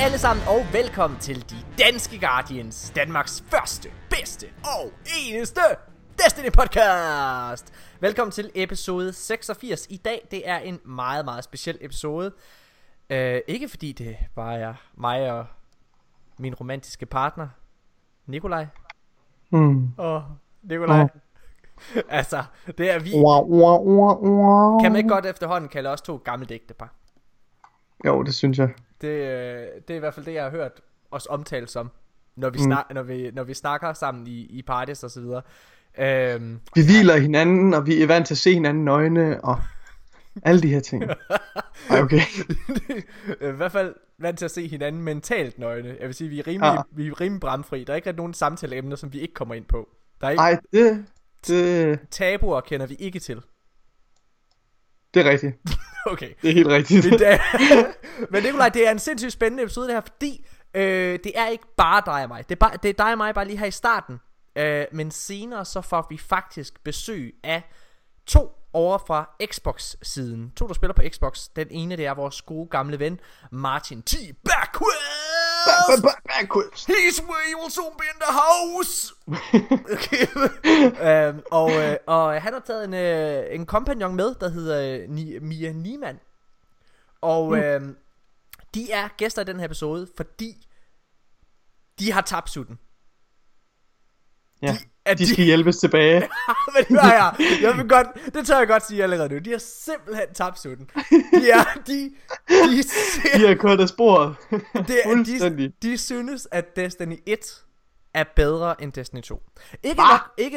alle sammen, og velkommen til De Danske Guardians, Danmarks første, bedste og eneste Destiny podcast. Velkommen til episode 86. I dag, det er en meget, meget speciel episode. Ikke fordi det bare er mig og min romantiske partner, Nikolaj. Nikolaj. Altså, det er vi. Kan man ikke godt efterhånden kalde os to gammeldægte par? Jo, det synes jeg. Det er i hvert fald det, jeg har hørt os omtale som, når vi, når vi snakker sammen i parties og så videre. Vi hviler hinanden, og vi er vant til at se hinanden nøgne, og alle de her ting. Okay. I hvert fald vant til at se hinanden mentalt nøgne. Jeg vil sige, vi er rimelig bramfri. Der er ikke rigtig nogen samtaleemner, som vi ikke kommer ind på. Der er ikke... Ej, det... Tabuer kender vi ikke til. Det er rigtigt. Okay. Det er helt rigtigt. Men Nikolaj, det er en sindssygt spændende episode det her, fordi det er ikke bare dig og mig. Det er dig og mig bare lige her i starten. Men senere så får vi faktisk besøg af to over fra Xbox-siden. To, der spiller på Xbox. Den ene, det er vores gode gamle ven, Martin T. Backwards. He's where you will soon be in the house. Okay. Og han har taget en kompagnon med, der hedder Mia Niemann. Og de er gæster i den her episode, fordi de har tabt sutten. Ja, de skal hjælpes tilbage. Men det jeg vil godt, det tør jeg godt sige allerede nu. De har simpelthen tabt sutten. De har kørt af sporet. De synes at Destiny 1 er bedre end Destiny 2. Ikke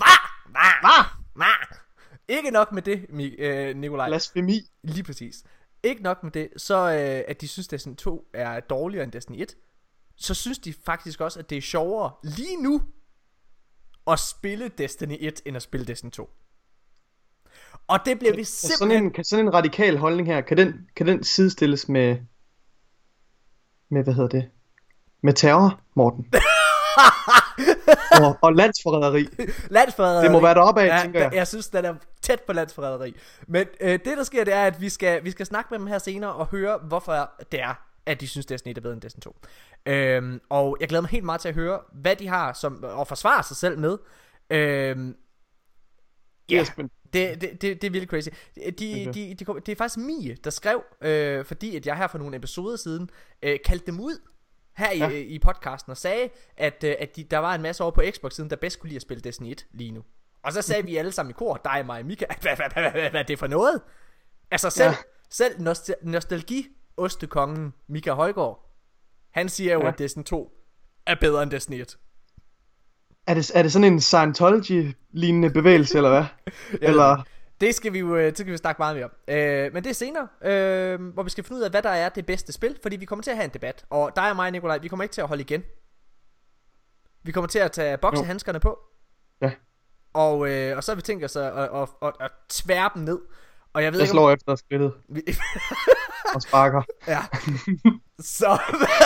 nok med det, Nikolaj. Blasfemi. Lige præcis. Ikke nok med det, så at de synes Destiny 2 er dårligere end Destiny 1. Så synes de faktisk også at det er sjovere lige nu at spille Destiny 1 end at spille Destiny 2. Og det bliver vi simpelthen... Kan sådan en radikal holdning her, kan den sidestilles med hvad hedder det? Med terror, Morten? og landsforræderi. Landsforræderi. Det må være deroppe af, tænker jeg. Jeg synes den er tæt på landsforræderi. Men det der sker, det er at vi skal snakke med dem her senere og høre hvorfor det er at de synes Destiny 1 er bedre end Destiny 2. Og jeg glæder mig helt meget til at høre hvad de har som at forsvare sig selv med. Ja, det er virkelig crazy. Det er faktisk Mie der skrev, fordi at jeg her for nogle episoder siden kaldte dem ud her i podcasten og sagde at der var en masse over på Xbox siden der bedst kunne lide at spille Destiny 1 lige nu. Og så sagde vi alle sammen i kor, dig, mig og Mika, hvad er det for noget? Altså selv nostalgi ostekongen Mika Højgaard, han siger jo at Destiny 2 er bedre end Destiny 1. Er det sådan en Scientology-lignende bevægelse, eller hvad? Eller... Det skal vi snakke meget mere om. Men det er senere, hvor vi skal finde ud af, hvad der er det bedste spil, fordi vi kommer til at have en debat. Og dig og mig, Nikolaj, vi kommer ikke til at holde igen. Vi kommer til at tage boksehandskerne på. Ja. Og så har vi tænkt os at tvære dem ned. Og jeg ved ikke, slår efter skridtet. Og sparker. Ja. Så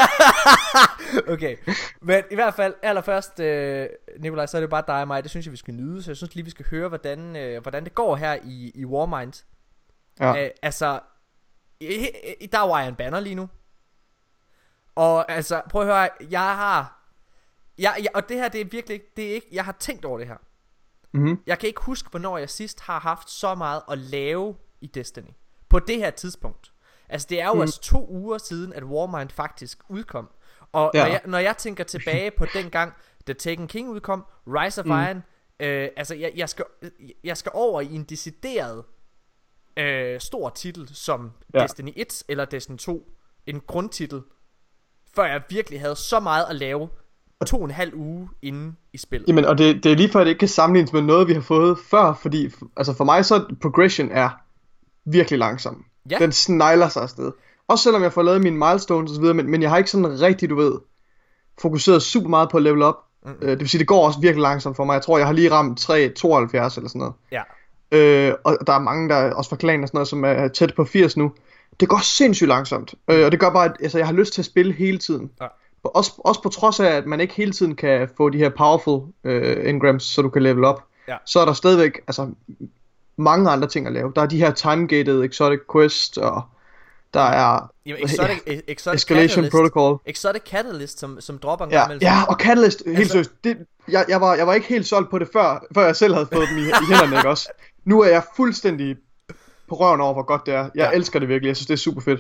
okay. Men i hvert fald allerførst Nikolaj, så er det bare dig og mig. Det synes jeg vi skal nyde. Så jeg synes lige vi skal høre hvordan det går her i Warmind. Altså der er Iron Banner lige nu. Og altså prøv at høre, og det her det er virkelig det er ikke, jeg har tænkt over det her. Jeg kan ikke huske hvornår jeg sidst har haft så meget at lave i Destiny på det her tidspunkt. Altså det er jo altså 2 uger siden at Warmind faktisk udkom. Og når jeg tænker tilbage på den gang da Taken King udkom, Rise of Iron, altså jeg skal over i en decideret stor titel som Destiny 1 eller Destiny 2, en grundtitel, før jeg virkelig havde så meget at lave 2,5 uge inden i spillet. Jamen, og det er lige før det ikke kan sammenlignes med noget vi har fået før, fordi altså for mig så progression er virkelig langsom. Den snegler sig afsted. Også selvom jeg får lavet mine milestones og så videre, men jeg har ikke sådan rigtig, du ved, fokuseret super meget på at level up. Det vil sige, det går også virkelig langsomt for mig. Jeg tror, jeg har lige ramt 3,72 eller sådan noget. Ja. Og der er mange, der også fra klan og sådan noget, som er tæt på 80 nu. Det går sindssygt langsomt. Og det gør bare, at altså, jeg har lyst til at spille hele tiden. Ja. Også på trods af, at man ikke hele tiden kan få de her powerful engrams, så du kan level up. Ja. Så er der stadigvæk altså mange andre ting at lave. Der er de her time-gated exotic quest og Der er Escalation Catalyst, Protocol. Exotic Catalyst, som dropper en gang. Ja, og Catalyst, helt seriøst, jeg var ikke helt solgt på det før jeg selv havde fået dem i hænderne, ikke også? Nu er jeg fuldstændig på røven over, hvor godt det er. Jeg elsker det virkelig, jeg synes det er super fedt.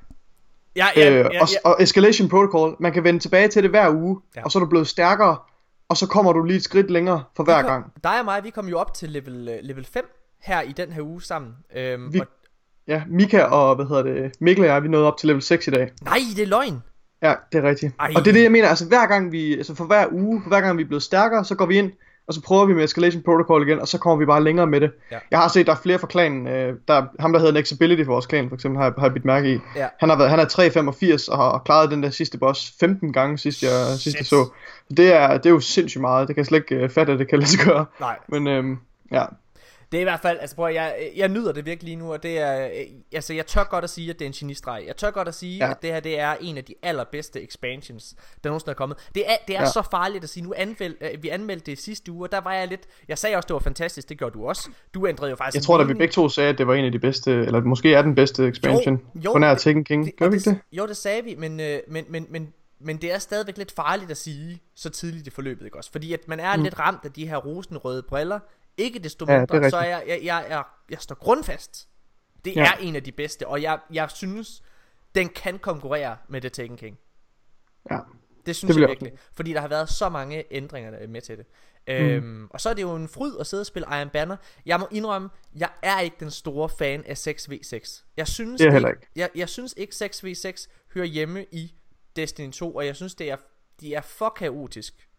Og Escalation Protocol, man kan vende tilbage til det hver uge, og så er du blevet stærkere, og så kommer du lige et skridt længere for hver gang. Dig og mig, vi kom jo op til level 5 her i den her uge sammen. Ja, Mika og Mikkel og jeg, vi nåede op til level 6 i dag. Nej, det er løgn. Ja, det er rigtigt. Ej. Og det er det jeg mener, altså hver gang for hver uge, hver gang vi er blevet stærkere, så går vi ind, og så prøver vi med Escalation Protocol igen, og så kommer vi bare længere med det. Jeg har set, der er flere fra klanen, ham der hedder Nexability for vores klan, for eksempel, har jeg bidt mærke i. Han er 385 og har klaret den der sidste boss 15 gange sidst jeg så. Det er jo sindssygt meget, det kan jeg slet ikke fatte, at det kan lade sig gøre. Nej. Men ja. Det er i hvert fald, altså prøv, jeg nyder det virkelig lige nu, og det er, altså jeg tør godt at sige, at det er en genistreg. Jeg tør godt at sige, at det her, det er en af de allerbedste expansions, der nogensinde er kommet. Det er så farligt at sige, vi anmeldte det sidste uge, og der var jeg lidt, jeg sagde også, det var fantastisk, det gjorde du også. Du ændrede jo faktisk. Jeg tror da, vi begge to sagde, at det var en af de bedste, eller måske er den bedste expansion på nær Taken King. Gør vi ikke det? Jo, det sagde vi, men det er stadigvæk lidt farligt at sige, så tidligt i forløbet, ikke også? Fordi at man er lidt ramt af de her rosenrøde briller. Ikke desto mindre, så jeg står grundfast. Det er en af de bedste, og jeg synes, den kan konkurrere med The Taken King. Ja. Det synes jeg virkelig. Fordi der har været så mange ændringer med til det. Og så er det jo en fryd at sidde og spille Iron Banner. Jeg må indrømme, jeg er ikke den store fan af 6v6. Jeg synes ikke 6v6 hører hjemme i Destiny 2, og jeg synes de er for kaotisk.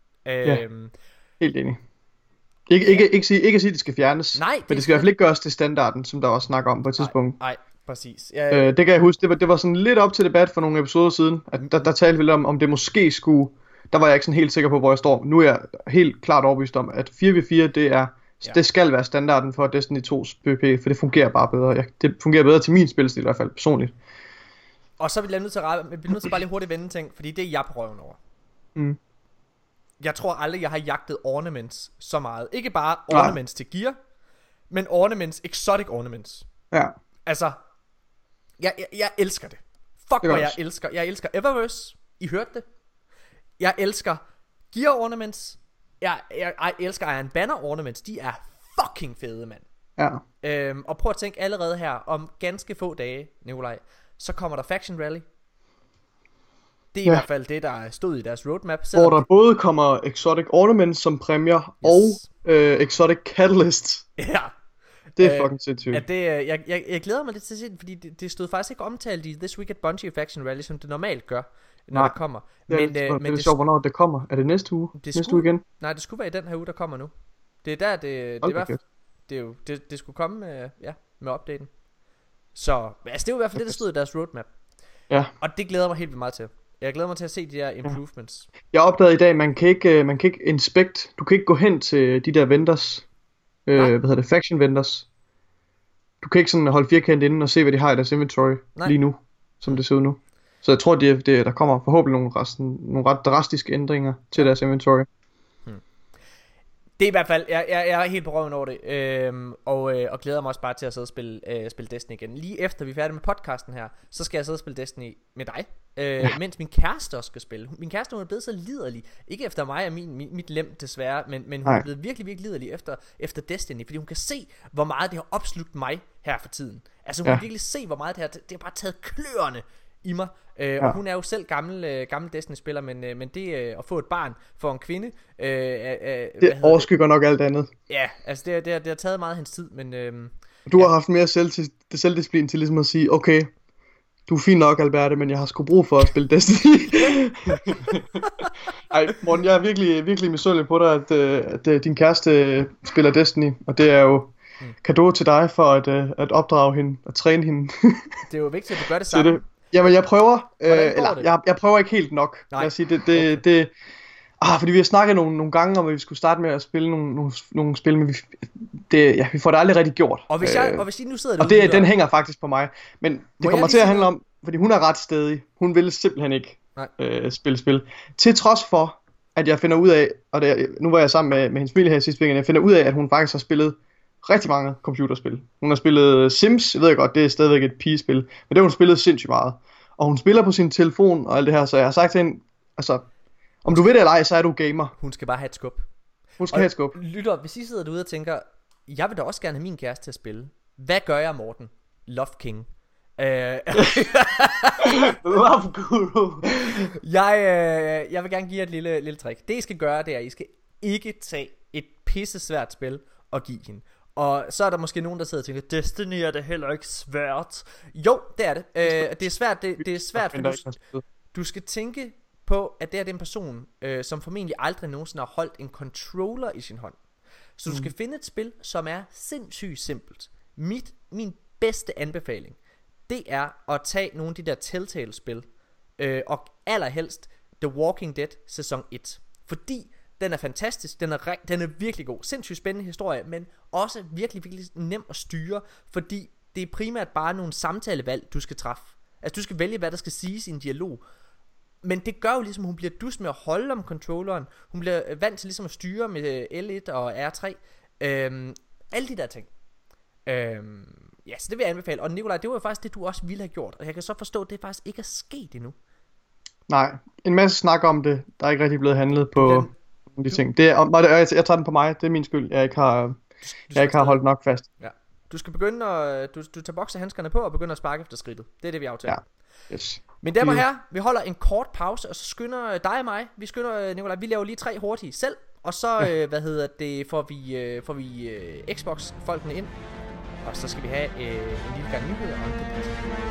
Helt enig. Ikke sige, at det skal fjernes. Nej, men det skal i hvert fald ikke gøres til standarden, som der også snakker om på et tidspunkt. Nej, præcis. Det kan jeg huske, det var sådan lidt op til debat for nogle episoder siden, at der talte vi om det måske skulle. Der var jeg ikke sådan helt sikker på, hvor jeg står. Nu er jeg helt klart overbevist om, at 4v4 det skal være standarden for Destiny 2's PvP, for det fungerer bare bedre. Det fungerer bedre til min spilstil i hvert fald, personligt. Og så er vi nødt til bare lige hurtigt vende ting, fordi det er jeg på røven over. Jeg tror aldrig jeg har jagtet ornaments så meget. Ikke bare ornaments til gear, men ornaments, exotic ornaments. Ja. Altså jeg elsker det. Fuck hvor jeg elsker Eververse. I hørte det. Jeg elsker gear ornaments. Jeg elsker Iron Banner ornaments. De er fucking fede, mand. Ja. Og prøv at tænke allerede her, om ganske få dage, Nikolaj, så kommer der Faction Rally. Det er i hvert fald det, der stod i deres roadmap. Hvor der både kommer Exotic Ornaments som præmier, og Exotic Catalyst. Ja. Det er fucking sindssygt. Jeg glæder mig lidt til at se det, fordi det stod faktisk ikke omtalt i This Week at Bungie Faction Rally, som det normalt gør, når det kommer. Men det er sjovt, hvornår det kommer. Er det næste uge? Næste uge igen? Nej, det skulle være i den her uge, der kommer nu. Det er der, det skulle komme med opdaten. Så altså, det er jo i hvert fald det, der stod i deres roadmap. Ja. Og det glæder mig helt vildt meget til. Jeg glæder mig til at se de der improvements. Jeg opdagede i dag, man kan ikke inspect. Du kan ikke gå hen til de der vendors. Faction vendors. Du kan ikke sådan holde firkant inden og se, hvad de har i deres inventory lige nu, som det ser ud nu. Så jeg tror, der kommer forhåbentlig nogle ret drastiske ændringer til deres inventory. Det er i hvert fald, jeg er helt på røven over det, og glæder mig også bare til at sidde og spille Destiny igen. Lige efter vi er færdige med podcasten her, så skal jeg sidde og spille Destiny med dig, mens min kæreste også skal spille. Min kæreste, hun er blevet så liderlig, ikke efter mig og mit lem desværre, men hun er blevet virkelig, virkelig liderlig efter Destiny, fordi hun kan se, hvor meget det har opslugt mig her for tiden. Altså hun kan virkelig se, hvor meget det har bare taget kløerne i mig. Og hun er jo selv gammel Destiny-spiller, men det at få et barn for en kvinde det overskygger nok alt andet. Ja, altså det har taget meget af hendes tid, men du har haft mere selvdisciplin til ligesom at sige, okay, du er fin nok, Alberte, men jeg har sgu brug for at spille Destiny. Ej, Morten, jeg er virkelig, virkelig misundelig på dig, at din kæreste spiller Destiny, og det er jo cadeau til dig for at opdrage hende og træne hende. Det er jo vigtigt, at du gør det samme. Jamen jeg prøver, jeg prøver ikke helt nok. Lad os sige, fordi vi har snakket nogle gange om, at vi skulle starte med at spille nogle spil, men vi får det aldrig rigtig gjort. Og hvis I nu sidder derude, og den hænger faktisk på mig. Men det kommer til at handle om, fordi hun er ret stædig. Hun vil simpelthen ikke spille spil. Til trods for, at jeg finder ud af, og nu var jeg sammen med hendes familie her sidste weekend, jeg finder ud af, at hun faktisk har spillet rigtig mange computerspil. Hun har spillet Sims, jeg ved godt, det er stadigvæk et pigespil, men det har hun spillet sindssygt meget. Og hun spiller på sin telefon og alt det her, så jeg har sagt til hende, altså, om du ved det eller ej, så er du gamer. Hun skal bare have et skub. Hun skal have et skub. Lytter, hvis I sidder derude og tænker, jeg vil da også gerne have min kæreste til at spille. Hvad gør jeg, Morten? Love King. Love Guru. Jeg vil gerne give jer et lille trick. Det I skal gøre, det er, at I skal ikke tage et pissesvært spil og give hende. Og så er der måske nogen, der sidder og tænker, Destiny er det heller ikke svært. Jo, det er det. Det er svært, det er svært, for du skal tænke på, at det er en person, som formentlig aldrig nogensinde har holdt en controller i sin hånd. Så du skal finde et spil, som er sindssygt simpelt. Min bedste anbefaling, det er at tage nogle af de der Telltale-spil, og allerhelst The Walking Dead sæson 1. Fordi den er fantastisk, den er virkelig god. Sindssygt spændende historie, men også virkelig, virkelig nem at styre, fordi det er primært bare nogle samtalevalg, du skal træffe. Altså du skal vælge, hvad der skal siges i en dialog. Men det gør jo ligesom, hun bliver dus med at holde om controlleren. Hun bliver vant til ligesom at styre med L1 og R3. Alle de der ting. Ja, så det vil jeg anbefale. Og Nikolaj, det var jo faktisk det, du også ville have gjort. Og jeg kan så forstå, at det faktisk ikke er sket endnu. Nej, en masse snak om det. Der er ikke rigtig blevet handlet på de ting. Jeg tager den på mig. Det er min skyld. Jeg ikke har holdt nok fast. Ja. Du skal begynde at... Du tager boksehandskerne på og begynder at sparke efter skridtet. Det er det, vi aftaler. Ja. Yes. Mine damer og herrer, vi holder en kort pause, og så skynder dig og mig. Vi skynder, Nikolaj, vi laver lige 3 hurtige selv. Og så, får vi Xbox-folkene ind. Og så skal vi have en lille gang nyheder og en debat.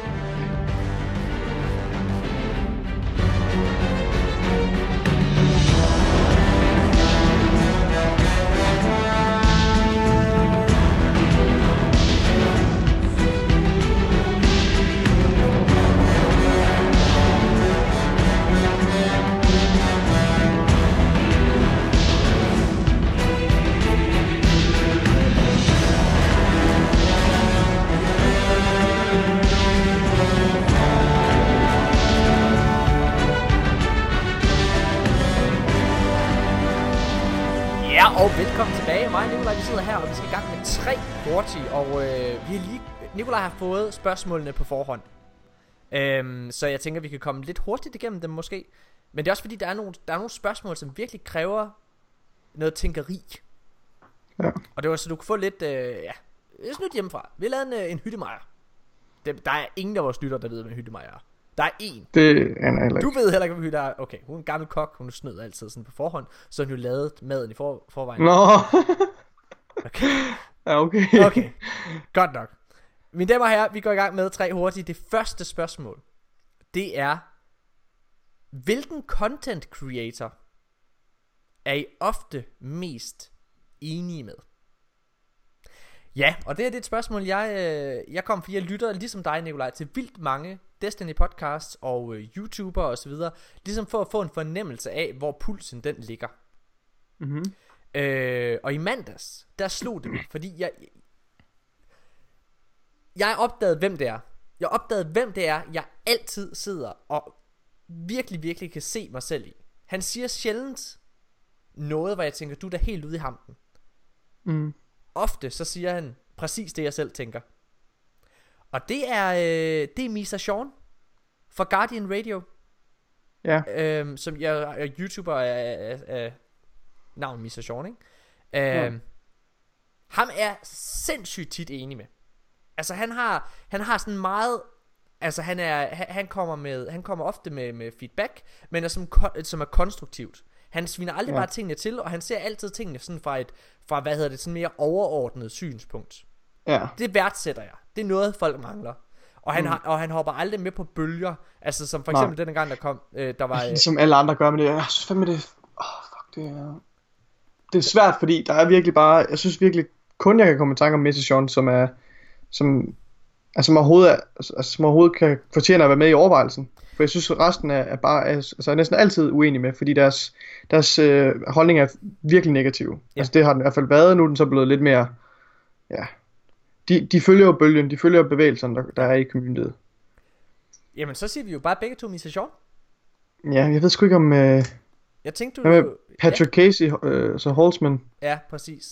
Og velkommen tilbage. Mig og Nikolaj, vi sidder her, og vi skal i gang med 3 hurtige. Og Nikolaj har fået spørgsmålene på forhånd. Så jeg tænker, vi kan komme lidt hurtigt igennem dem måske. Men det er også fordi, der er nogle spørgsmål, som virkelig kræver noget tænkeri. Ja. Og det var så du kunne få lidt snydt hjemmefra. Vi lavede en hyttemejer. Der er ingen af vores lytter, der ved, hvad en hyttemejer er. Der er en. Det er heller ikke. Du ved heller ikke, hvad hytte er. Okay, hun er en gammel kok. Hun snød altid sådan på forhånd. Så hun jo lavet maden i forvejen. Nå. Okay. Ja, okay. Okay, godt nok. Mine damer og herrer, vi går i gang med 3 hurtigt. Det første spørgsmål, det er: hvilken content creator er I ofte mest enige med? Ja, og det er et spørgsmål, jeg kom, fordi jeg lytter ligesom dig, Nikolaj, til vildt mange Destiny podcasts og YouTuber og så videre, ligesom for at få en fornemmelse af, hvor pulsen den ligger. Og i mandags, der slog det mig, fordi jeg opdagede, hvem det er. Jeg opdagede, hvem det er, jeg altid sidder og virkelig, virkelig kan se mig selv i. Han siger sjældent noget, hvor jeg tænker, du er da helt ude i hampen. Ofte så siger han præcis det, jeg selv tænker. Og det er Misa Sean fra Guardian Radio. Ja. Som jeg er YouTuber af navn Misa Sean, ikke? Ham er sindssygt tit enig med. Altså han har sådan meget. Altså han kommer ofte med feedback, men som er konstruktivt. Han sviner aldrig bare tingene til, og han ser altid tingene sådan fra sådan mere overordnet synspunkt. Ja. Det værdsætter jeg. Det er noget folk mangler. Og han hopper aldrig med på bølger. Altså som for eksempel den gang der kom der var som alle andre gør med det. Jeg synes fandme det er svært, fordi der er virkelig bare, jeg synes virkelig kun jeg kan komme i tanke om Mission, som overhovedet kan fortjene at være med i overvejelsen. For jeg synes resten er næsten altid uenig med, fordi deres holdning er virkelig negativ. Ja. Altså det har den i hvert fald været. Nu er den så blevet lidt mere. Ja. De følger jo bølgen, de følger bevægelserne der er i communityet. Jamen så siger vi jo bare begge to Misa Sean. Ja, jeg ved sgu ikke om jeg tænkte du Patrick Casey, så Holtzman. Ja, præcis.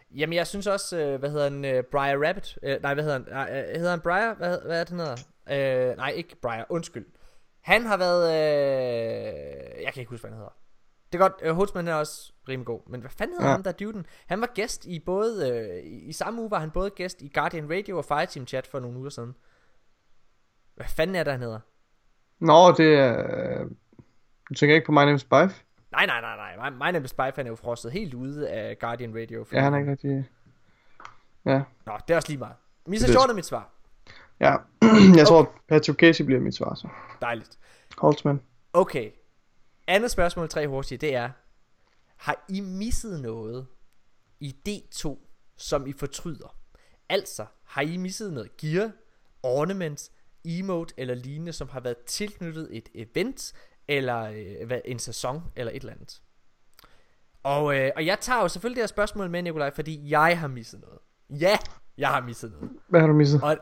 Jamen jeg synes også, hvad hedder han, Briar Rabbit, nej hvad hedder han, hedder han Briar, hvad er det, han hedder? Nej ikke Briar, undskyld. Han har været, jeg kan ikke huske hvad han hedder. Det er godt, Holtzman er også rimelig god. Men hvad fanden hedder han der duden? Han var gæst i både, i samme uge var han både gæst i Guardian Radio og Fireteam Chat for nogle uger siden. Hvad fanden er der han hedder? Nå, det er, du tænker ikke på My Name is Bife? Nej. My Name is Bife, han er jo frostet helt ude af Guardian Radio. Ja, han er ikke rigtig. Ja. Nå, det er også lige meget. Misa Short er mit svar. Ja, jeg tror Patrick Casey bliver mit svar så. Dejligt. Holtzman. Okay. Andet spørgsmål, 3 hurtigt, det er: har I misset noget i D2, som I fortryder? Altså, har I misset noget gear, ornaments, emote eller lignende, som har været tilknyttet et event, eller en sæson, eller et eller andet? Og jeg tager jo selvfølgelig det her spørgsmål med, Nikolaj, fordi jeg har misset noget. Ja, jeg har misset noget. Hvad har du misset? Og,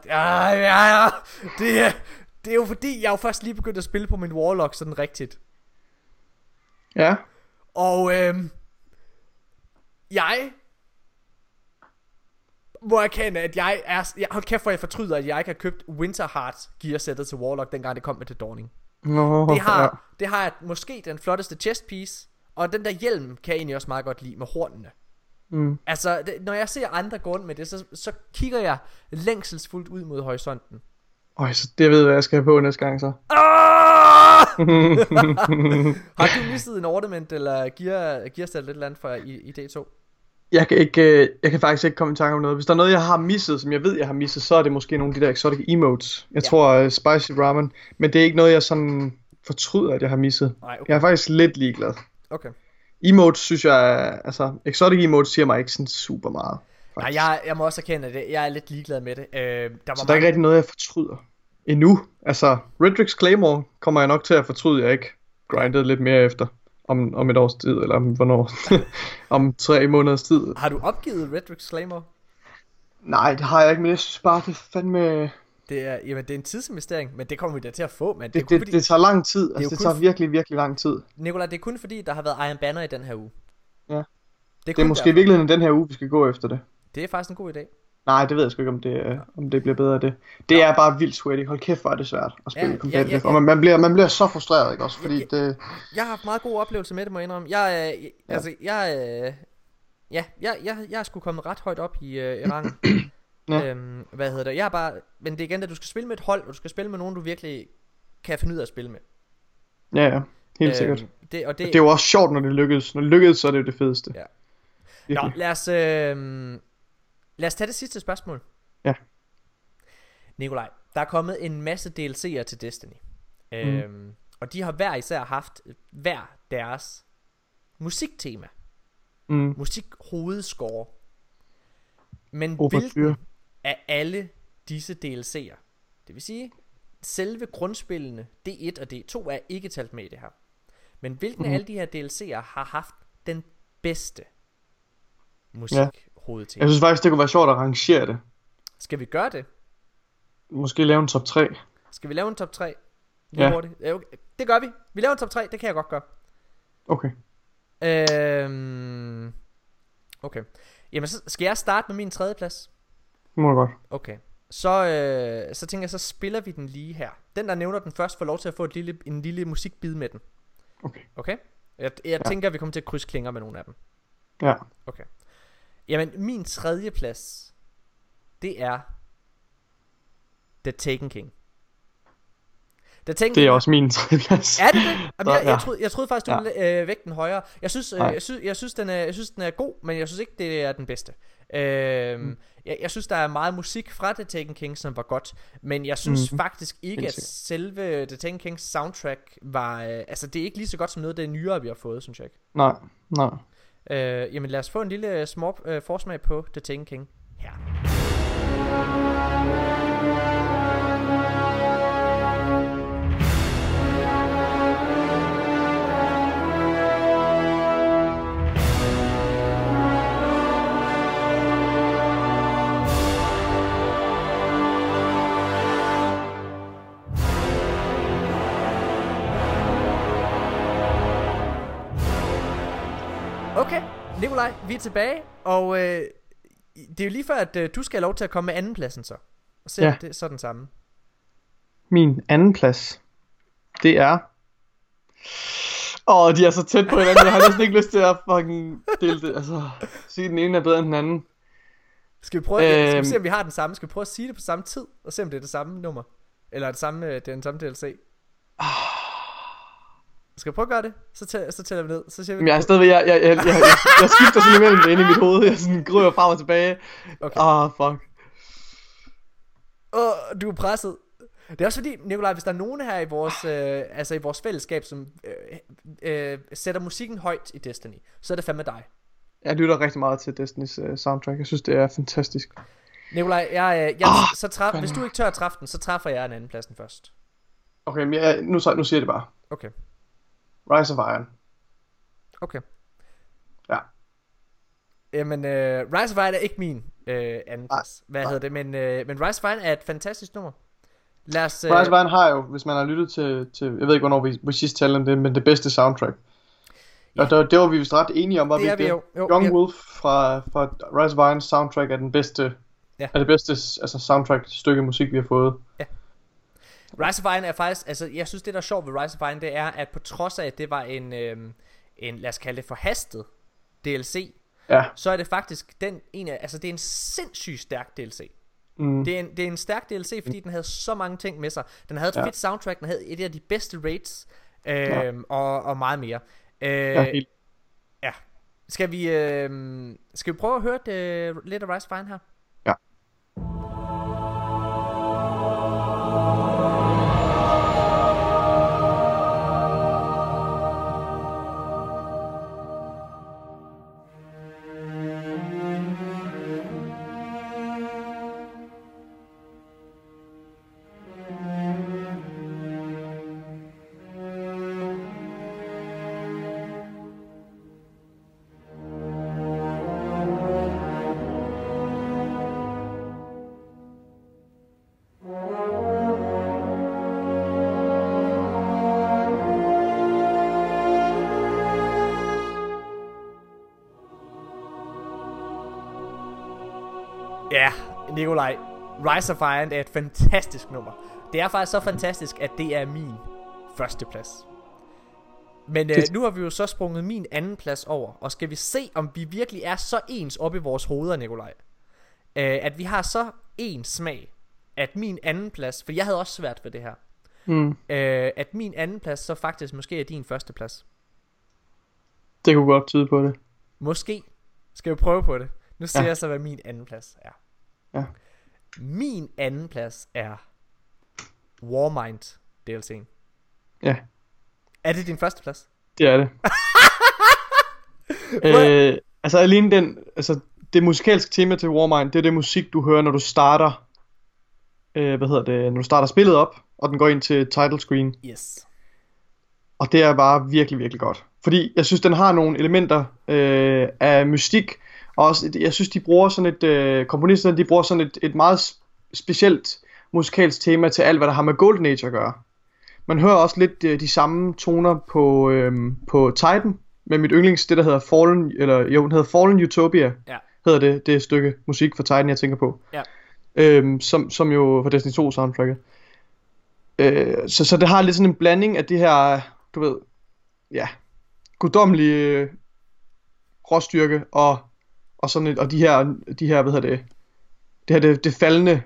det er jo fordi, jeg jo først lige begyndt at spille på min Warlock sådan rigtigt. Ja. Og jeg må erkende, at hold kæft for jeg fortryder, at jeg ikke har købt Winterheart gearsættet til Warlock, dengang det kom med til Dawning. Det har jeg måske den flotteste chest piece, og den der hjelm kan jeg egentlig også meget godt lide med hornene. Altså når jeg ser andre gå rundt med det, så kigger jeg længselsfuldt ud mod horisonten. Så det ved jeg, hvad jeg skal have på næste gang så. Har du mistet en ornament eller gearsæt eller et eller andet for i D2? Jeg kan faktisk ikke komme i tanke om noget. Hvis der er noget jeg har misset, som jeg ved jeg har misset, så er det måske nogle af de der exotic emotes. Jeg tror spicy ramen. Men det er ikke noget jeg sådan fortryder at jeg har misset. Okay. Jeg er faktisk lidt ligeglad. Okay. Emotes synes jeg, altså exotic emotes siger mig ikke sådan super meget. Nej, jeg må også erkende det. Jeg er lidt ligeglad med det. Der er ikke rigtig noget jeg fortryder endnu. Altså Redrix Claymore kommer jeg nok til at fortryde, jeg ikke grindede lidt mere efter om et års tid, eller om hvornår. Om 3 måneders tid. Har du opgivet Redrix Claymore? Nej, det har jeg ikke, men jeg synes bare det er fandme. Det er en tidsinvestering, men det kommer vi da til at få, men det tager lang tid. Altså det tager virkelig, virkelig lang tid. Nikolaj, det er kun fordi der har været Iron Banner i den her uge. Ja. Det er måske i virkeligheden den her uge vi skal gå efter det. Det er faktisk en god idé. Nej, det ved jeg sgu ikke om det bliver bedre af det. Det er bare vildt sweaty. Hold kæft, hvor er det svært at spille competitive. Og man bliver så frustreret, ikke også, fordi det. Jeg har haft meget god oplevelse med det, må jeg indrømme. Jeg er sgu kommet ret højt op i rangen. Hvad hedder det? Men det er igen, at du skal spille med et hold, og du skal spille med nogen du virkelig kan finde ud af at spille med. Ja, helt sikkert. Det er jo også sjovt når det lykkes. Når det lykkes, så er det jo det fedeste. Ja. Nå, lad os tage det sidste spørgsmål. Ja. Nikolaj, der er kommet en masse DLC'er til Destiny. Og de har hver især haft hver deres musiktema. Musikhovedscore. Men hvilken af alle disse DLC'er, det vil sige selve grundspillene D1 og D2 er ikke talt med i det her, men hvilken af alle de her DLC'er har haft den bedste musikhovedtema? Jeg synes faktisk det kunne være sjovt at rangere det. Skal vi gøre det? Måske lave en top 3. Skal vi lave en top 3? Ja. Det gør vi. Vi laver en top 3, det kan jeg godt gøre. Okay. Okay. Jamen så skal jeg starte med min 3. plads. Må godt. Okay. Så tænker jeg, så spiller vi den lige her. Den der nævner den først får lov til at få en lille musikbid med den. Okay? Jeg tænker vi kommer til at krydse klinger med nogle af dem. Ja. Okay. Jamen min 3. plads, det er The Taken King. Det er også min 3. plads. Er det det? Jamen, jeg troede faktisk du ville vægte den højere. Jeg synes den er god, men jeg synes ikke det er den bedste. Jeg synes der er meget musik fra The Taken King som var godt, men jeg synes faktisk ikke at selve The Taken Kings soundtrack var altså det er ikke lige så godt som noget af det nyere vi har fået, synes jeg ikke. Nej. Jamen lad os få en lille forsmag på The Taken King her. Okay, Nikolaj, vi er tilbage, og det er jo lige før at du skal have lov til at komme med andenpladsen så. Og se om det er så den samme. Min andenplads, det er... de er så tæt på hinanden. Jeg har næsten ikke lyst til at fucking dele det. Altså, sige den ene er bedre end den anden. Skal vi prøve skal vi se om vi har den samme? Skal vi prøve at sige det på samme tid? Og se om det er det samme nummer? Eller det er den samme DLC? Skal vi prøve at gøre det? Så tæller vi ned. Så siger vi... Men jeg er stadigvæk... Jeg skifter sådan imellem det inde i mit hoved. Jeg sådan grøber frem og tilbage. Okay. Fuck. Du er presset. Det er også fordi, Nikolaj, hvis der er nogen her i vores, i vores fællesskab, som sætter musikken højt i Destiny, så er det fandme dig. Jeg lytter rigtig meget til Destiny's soundtrack. Jeg synes, det er fantastisk. Nikolaj, hvis du ikke tør at træffe den, så træffer jeg en anden pladsen først. Okay, men nu siger jeg det bare. Okay. Rise of Iron. Okay. Ja. Jamen, Rise of Iron er ikke min anden plads. Hvad hedder det? Men Rise of Iron er et fantastisk nummer. Rise of Iron har jo, hvis man har lyttet til jeg ved ikke hvornår vi sidst talte om det, men det bedste soundtrack. Ja. Og det var vi vist ret enige om, var vi ikke det? Young Wolf fra Rise of Iron soundtrack er den bedste, er det bedste altså soundtrack stykke musik vi har fået. Ja. Rise of Iron er faktisk, altså jeg synes det der er sjovt ved Rise of Iron, det er at på trods af at det var en lad os kalde det forhastet DLC, så er det faktisk det er en sindssygt stærk DLC. Det er en stærk DLC, fordi den havde så mange ting med sig. Den havde et fedt soundtrack, den havde et af de bedste raids, og meget mere. Skal vi prøve at høre lidt af Rise of Iron her? Ja. Ja, Nikolaj, Rise of Iron er et fantastisk nummer. Det er faktisk så fantastisk, at det er min førsteplads. Men nu har vi jo så sprunget min anden plads over. Og skal vi se, om vi virkelig er så ens op i vores hoveder, Nikolaj, at vi har så ens smag, at min anden plads, for jeg havde også svært ved det her, at min anden plads så faktisk måske er din første plads. Det kunne godt tyde på det. Måske. Skal vi prøve på det? Nu ser jeg så, hvad min anden plads er. Ja. Min anden plads er Warmind DLC'en. Ja. Er det din første plads? Det er det. Altså alene det musikalske tema til Warmind, det er det musik du hører når du starter når du starter spillet op, og den går ind til title screen. Yes. Og det er bare virkelig, virkelig godt. Fordi jeg synes den har nogle elementer af mystik. Og også, jeg synes de bruger sådan komponisterne, de bruger sådan et meget specielt musikalsk tema til alt hvad der har med Golden Age at gøre. Man hører også lidt de samme toner på Titan med mit yndlings, det der hedder Fallen Utopia. Ja. Hedder det stykke musik for Titan jeg tænker på. Ja. Som jo for Destiny 2 soundtracket. Så det har lidt sådan en blanding af de her, du ved, guddommelige råstyrke og sådan og de her det faldende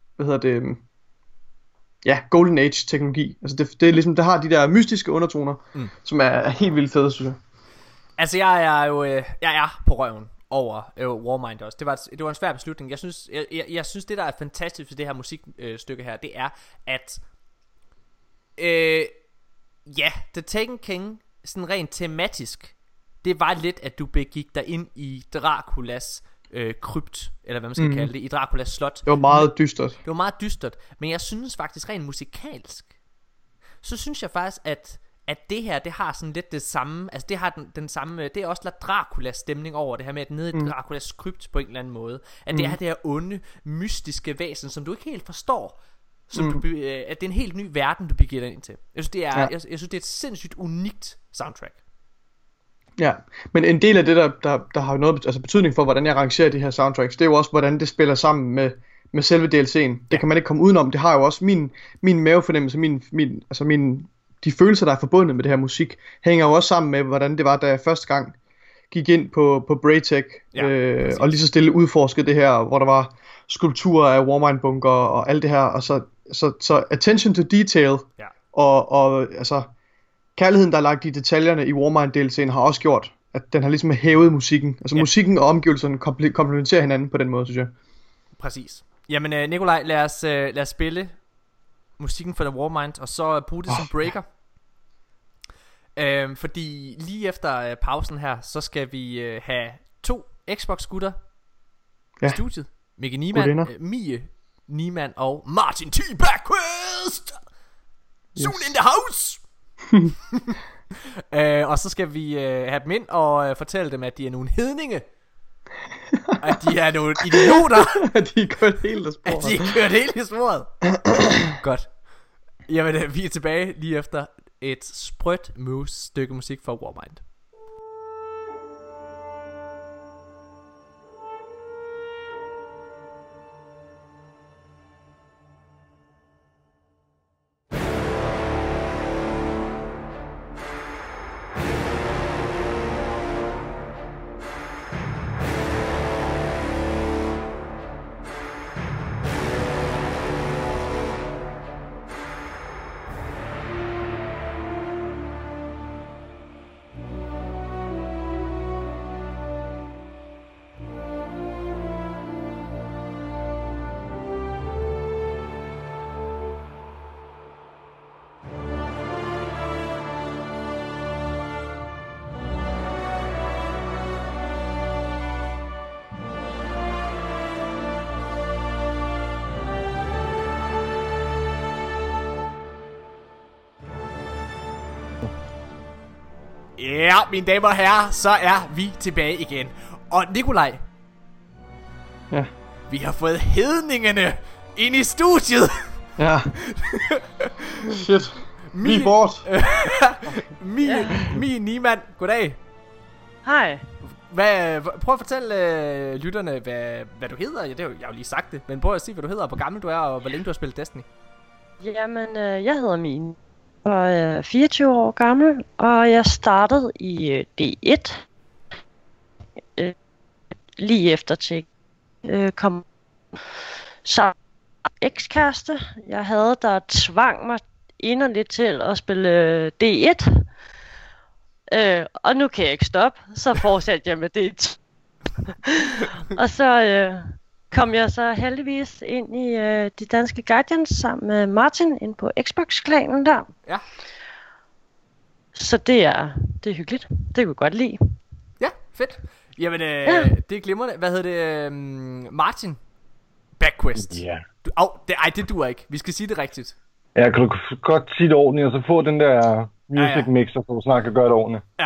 Golden Age teknologi. Altså det er ligesom det har de der mystiske undertoner, som er helt vildt fede, synes jeg. Altså jeg er på røven over Warmind også. Det var en svær beslutning. Jeg synes det der er fantastisk ved det her musikstykke her, det er at The Taken King sådan rent tematisk, det var lidt at du begik dig ind i Draculas krypt, eller hvad man skal kalde det, i Draculas slot. Det var meget dystert. Det var meget dystert, men jeg synes faktisk rent musikalsk, så synes jeg faktisk at det her, det har sådan lidt det samme. Altså det har den samme, det er også lidt Draculas stemning over det her med at nede i Draculas krypt på en eller anden måde. At det er det her onde, mystiske væsen, som du ikke helt forstår, at det er en helt ny verden du begiver dig ind til. Jeg synes det er, jeg synes det er et sindssygt unikt soundtrack. Ja, men en del af det, der har noget altså betydning for, hvordan jeg rangerer de her soundtracks, det er jo også, hvordan det spiller sammen med selve DLC'en. Det kan man ikke komme udenom. Det har jo også min mavefornemmelse, de følelser, der er forbundet med det her musik, hænger jo også sammen med, hvordan det var, da jeg første gang gik ind på Braytech, og lige så stille udforskede det her, hvor der var skulpturer af Warmind-bunker og alt det her, og så attention to detail, og altså kærligheden, der er lagt i detaljerne i Warmind-DLC'en, har også gjort, at den har ligesom hævet musikken. Altså musikken og omgivelserne komplementerer hinanden på den måde, synes jeg. Præcis. Jamen Nikolaj, lad os spille musikken for The Warmind, og så bruge det som breaker. Fordi lige efter pausen her, så skal vi have 2 Xbox-gutter i studiet. Mie Niemann og Martin T. Backwest. Soon in the house. Og så skal vi have dem ind og fortælle dem, at de er nogle hedninge, at de er nogle idioter, at de er kørt helt af sporet. At de er kørt helt i sporet. Godt. Jamen vi er tilbage lige efter et sprødt stykke musik fra Warmind. Ja, mine damer og herrer, så er vi tilbage igen. Og Nikolaj. Ja. Vi har fået hedningene ind i studiet. Ja. Shit. Vi er bort. Mie Niemann, goddag. Hej. Prøv at fortælle lytterne, hvad du hedder. Ja, jeg har jo lige sagt det. Men prøv at sige, hvad du hedder, hvor gammel du er, og hvor længe du har spillet Destiny. Jamen, jeg hedder Mie. Og jeg er 24 år gammel, og jeg startede i D1 lige efter tjek kom så ekskæreste jeg havde, der tvang mig inderligt til at spille D1, og nu kan jeg ikke stoppe, så fortsatte jeg med D1. Og så kom jeg så heldigvis ind i de danske Guardians sammen med Martin ind på Xbox-klanen der. Ja. Så det er hyggeligt. Det kunne jeg godt lide. Ja, fedt. Jamen, det er glimrende. Hvad hedder det? Martin Backwest. Ja. Det duer ikke. Vi skal sige det rigtigt. Ja, kan du godt sige det ordentligt, og så få den der music mixer, så du snart kan gøre det ordentligt. Ja.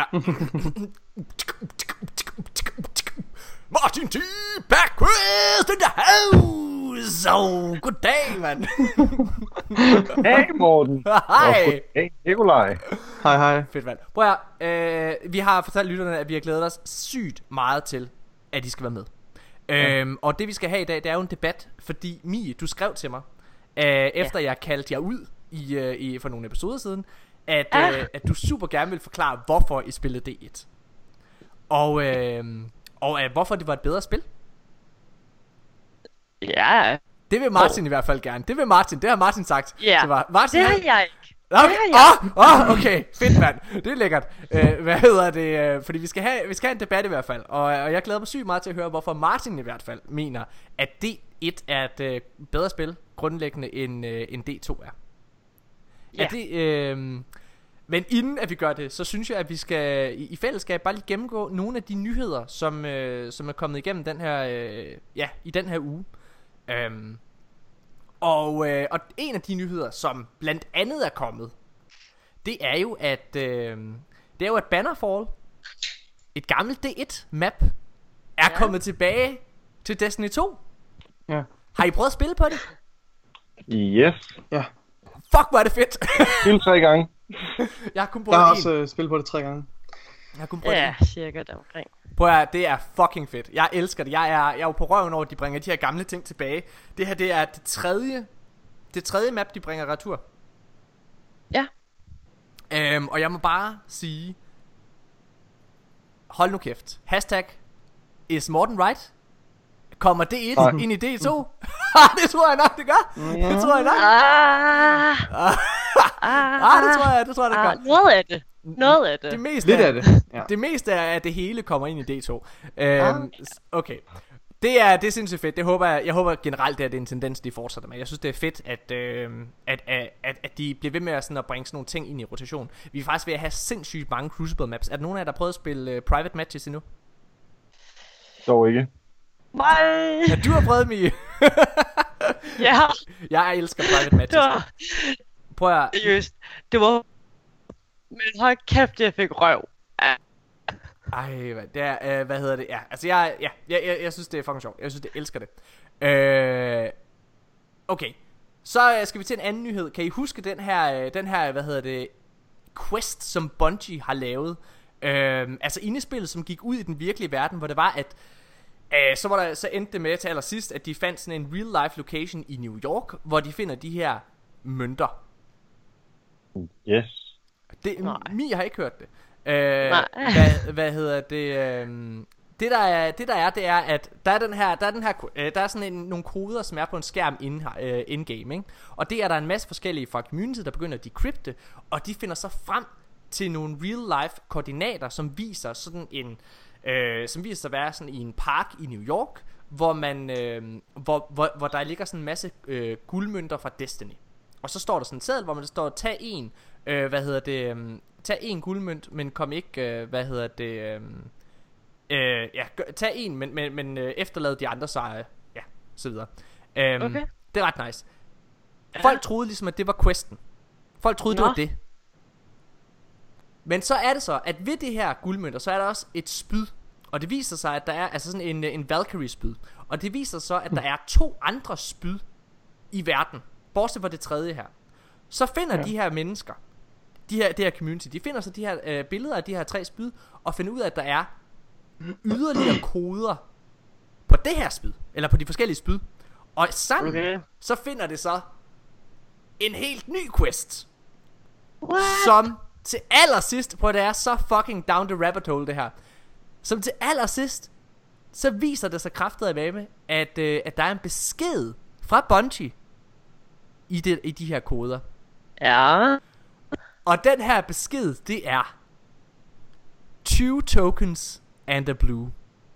Martin T. Backwest in the house. Goddag, mand. Hey, Morten. Hej. Hey, Nikolaj. Hej. Fedt, mand. Prøv at vi har fortalt lytterne, at vi har glædet os sygt meget til, at de skal være med. Og det vi skal have i dag, det er jo en debat. Fordi Mie, du skrev til mig efter jeg kaldte jer ud for nogle episoder siden, at du super gerne vil forklare, hvorfor I spillede D1. Og hvorfor det var et bedre spil. Ja. Det vil Martin i hvert fald gerne. Det har Martin sagt. Ja, Martin, det har jeg ikke. Okay, fedt, mand. Det er lækkert. Hvad hedder det? Fordi vi skal have en debat i hvert fald. Og jeg glæder mig sygt meget til at høre, hvorfor Martin i hvert fald mener, at D1 er et bedre spil grundlæggende end D2 er. Ja. Men inden at vi gør det, så synes jeg, at vi skal i fællesskab bare lige gennemgå nogle af de nyheder, som er kommet igennem den her i den her uge. Og en af de nyheder, som blandt andet er kommet, det er jo at Bannerfall, et gammelt D1 map, er kommet tilbage til Destiny 2. Ja. Har I prøvet at spille på det? Yes. Ja. Fuck, hvor er det fedt. Spil 3 gange. Jeg har kun Jeg har også spillet på det 3 gange. Jeg kunne prøve cirka deromkring. Prøv at, det er fucking fedt. Jeg elsker det. Jeg er jo på røven over, at de bringer de her gamle ting tilbage. Det her, det er det tredje map, de bringer retur. Ja. Og jeg må bare sige, hold nu kæft. Hashtag is Morten right? Kommer D1 ind i D2? Det tror jeg nok, det gør. Det tror jeg nok. Det tror jeg, det gør. Noget af det. Det meste lidt af det. Ja. Det meste er, at det hele kommer ind i D2. Okay. Det er sindssygt fedt. Jeg håber generelt, at det er en tendens, de fortsætter med. Jeg synes, det er fedt, at de bliver ved med at bringe sådan nogle ting ind i rotation. Vi er faktisk ved at have sindssygt mange Crucible maps. Er der nogen af jer, der har prøvet at spille private matches endnu? Dog ikke. Nej. Ja, du har prøvet, Mie. Ja. Jeg elsker private matches. Prøv at... Seriøst. Det var... Men hold kæft, jeg fik røv. Ej, det er, hvad hedder det? Ja, altså jeg synes det er fucking sjovt. Jeg synes det elsker det. Okay. Så skal vi til en anden nyhed. Kan I huske den her hvad hedder det, quest, som Bungie har lavet? Altså indespillet, som gik ud i den virkelige verden, hvor det var at så endte det med til allersidst, at de fandt sådan en real life location i New York, hvor de finder de her mønter. Yes. Mie har ikke hørt det. Hvad hedder det? Det der er, at der er sådan nogle koder, som er på en skærm in-game, ikke? Og det er der en masse forskellige fra community, der begynder at decrypte, og de finder så frem til nogle real life koordinater, som viser sådan en som viser sig at være sådan i en park i New York, hvor man hvor der ligger sådan en masse guldmønter fra Destiny. Og så står der sådan en seddel, hvor man står tag en tag en guldmønt, men kom ikke tag en, men efterlad de andre sejre, ja, så videre. Okay. Det er ret nice. Folk troede ligesom, at det var questen. Folk troede, det var det. Men så er det så, at ved det her guldmønter, så er der også et spyd. Og det viser sig, at der er altså sådan en Valkyrie spyd. Og det viser så, at der er 2 andre spyd i verden, bortset fra det tredje her. Så finder de her mennesker, det her community, de finder så de her billeder af de her 3 spyd, og finder ud af, at der er yderligere koder på det her spyd, eller på de forskellige spyd. Og sammen så finder det så en helt ny quest. What? Som til allersidst, prøv, det er så fucking down the rabbit hole det her. Som til allersidst, så viser det sig kraftigt af med, at der er en besked fra Bungie i de her koder. Ja. Og den her besked, det er 2 tokens and a blue.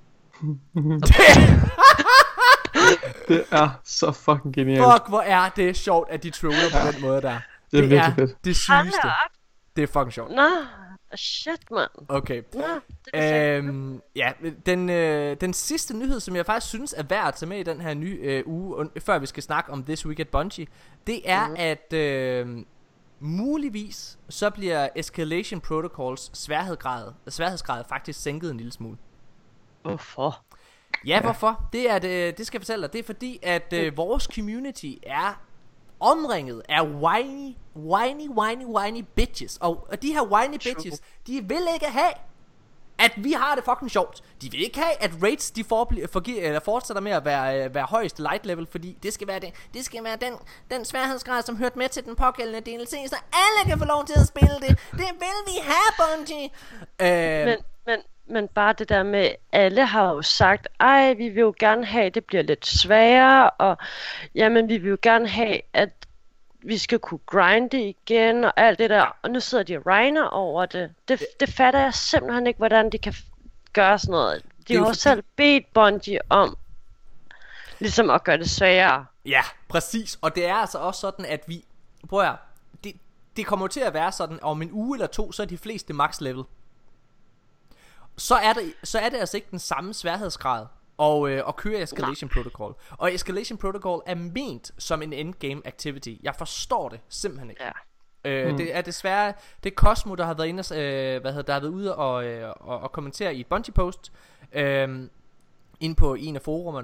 Det er så fucking genialt. Fuck, hvor er det sjovt, at de troller på den måde der. Det er virkelig fedt. Det sygeste. Det er fucking sjovt. Nå, shit, man. Okay. Ja, den sidste nyhed, som jeg faktisk synes er værd at tage med i den her nye uge, før vi skal snakke om This Week at Bungie, det er at muligvis så bliver Escalation Protocols sværhedsgrad faktisk sænket en lille smule. Hvorfor? Ja, hvorfor? Det skal jeg fortælle dig. Det er fordi at vores community er omringet af whiny bitches. Og de her whiny bitches, de vil ikke have, at vi har det fucking sjovt. De vil ikke have, at raids de fortsætter med at være højeste light level, fordi det skal være den sværhedsgrad, som hørte med til den pågældende DLC, så alle kan få lov til at spille det. Det vil vi have, Bungie. Men bare det der med, alle har jo sagt, ej, vi vil jo gerne have, at det bliver lidt sværere, og jamen, vi vil jo gerne have, at vi skal kunne grinde igen, og alt det der, og nu sidder de og regner over det. Det fatter jeg simpelthen ikke, hvordan de kan gøre sådan noget. De har jo selv bedt Bungie om, ligesom at gøre det sværere. Ja, præcis, og det er altså også sådan, at vi, prøv at det kommer til at være sådan, om en uge eller 2, så er de fleste max level. Så er det altså ikke den samme sværhedsgrad og køre Escalation Protocol. Og Escalation Protocol er ment som en endgame activity. Jeg forstår det simpelthen ikke. Ja. Det er desværre, det er Cosmo, der har været inde der har været ude og kommentere i et Bungie post inde på en af forumerne,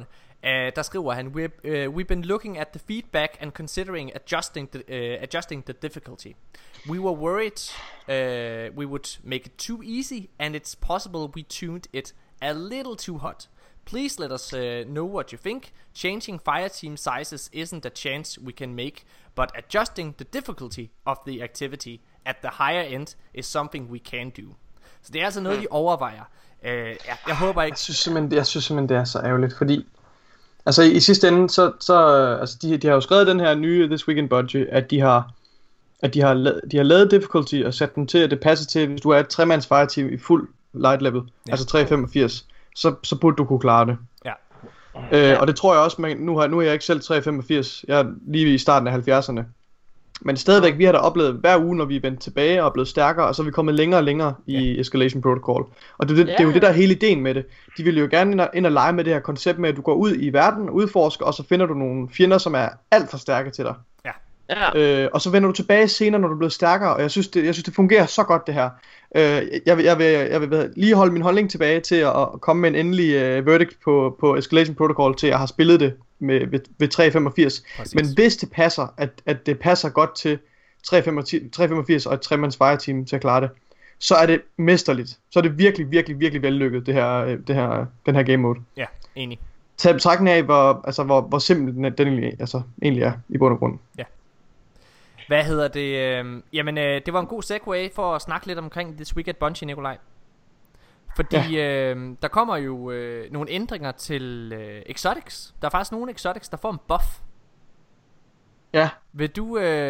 Der skriver han, we've been looking at the feedback and considering adjusting the difficulty. We were worried we would make it too easy, and it's possible we tuned it a little too hot. Please let us know what you think. Changing fireteam sizes isn't a chance we can make, but adjusting the difficulty of the activity at the higher end is something we can do. Så det er altså noget, de overvejer. Jeg håber ikke... Jeg synes simpelthen, det er så ærgerligt, fordi... Altså i sidste ende, altså de har jo skrevet den her nye This Weekend Budget, at de har lavet difficulty og sat den til, at det passer til, hvis du er et 3-mands fireteam i fuld light level, altså 385, så burde du kunne klare det. Ja. Og det tror jeg også, nu er jeg ikke selv 385, jeg er lige i starten af 70'erne. Men stadigvæk, vi har da oplevet hver uge, når vi er vendt tilbage og er blevet stærkere, og så er vi kommet længere og længere i Escalation Protocol. Og det er jo det, der er hele ideen med det. De vil jo gerne ind og lege med det her koncept med, at du går ud i verden, udforsker, og så finder du nogle fjender, som er alt for stærke til dig. Ja. Og så vender du tilbage senere, når du er blevet stærkere, og jeg synes, det fungerer så godt, det her. Jeg vil lige holde min holdning tilbage til at komme med en endelig verdict på Escalation Protocol til at have spillet det ved 385. Præcis. Men hvis det passer, at det passer godt til 385 og et 3-mands fireteam til at klare det, så er det mesterligt. Så er det virkelig, virkelig, virkelig vellykket, den her game mode. Ja, enig. Tag betragtning af, hvor simpelt den egentlig er i bund og grund. Ja. Hvad hedder det? Det var en god segue for at snakke lidt omkring This Weekend Bungie, Nikolaj. Fordi der kommer jo nogle ændringer til exotics. Der er faktisk nogle exotics, der får en buff. Ja. Vil du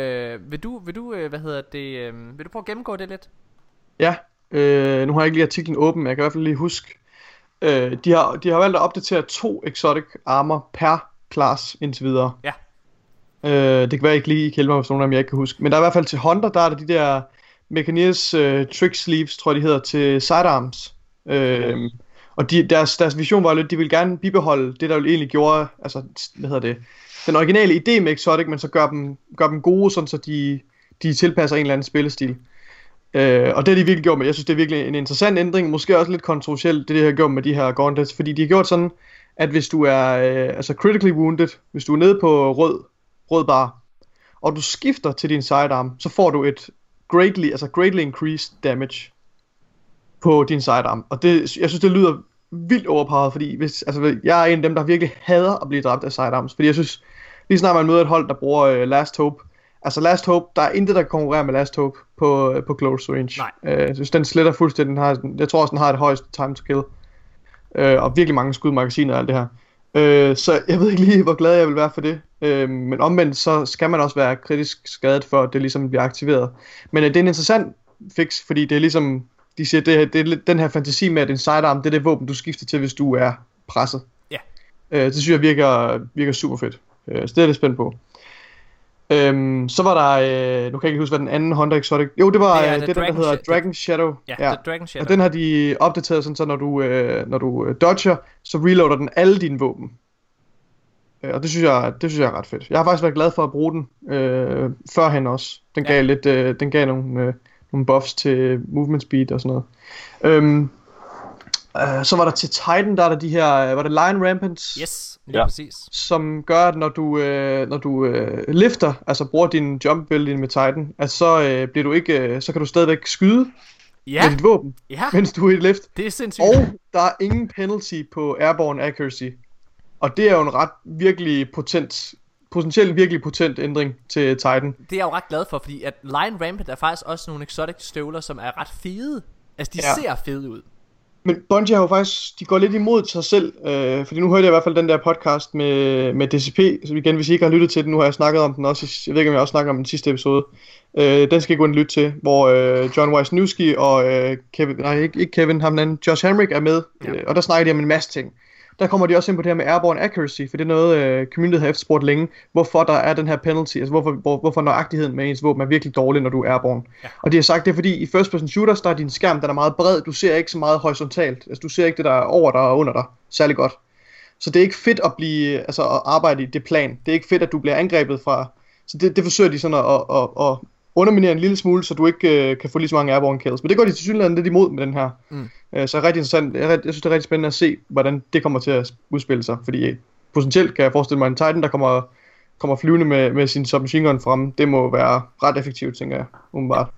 prøve at gennemgå det lidt? Ja. Nu har jeg ikke lige artiklen åben, men jeg kan i hvert fald lige huske. De har valgt at opdatere 2 exotic armor per class indtil videre. Ja. Det kan være, jeg ikke lige kælder mig, hvis nogen af dem jeg ikke kan huske. Men der er i hvert fald til Hunter, der er der de der Mechaniers trick sleeves, tror jeg de hedder, til sidearms. Og deres vision var lidt, de ville gerne bibeholde det, der jo egentlig gjorde, altså, den originale idé med Exotic, men så gør dem gode, sådan så de tilpasser en eller anden spillestil. Og det har de virkelig gjort med. Jeg synes, det er virkelig en interessant ændring, måske også lidt kontroversielt, det har gjort med de her gauntlets, fordi de har gjort sådan, at hvis du er critically wounded, hvis du er nede på rød bar, og du skifter til din sidearm, så får du et greatly increased damage på din sidearm. Og det, jeg synes, det lyder vildt overpowered, fordi jeg er en af dem, der virkelig hader at blive dræbt af sidearms, fordi jeg synes, lige snart man møder et hold, der bruger Last Hope, altså Last Hope, der er intet, der konkurrerer med Last Hope på close range. Jeg synes, den sletter fuldstændig, jeg tror også, den har det højeste time to kill, og virkelig mange skudmagasiner og alt det her. Så jeg ved ikke lige, hvor glad jeg vil være for det. Men omvendt, så skal man også være kritisk skadet, for at det ligesom bliver aktiveret. Men det er en interessant fix, fordi det er ligesom, de siger, det er den her fantasi med, at en sidearm, det er det våben, du skifter til, hvis du er presset. Ja. Det synes jeg virker super fedt. Så det er jeg spændt på. Så var der, nu kan jeg ikke huske, hvad den anden Hunter Exotic... Jo, det var det der hedder Dragon Shadow. Ja, Dragon Shadow. Og den har de opdateret sådan, så når du dodger, så reloader den alle dine våben. Og det synes jeg er ret fedt. Jeg har faktisk været glad for at bruge den førhen også. Den gav nogle buffs til movement speed og sådan noget. Så var der til Titan, der er der de her, var det Lion Rampants? Yes, lige præcis. Som gør, at når du lifter, altså bruger din jump ability med Titan, altså så bliver du ikke, så kan du stadigvæk skyde med dit våben, mens du er i et lift. Det er sindssygt. Og der er ingen penalty på airborne accuracy. Og det er jo en potentielt virkelig potent ændring til Titan. Det er jeg jo ret glad for, fordi at Lion Rampant er faktisk også nogle exotic støvler, som er ret fede. Altså de ser fede ud. Men Bungie har jo faktisk, de går lidt imod sig selv, fordi nu hørte jeg i hvert fald den der podcast med DCP, så igen, hvis I ikke har lyttet til den, nu har jeg snakket om den også, jeg ved ikke om jeg også snakker om den sidste episode, den skal I gå ind og lytte til, hvor John Wisniewski og Josh Hamrick er med, og der snakker de om en masse ting. Der kommer de også ind på det her med airborne accuracy, for det er noget, community har efterspurgt længe, hvorfor der er den her penalty, altså hvorfor nøjagtigheden med ens våben er virkelig dårlig, når du er airborne. Ja. Og de har sagt, det er fordi i first person shooters, der er din skærm, den er meget bred, du ser ikke så meget horisontalt, altså du ser ikke det der er over dig og under dig særlig godt. Så det er ikke fedt at arbejde i det plan, det er ikke fedt, at du bliver angrebet fra, så det forsøger de sådan at underminere en lille smule, så du ikke kan få lige så mange airborne kills. Men det går de til synligheden lidt imod med den her. Så er rigtig interessant. Jeg synes, det er rigtig spændende at se, hvordan det kommer til at udspille sig. Fordi potentielt kan jeg forestille mig en Titan, der kommer flyvende med sin submachine gun frem. Det må være ret effektivt, tænker jeg, umiddelbart.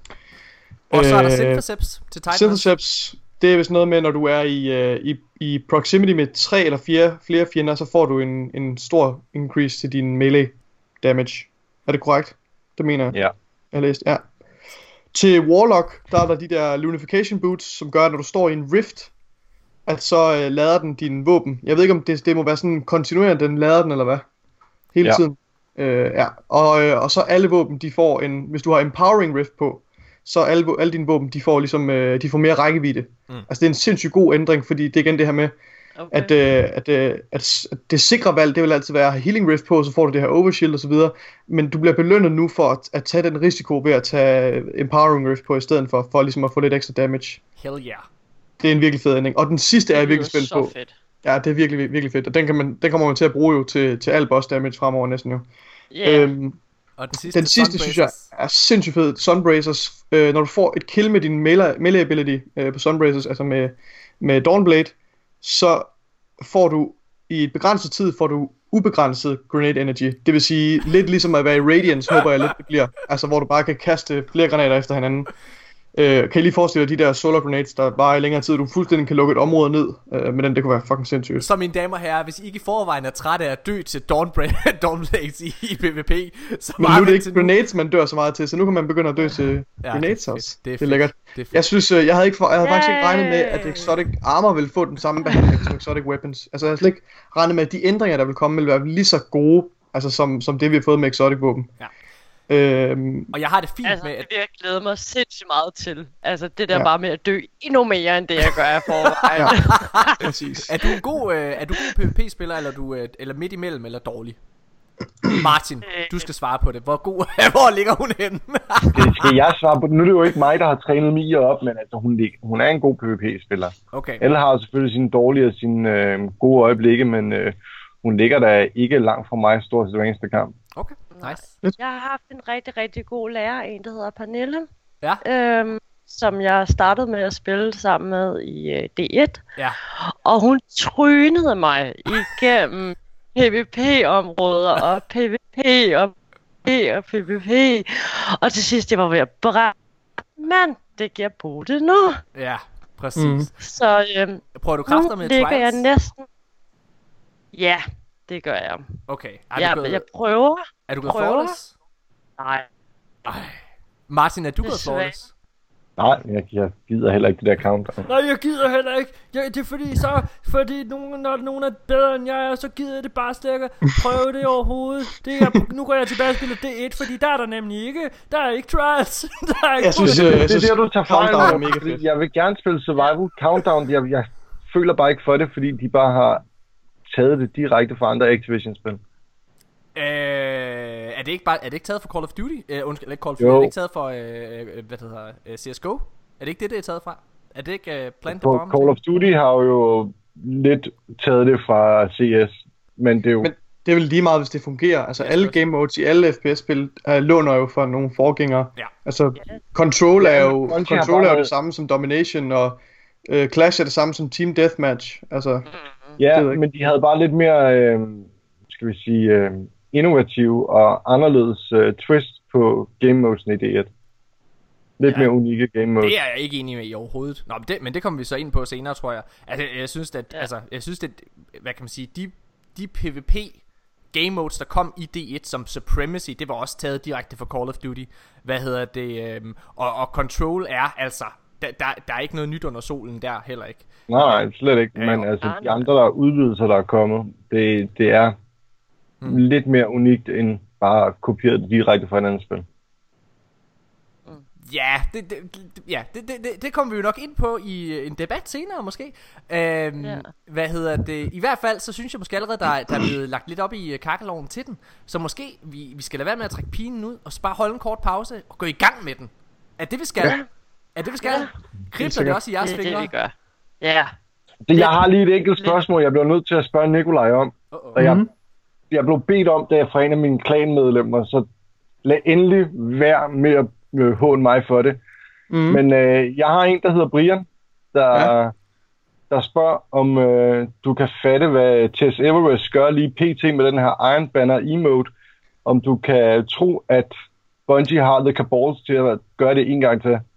Og så er der Syntheseps til Titan. Syntheseps, det er vist noget med, når du er i proximity med 3 eller 4 flere fjender, så får du en stor increase til din melee damage. Er det korrekt? Det mener jeg. Ja. Jeg har læst, ja. Til Warlock, der er der de der Lunification Boots, som gør, at når du står i en rift, at så lader den din våben. Jeg ved ikke, om det må være sådan kontinuerligt, den lader den, eller hvad? Hele tiden. Ja. Og så alle våben, de får hvis du har Empowering Rift på, så alle dine våben, de får ligesom, de får mere rækkevidde. Altså det er en sindssygt god ændring, fordi det er igen det her med, at det sikre valg, det vil altid være at have Healing Rift på, så får du det her Overshield og så videre, men du bliver belønnet nu for at tage den risiko ved at tage Empowering Rift på i stedet for ligesom at få lidt ekstra damage. Hell yeah. Det er en virkelig fed ændring, og den sidste er jeg virkelig spændt på. Fedt. Ja, det er virkelig, virkelig fedt, og den kommer man til at bruge jo til al boss damage fremover næsten jo. Yeah. Og den sidste synes jeg er sindssygt fed. Sunbrazers. Når du får et kill med din melee ability på Sunbrazers, altså med Dawnblade, så får du i et begrænset tid ubegrænset grenade energy. Det vil sige lidt ligesom at være i Radiance, håber jeg lidt det bliver. Altså hvor du bare kan kaste flere granater efter hinanden. Kan I lige forestille dig de der solar grenades, der varer i længere tid, du fuldstændig kan lukke et område ned med den, det kunne være fucking sindssygt. Så mine damer og herrer, hvis I ikke i forvejen er trætte af at dø til Dawnblades i PvP, så men nu er det ikke grenades, man dør så meget til, så nu kan man begynde at dø til grenades også. Det er lækkert. Jeg synes, jeg havde faktisk ikke regnet med, at Exotic Armor ville få den samme behandling som Exotic Weapons. Altså jeg havde slet ikke regnet med, at de ændringer, der vil komme, vil være lige så gode, altså som det vi har fået med Exotic Våben. Ja. Og jeg har det fint med at... det vil jeg glæde mig sindssygt meget til. Altså det der bare med at dø endnu mere end det jeg gør af forvejen. Præcis. Er du en god PvP-spiller eller midt imellem eller dårlig? Martin, du skal svare på det. Hvor ligger hun henne? Det skal jeg svare på. Nu er det jo ikke mig, der har trænet Mia op, men altså hun er en god PvP-spiller. Okay. Elle har selvfølgelig sine dårlige og sine gode øjeblikke, men hun ligger der ikke langt fra mig stort set hver eneste kamp. Okay. Nice. Jeg har haft en rigtig, rigtig god lærer, en der hedder Pernille, som jeg startede med at spille sammen med i D1. Ja. Og hun trynede mig igennem PvP-områder og PvP og PvP. Og til sidst, jeg var ved at brænde. Men det giver på det nu. Ja, præcis. Så prøver du kræfter med ligger jeg næsten... Ja, det gør jeg. Okay. Jeg prøver. Er du gået flawless? Nej. Martin, er du gået flawless? Nej, jeg gider heller ikke det der countdown. Nej, jeg gider heller ikke. Det er fordi når nogen er bedre end jeg er, så gider jeg det bare stærkere. Prøv det overhovedet. Nu går jeg tilbage og spiller D1, fordi der er der nemlig ikke. Der er ikke trials. Der er ikke jeg synes, det er der, du tager fejl. Jeg vil gerne spille survival countdown. Jeg føler bare ikke for det, fordi de bare har taget det direkte fra andre Activision-spil. Er det ikke taget for Call of Duty? Undskyld, ikke Call of Duty. Er det ikke taget for hvad hedder CS:GO? Er det ikke det er taget fra? Er det ikke Plant the Bomb? Call of Duty har jo lidt taget det fra CS, men det er jo... Men det er vel lige meget, hvis det fungerer. Altså alle game modes i alle FPS-spil låner jo fra nogle forgængere. Ja. Altså Control er jo det samme som Domination, og Clash er det samme som Team Deathmatch. Altså, ja, men de havde bare lidt mere, skal vi sige, innovative og anderledes twist på game modes'en i D1. Lidt mere unikke game modes. Det er jeg ikke enig med i overhovedet. Nå, men det kommer vi så ind på senere, tror jeg. Altså, jeg synes at hvad kan man sige, de PvP game modes, der kom i D1 som Supremacy, det var også taget direkte fra Call of Duty. Hvad hedder det? Og Control er altså, der er ikke noget nyt under solen der heller ikke. Nej, slet ikke. Men altså, de andre der udvidelser, der er kommet, det er lidt mere unikt end bare kopieret direkte fra et andet spil. Ja, det kommer vi jo nok ind på i en debat senere måske. Hvad hedder det? I hvert fald så synes jeg måske allerede der er blevet lagt lidt op i kakkeloven til den. Så måske vi skal lade være med at trække pinen ud og så bare holde en kort pause og gå i gang med den. Er det vi skal? Ja. Er det vi skal? Kribler det også i jeres fingre? Det vi gør. Ja. Jeg har lige et enkelt spørgsmål, jeg bliver nødt til at spørge Nikolaj om. Og jeg blev bedt om det fra en af mine klanmedlemmer, så lad endelig være med at håne mig for det. Men jeg har en, der hedder Brian, der der spørger, om du kan fatte, hvad Tess Everest gør lige pt. Med den her Iron Banner emote. Om du kan tro, at Bungie har the caballs til at gøre det en gang til.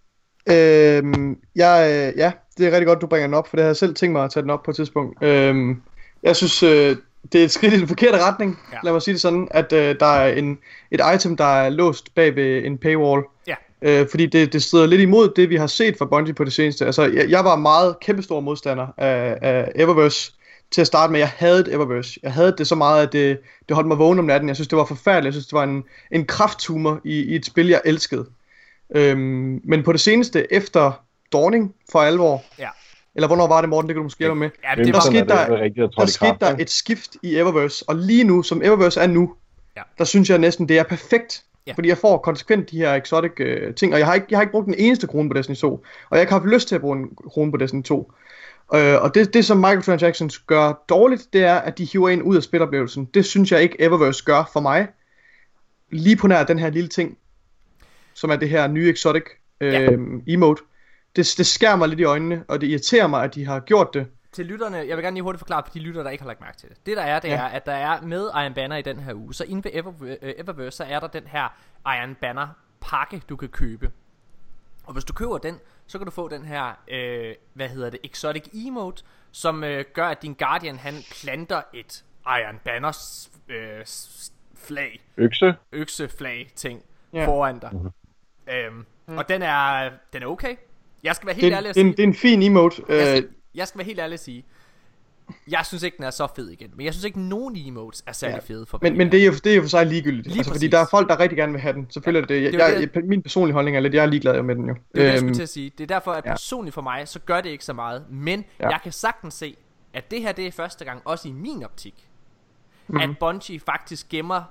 Ja, det er rigtig godt, du bringer den op, for det har jeg selv tænkt mig at tage den op på et tidspunkt. Jeg synes, det er et skridt i den forkerte retning. Ja. Lad mig sige det sådan, at der er et item, der er låst bag ved en paywall. Ja. Fordi det strider lidt imod det, vi har set fra Bungie på det seneste. Altså, jeg var meget kæmpestor modstander af Eververse til at starte med. Jeg hadede Eververse. Jeg havde det så meget, at det holdt mig vågen om natten. Jeg synes, det var forfærdeligt. Jeg synes, det var en krafttumor i et spil, jeg elskede. Men på det seneste, efter Dawning for alvor, ja. Eller hvornår var det, Morten, det kan du måske hjælpe med. Ja, der skete der et skift i Eververse, og lige nu, som Eververse er nu, ja. Der synes jeg næsten, det er perfekt. Ja. Fordi jeg får konsekvent de her exotic ting, og jeg har ikke brugt den eneste krone på Destiny 2, og jeg har ikke haft lyst til at bruge en krone på Destiny 2. Og det som microtransactions gør dårligt, det er, at de hiver en ud af spiloplevelsen. Det synes jeg ikke Eververse gør for mig. Lige på nær den her lille ting, som er det her nye exotic emote. Det skærer mig lidt i øjnene, og det irriterer mig, at de har gjort det. Til lytterne, jeg vil gerne lige hurtigt forklare for de lyttere, der ikke har lagt mærke til det. Det der er, det er, at der er med Iron Banner i den her uge, så inde ved Eververse, så er der den her Iron Banner pakke, du kan købe. Og hvis du køber den, så kan du få den her, exotic emote, som gør, at din Guardian, han planter et Iron Banners flag. Økseflag ting foran dig. Og den er okay. Jeg skal være helt ærlig at sige. Det er en fin emote. Jeg skal være helt ærlig at sige. Jeg synes ikke den er så fed igen. Men jeg synes ikke nogen emotes er særlig fede for mig. Men det er jo for sig ligegyldigt. Altså, fordi der er folk der rigtig gerne vil have den. Selvfølgelig er det. Min personlige holdning er lidt, jeg er ligeglad med den jo. Det er det jeg skulle til at sige. Det er derfor at personligt for mig, så gør det ikke så meget. Men jeg kan sagtens se, at det her, det er første gang, også i min optik, at Bungie faktisk gemmer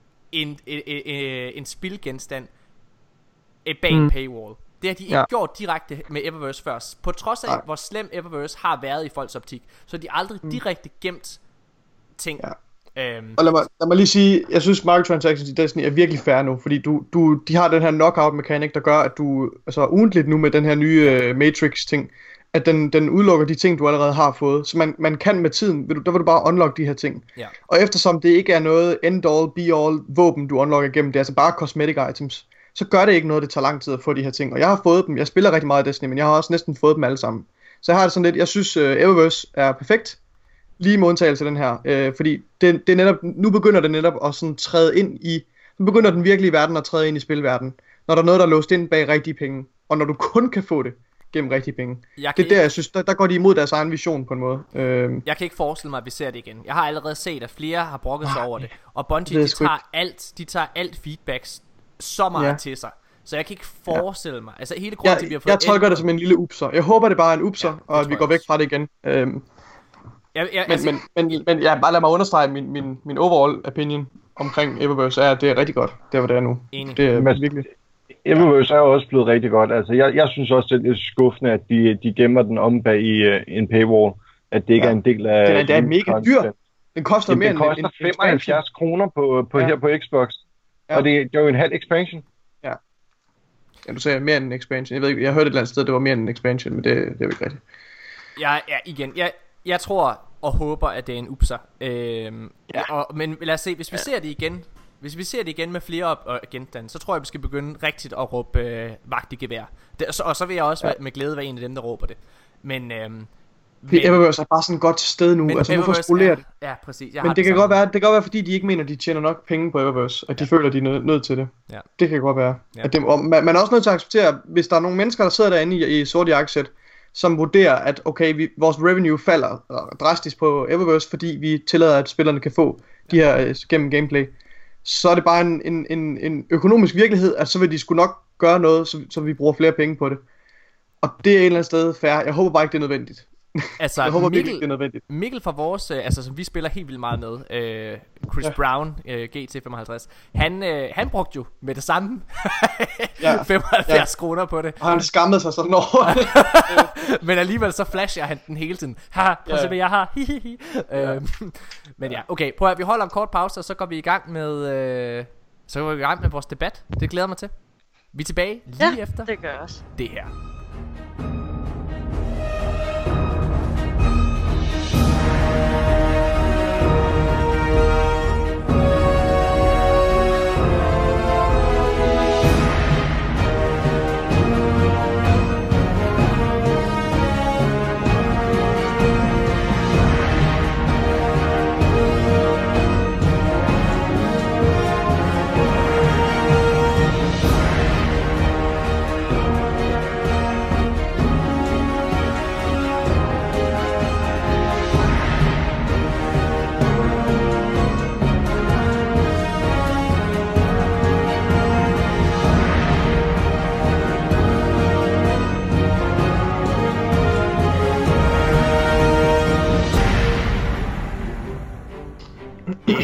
en spilgenstand bag en paywall. Det har de ikke gjort direkte med Eververse først. På trods af hvor slem Eververse har været i folks optik, så har de aldrig direkte gemt ting. Og lad mig lige sige, jeg synes microtransactions i Destiny er virkelig fair nu, fordi de har den her knockout mekanik, der gør, at du altså ugentligt nu med den her nye Matrix ting, at den udelukker de ting, du allerede har fået. Så man kan med tiden, der vil du bare unlock de her ting. Og eftersom det ikke er noget end all be all våben, du unlocker igennem, det er altså bare cosmetic items, så gør det ikke noget, det tager lang tid at få de her ting. Og jeg har fået dem, jeg spiller rigtig meget Destiny, men jeg har også næsten fået dem alle sammen. Så jeg har det sådan lidt, jeg synes Eververse er perfekt, lige med undtagelse af den her. Fordi det er netop, nu begynder det netop at sådan træde ind i, nu begynder den virkelige verden at træde ind i spilverdenen. Når der er noget, der er låst ind bag rigtige penge, og når du kun kan få det gennem rigtige penge. Det er der, jeg synes, der går de imod deres egen vision på en måde. Jeg kan ikke forestille mig, at vi ser det igen. Jeg har allerede set, at flere har brokket sig over det. Og Bungie, de tager alt feedbacks så meget til sig. Så jeg kan ikke forestille mig. Altså hele grunden til, at vi har fået... Jeg tolker det som en lille upser. Jeg håber, det bare er en upser, og at vi går væk fra det igen. Men bare lad mig understrege min overall opinion omkring Eververse er, at det er rigtig godt, der hvor det er nu. Enig. Det er virkelig... Eververse er jo også blevet rigtig godt. Altså, jeg synes også, det er skuffende, at de gemmer den om bag i en paywall. At det ikke er en del af... Det er mega dyr. Den koster mere end... Den koster 75 kroner på her på Xbox. Og det er jo en halv expansion. Ja, du sagde mere end en expansion. Jeg ved ikke, jeg hørte et eller andet sted, det var mere end en expansion, men det er jo ikke rigtigt. Jeg tror og håber, at det er en upser. Men lad os se, hvis vi ser det igen. Hvis vi ser det igen med flere genstande, så tror jeg, vi skal begynde rigtigt at råbe vagt i gevær. Og så vil jeg også med glæde være en af dem, der råber det. Men Eververse er bare sådan et godt sted nu. Altså hvorfor spolerer det? Ja, præcis. Men det kan godt være, fordi de ikke mener, de tjener nok penge på Eververse, at de føler, de er nødt til det. Ja. Det kan godt være. Ja. Og man er også nødt til at acceptere, hvis der er nogle mennesker, der sidder derinde i sort jakkesæt, som vurderer, at okay, vores revenue falder drastisk på Eververse, fordi vi tillader, at spillerne kan få de her gennem gameplay, så er det bare en økonomisk virkelighed, at så vil de sgu nok gøre noget, så vi bruger flere penge på det. Og det er et eller andet sted fair. Jeg håber bare ikke, det er nødvendigt. Altså, jeg håber virkelig, det er nødvendigt. Mikkel fra vores, som vi spiller helt vildt meget med, Chris Brown, GT55, han brugte jo med det samme 75 kroner på det. Og han skammede sig sådan over. Men alligevel så flasher han den hele tiden. Prøv at se, hvad jeg har. Men okay, prøv at vi holder en kort pause, og så går vi i gang med vores debat. Det glæder mig til. Vi er tilbage lige efter det gør også. Det her.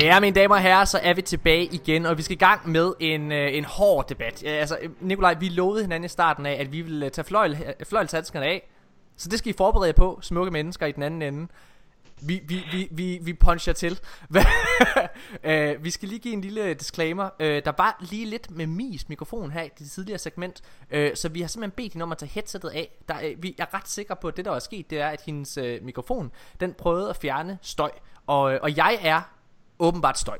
Ja, mine damer og herrer, så er vi tilbage igen, og vi skal i gang med en hård debat. Altså, Nikolaj, vi lovede hinanden i starten af, at vi ville tage fløjlshandskerne af. Så det skal I forberede jer på, smukke mennesker i den anden ende. Vi puncher til. Vi skal lige give en lille disclaimer. Der var lige lidt med Mies mikrofon her i det tidligere segment, så vi har simpelthen bedt hende om at tage headsetet af. Vi er ret sikre på, at det der er sket, det er, at hendes mikrofon, den prøvede at fjerne støj. Og jeg er åbenbart støj.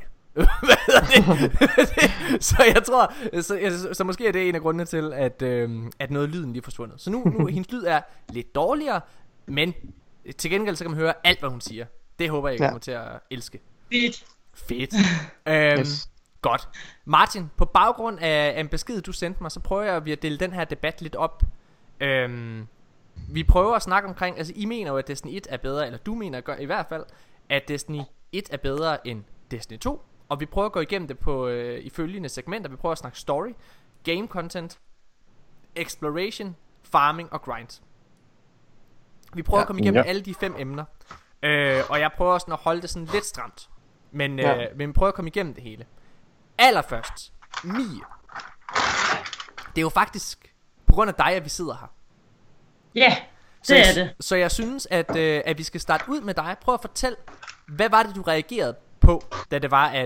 Så jeg tror så måske er det en af grundene til at noget af lyden lige er forsvundet. Så nu hendes lyd er lidt dårligere, men til gengæld så kan man høre alt hvad hun siger. Det håber jeg kommer til at elske. Fedt. Yes. Godt. Martin, på baggrund af en besked du sendte mig, så prøver jeg at dele den her debat lidt op. Vi prøver at snakke omkring, altså I mener jo at Destiny 1 er bedre, eller du mener i hvert fald at Destiny 1 er bedre end Destiny 2. Og vi prøver at gå igennem det på i følgende segmenter. Vi prøver at snakke story, game content, exploration, farming og grind. Vi prøver at komme igennem alle de 5 emner. Og jeg prøver også at holde det sådan lidt stramt. Men vi prøver at komme igennem det hele. Allerførst, Mie. Det er jo faktisk på grund af dig at vi sidder her. Ja, det er det. Så jeg synes at vi skal starte ud med dig. Prøv at fortælle, hvad var det du reagerede på, da det var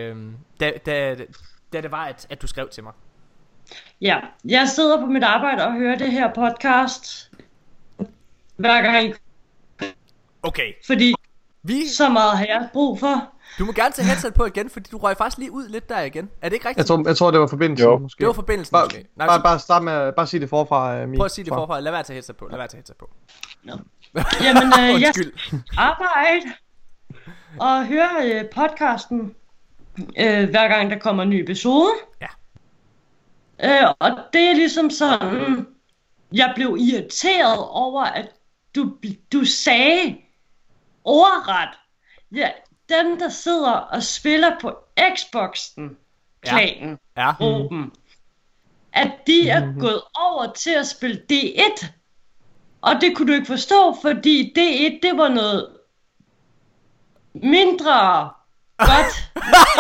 at du skrev til mig. Ja, jeg sidder på mit arbejde og hører det her podcast hver gang. Okay. Fordi så meget har jeg brug for. Du må gerne tage headset på igen, fordi du røg faktisk lige ud lidt der igen. Er det ikke rigtigt? Jeg tror det var forbindelsen måske. Det var forbindelsen måske. Bare start med bare sige det forfra. Prøv at sige det forfra. Lad være at tage headset på. No. Jamen jeg arbejder og hører podcasten hver gang der kommer en ny episode. Ja. Og det er ligesom sådan, jeg blev irriteret over at du sagde ordret, ja, dem der sidder og spiller på Xboxen klanen, gruppen, at de er gået over til at spille D1. Og det kunne du ikke forstå, fordi D1 det var noget mindre godt.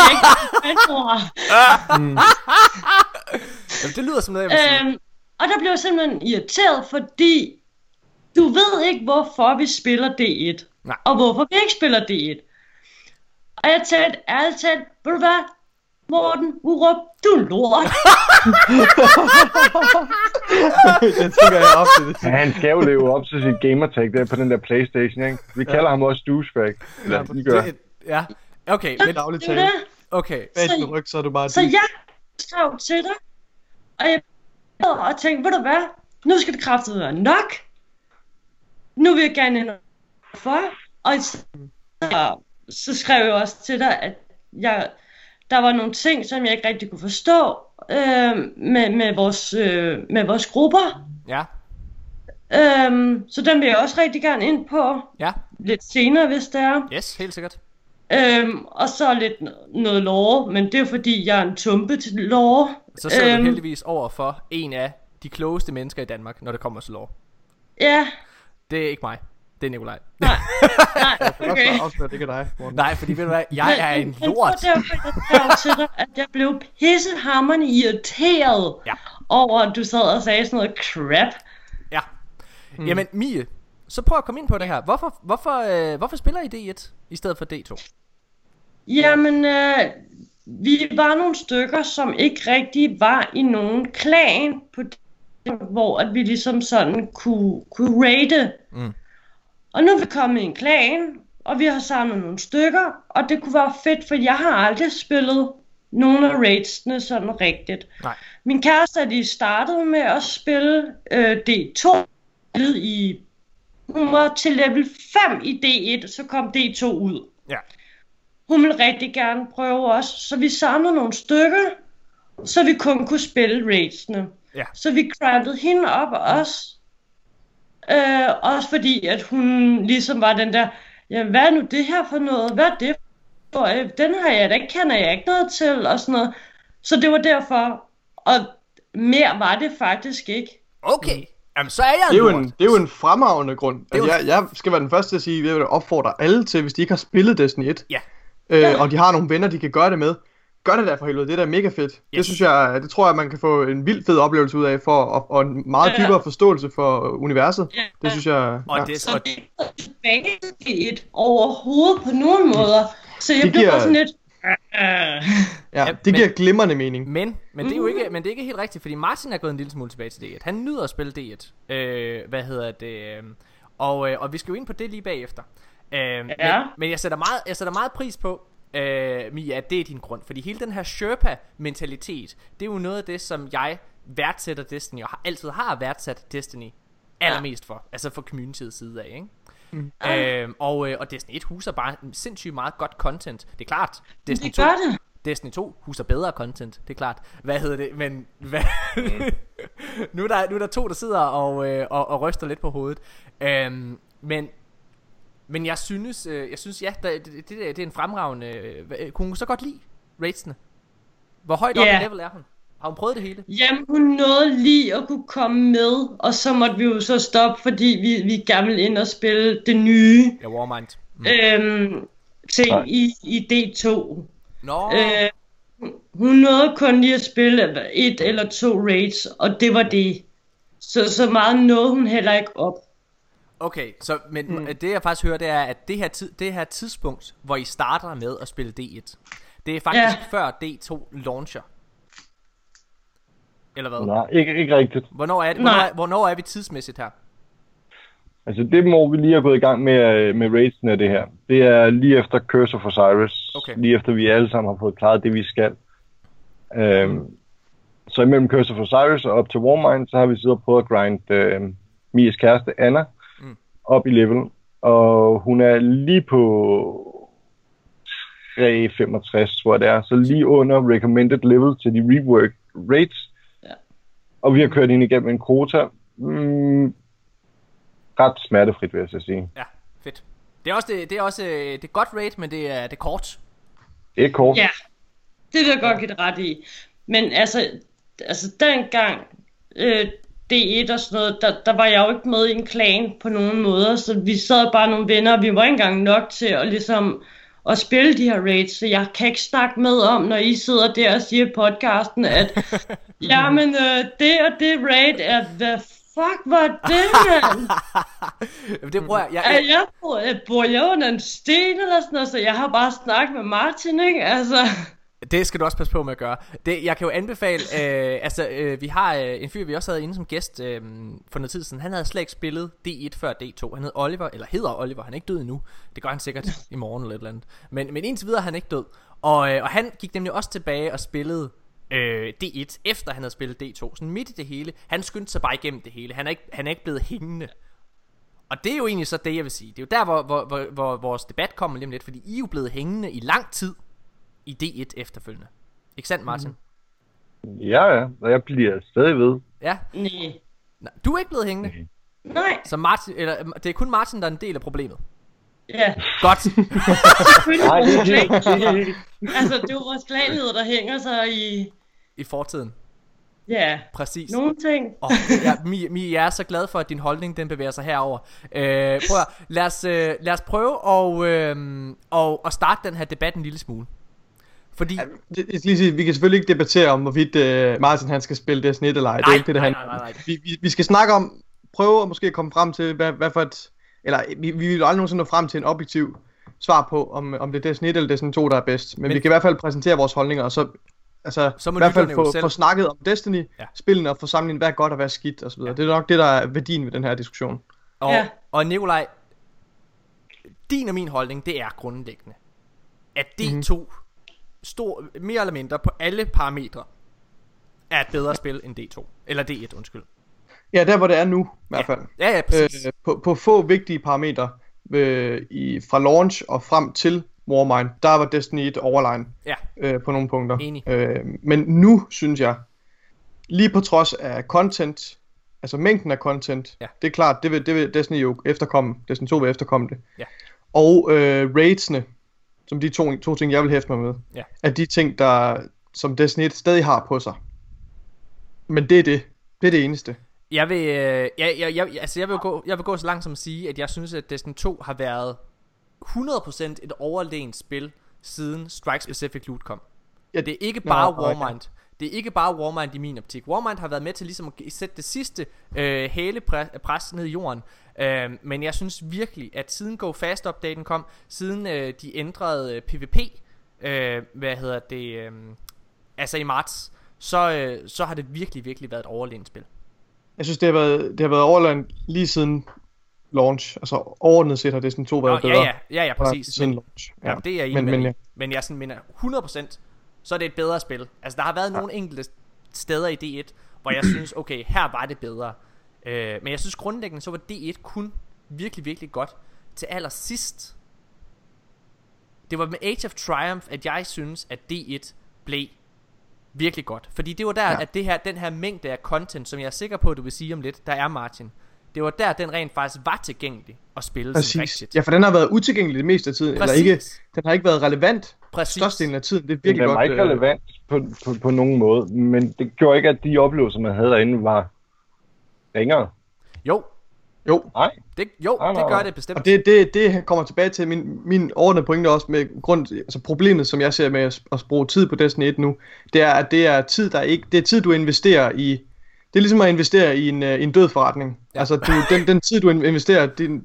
Det lyder som noget jeg vil sige. Og der blev jeg simpelthen irriteret, fordi du ved ikke hvorfor vi spiller D1. Nej. Og hvorfor vi ikke spiller D1. Og jeg tænkte ærligt talt, ved du hvad, Morten Urup, du er lort. Det tænker jeg ofte. Ja, han skal jo leve op til sit gamertag der på den der PlayStation, ikke? Vi kalder ham også douchebag. Ja, okay. Men dagligt tale. Okay. Så er du bare så jeg skrev til dig, og jeg tænkte, ved du hvad, nu skal det kraftedeme være nok. Nu vil jeg gerne ind for, og så skrev jeg også til dig, at der var nogle ting, som jeg ikke rigtig kunne forstå med vores grupper. Ja. Så den vil jeg også rigtig gerne ind på. Ja. Lidt senere, hvis det er. Yes, helt sikkert. Og så lidt noget lore, men det er jo fordi, jeg er en tumpe til lore. Så sidder du heldigvis over for en af de klogeste mennesker i Danmark, når det kommer til lore. Ja. Det er ikke mig. Det er Nikolaj. Nej, okay. Det ikke er dig, Morten. Nej, fordi ved du hvad, jeg er en lort. Det var derfor, jeg skrev til dig, at jeg blev pissehammerende irriteret over, at du sad og sagde sådan noget crap. Ja. Jamen, Mie, så prøv at komme ind på det her. Hvorfor spiller I D1 i stedet for D2? Jamen, vi var nogle stykker, som ikke rigtig var i nogen klan på det, hvor at vi ligesom sådan kunne rate. Og nu er vi kommet i en klan, og vi har samlet nogle stykker, og det kunne være fedt, for jeg har aldrig spillet nogle af raidene sådan rigtigt. Nej. Min kæreste, de startede med at spille D2 hun var til level 5 i D1, så kom D2 ud. Ja. Hun ville rigtig gerne prøve os, så vi samlede nogle stykker, så vi kun kunne spille raidene. Ja. Så vi crowdede hende op også. Også fordi at hun ligesom var den der, jamen hvad er nu det her for noget, hvad er det for, den her jeg da ikke kender jeg ikke noget til og sådan noget. Så det var derfor, og mere var det faktisk ikke. Okay, jamen så er jeg det er jo en fremragende grund. Jeg skal være den første til at sige, at jeg vil opfordre alle til, hvis de ikke har spillet Destiny 1, og de har nogle venner, de kan gøre det med. Gør det der for helvede, det er da mega fedt. Yes. Det synes jeg, det tror jeg, man kan få en vild fed oplevelse ud af, og en meget dybere forståelse for universet. Det synes jeg... Og det er tilbage overhovedet på nogen måder. Så jeg bliver bare sådan lidt... det giver glimrende mening. Men det er jo ikke, men det er ikke helt rigtigt, fordi Martin er gået en lille smule tilbage til D1. Han nyder at spille D1. Og vi skal jo ind på det lige bagefter. Men jeg sætter meget pris på, Mia, at det er din grund. Fordi hele den her Sherpa-mentalitet, det er jo noget af det, som jeg værdsætter Destiny, og altid har værdsat Destiny allermest for. Altså for communityets side af, ikke? Og Destiny 1 huser bare sindssygt meget godt content. Det er klart, Destiny 2 huser bedre content. Det er klart. Men nu er der to, der sidder og ryster lidt på hovedet. Men jeg synes ja, det er en fremragende. Kunne hun så godt lide raidsene? Hvor højt op i level er hun? Har hun prøvet det hele? Jamen, hun nåede lige at kunne komme med, og så måtte vi jo så stoppe, fordi vi gerne ville ind og spille det nye. Ja, Warmind. Ting i D2. Hun nåede kun lige at spille 1 eller 2 raids, og det var det. Så meget nåede hun heller ikke op. Okay, så men det jeg faktisk hører, det er, at det her tidspunkt, hvor I starter med at spille D1, det er faktisk før D2 launcher. Eller hvad? Nej, ikke rigtigt. Hvornår er vi tidsmæssigt her? Altså det må vi lige have gået i gang med raidsene af det her. Det er lige efter Curse of Osiris. Okay. Lige efter vi alle sammen har fået klaret det vi skal. Så imellem Curse of Osiris og op til Warmind, så har vi siddet og prøvet at grind Mias kæreste Anna op i level. Og hun er lige på 365, tror jeg det er. Så lige under recommended level til de rework raids. Ja. Og vi har kørt ind igennem en quota. Ret smertefrit, vil jeg så sige. Ja, fedt. Det er godt raid, men det er kort. Det er kort. Ja, det vil jeg godt give det ret i. Men altså dengang D1 og sådan noget, der var jeg jo ikke med i en klan på nogen måder, så vi sad bare nogle venner, og vi var ikke engang nok til at ligesom at spille de her raids, så jeg kan ikke snakke med om, når I sidder der og siger i podcasten, at jamen det og det raid er, hvad fuck var det, mand? Det bruger jeg. Bor jeg under en sten eller sådan noget, så jeg har bare snakket med Martin, ikke? Altså... Det skal du også passe på med at gøre. Jeg kan jo anbefale vi har en fyr vi også havde inde som gæst for noget tid siden. Han havde slet ikke spillet D1 før D2. Han hed Oliver, eller hedder Oliver. Han er ikke død endnu. Det gør han sikkert i morgen eller et eller andet. Men indtil videre er han ikke død. Og han gik nemlig også tilbage og spillede D1 efter han havde spillet D2. Sådan midt i det hele. Han skyndte sig bare igennem det hele. Han er ikke blevet hængende. Og det er jo egentlig så det jeg vil sige. Det er jo der hvor vores debat kommer lige om lidt. Fordi I er jo blevet hængende i lang tid i D1 efterfølgende. Ikke sandt, Martin? Ja, og jeg bliver stadig ved. Ja. Nej. Du er ikke blevet hængende? Nej. Så Martin, eller det er kun Martin, der er en del af problemet. Ja. Godt. Altså, det er jo vores klanleder, der hænger sig i fortiden. Ja. Præcis. Nogle ting. Mie, jeg er så glad for, at din holdning, den bevæger sig herover. Lad os prøve at starte den her debat en lille smule. Fordi vi kan selvfølgelig ikke debattere om, hvorvidt Martin han skal spille Destiny 1 eller ej. Det er ikke det, det handler om. Vi skal snakke om, prøve at måske komme frem til, hvad for et... Eller vi vil aldrig nogensinde nå frem til en objektiv svar på, om det er Destiny 1 eller Destiny 2, der er bedst. Men vi kan i hvert fald præsentere vores holdninger, og så i hvert fald få snakket om Destiny, spillene, og få sammenlignet, hvad er godt og hvad er skidt, og så videre. Ja. Det er nok det, der er værdien ved den her diskussion. Og Nikolaj, din og min holdning, det er grundlæggende, at D2 mere eller mindre på alle parametre er et bedre spil end D2. Eller D1, undskyld. Ja, der hvor det er nu, i hvert fald. Ja, præcis. På få vigtige parametre, fra launch og frem til Warmind, der var Destiny 1 overline på nogle punkter. Enig. Men nu synes jeg, lige på trods af content, altså mængden af content, det er klart, det vil Destiny jo efterkomme, Destiny 2 vil efterkomme det. Ja. Og raidsene, som de to ting, jeg vil hæfte mig med, er de ting, som Destiny 1 stadig har på sig. Men det er det eneste. Jeg vil gå så langt som at sige, at jeg synes, at Destiny 2 har været 100% et overlegent spil siden Strike Specific Loot kom. Det er ikke bare Warmind. Det er ikke bare Warmind i min optik. Warmind har været med til ligesom at sætte det sidste hælepres ned i jorden. Men jeg synes virkelig, at siden Go Fast updaten kom, siden de ændrede PvP, altså i marts, så har det virkelig været et overlegent spil. Jeg synes det har været overlegent lige siden launch. Altså overordnet set har Destiny 2 været bedre. Ja, præcis. Siden launch. Ja, det er jeg men jeg sådan mener 100%, så er det et bedre spil. Altså der har været nogle enkelte steder i D1, hvor jeg synes, okay, her var det bedre. Men jeg synes grundlæggende, så var D1 kun virkelig godt til allersidst. Det var med Age of Triumph, at jeg synes, at D1 blev virkelig godt. Fordi det var der, at den her mængde af content, som jeg er sikker på, at du vil sige om lidt, der er Martin. Det var der, den rent faktisk var tilgængelig at spille sådan rigtigt. Ja, for den har været utilgængelig det meste af tiden. Eller ikke, den har ikke været relevant størstedelen af tiden. Det er virkelig godt. Den var ikke relevant på nogen måde, men det gjorde ikke, at de oplevelser, man havde derinde, var ringere. Jo. Nej. Det gør det bestemt. Og det kommer tilbage til min overordnede pointe også med altså problemet, som jeg ser med at bruge tid på Destiny 1 nu, det er, at det er tid, det er tid, du investerer i. Det er ligesom at investere i en død forretning. Ja. Altså den tid, du investerer,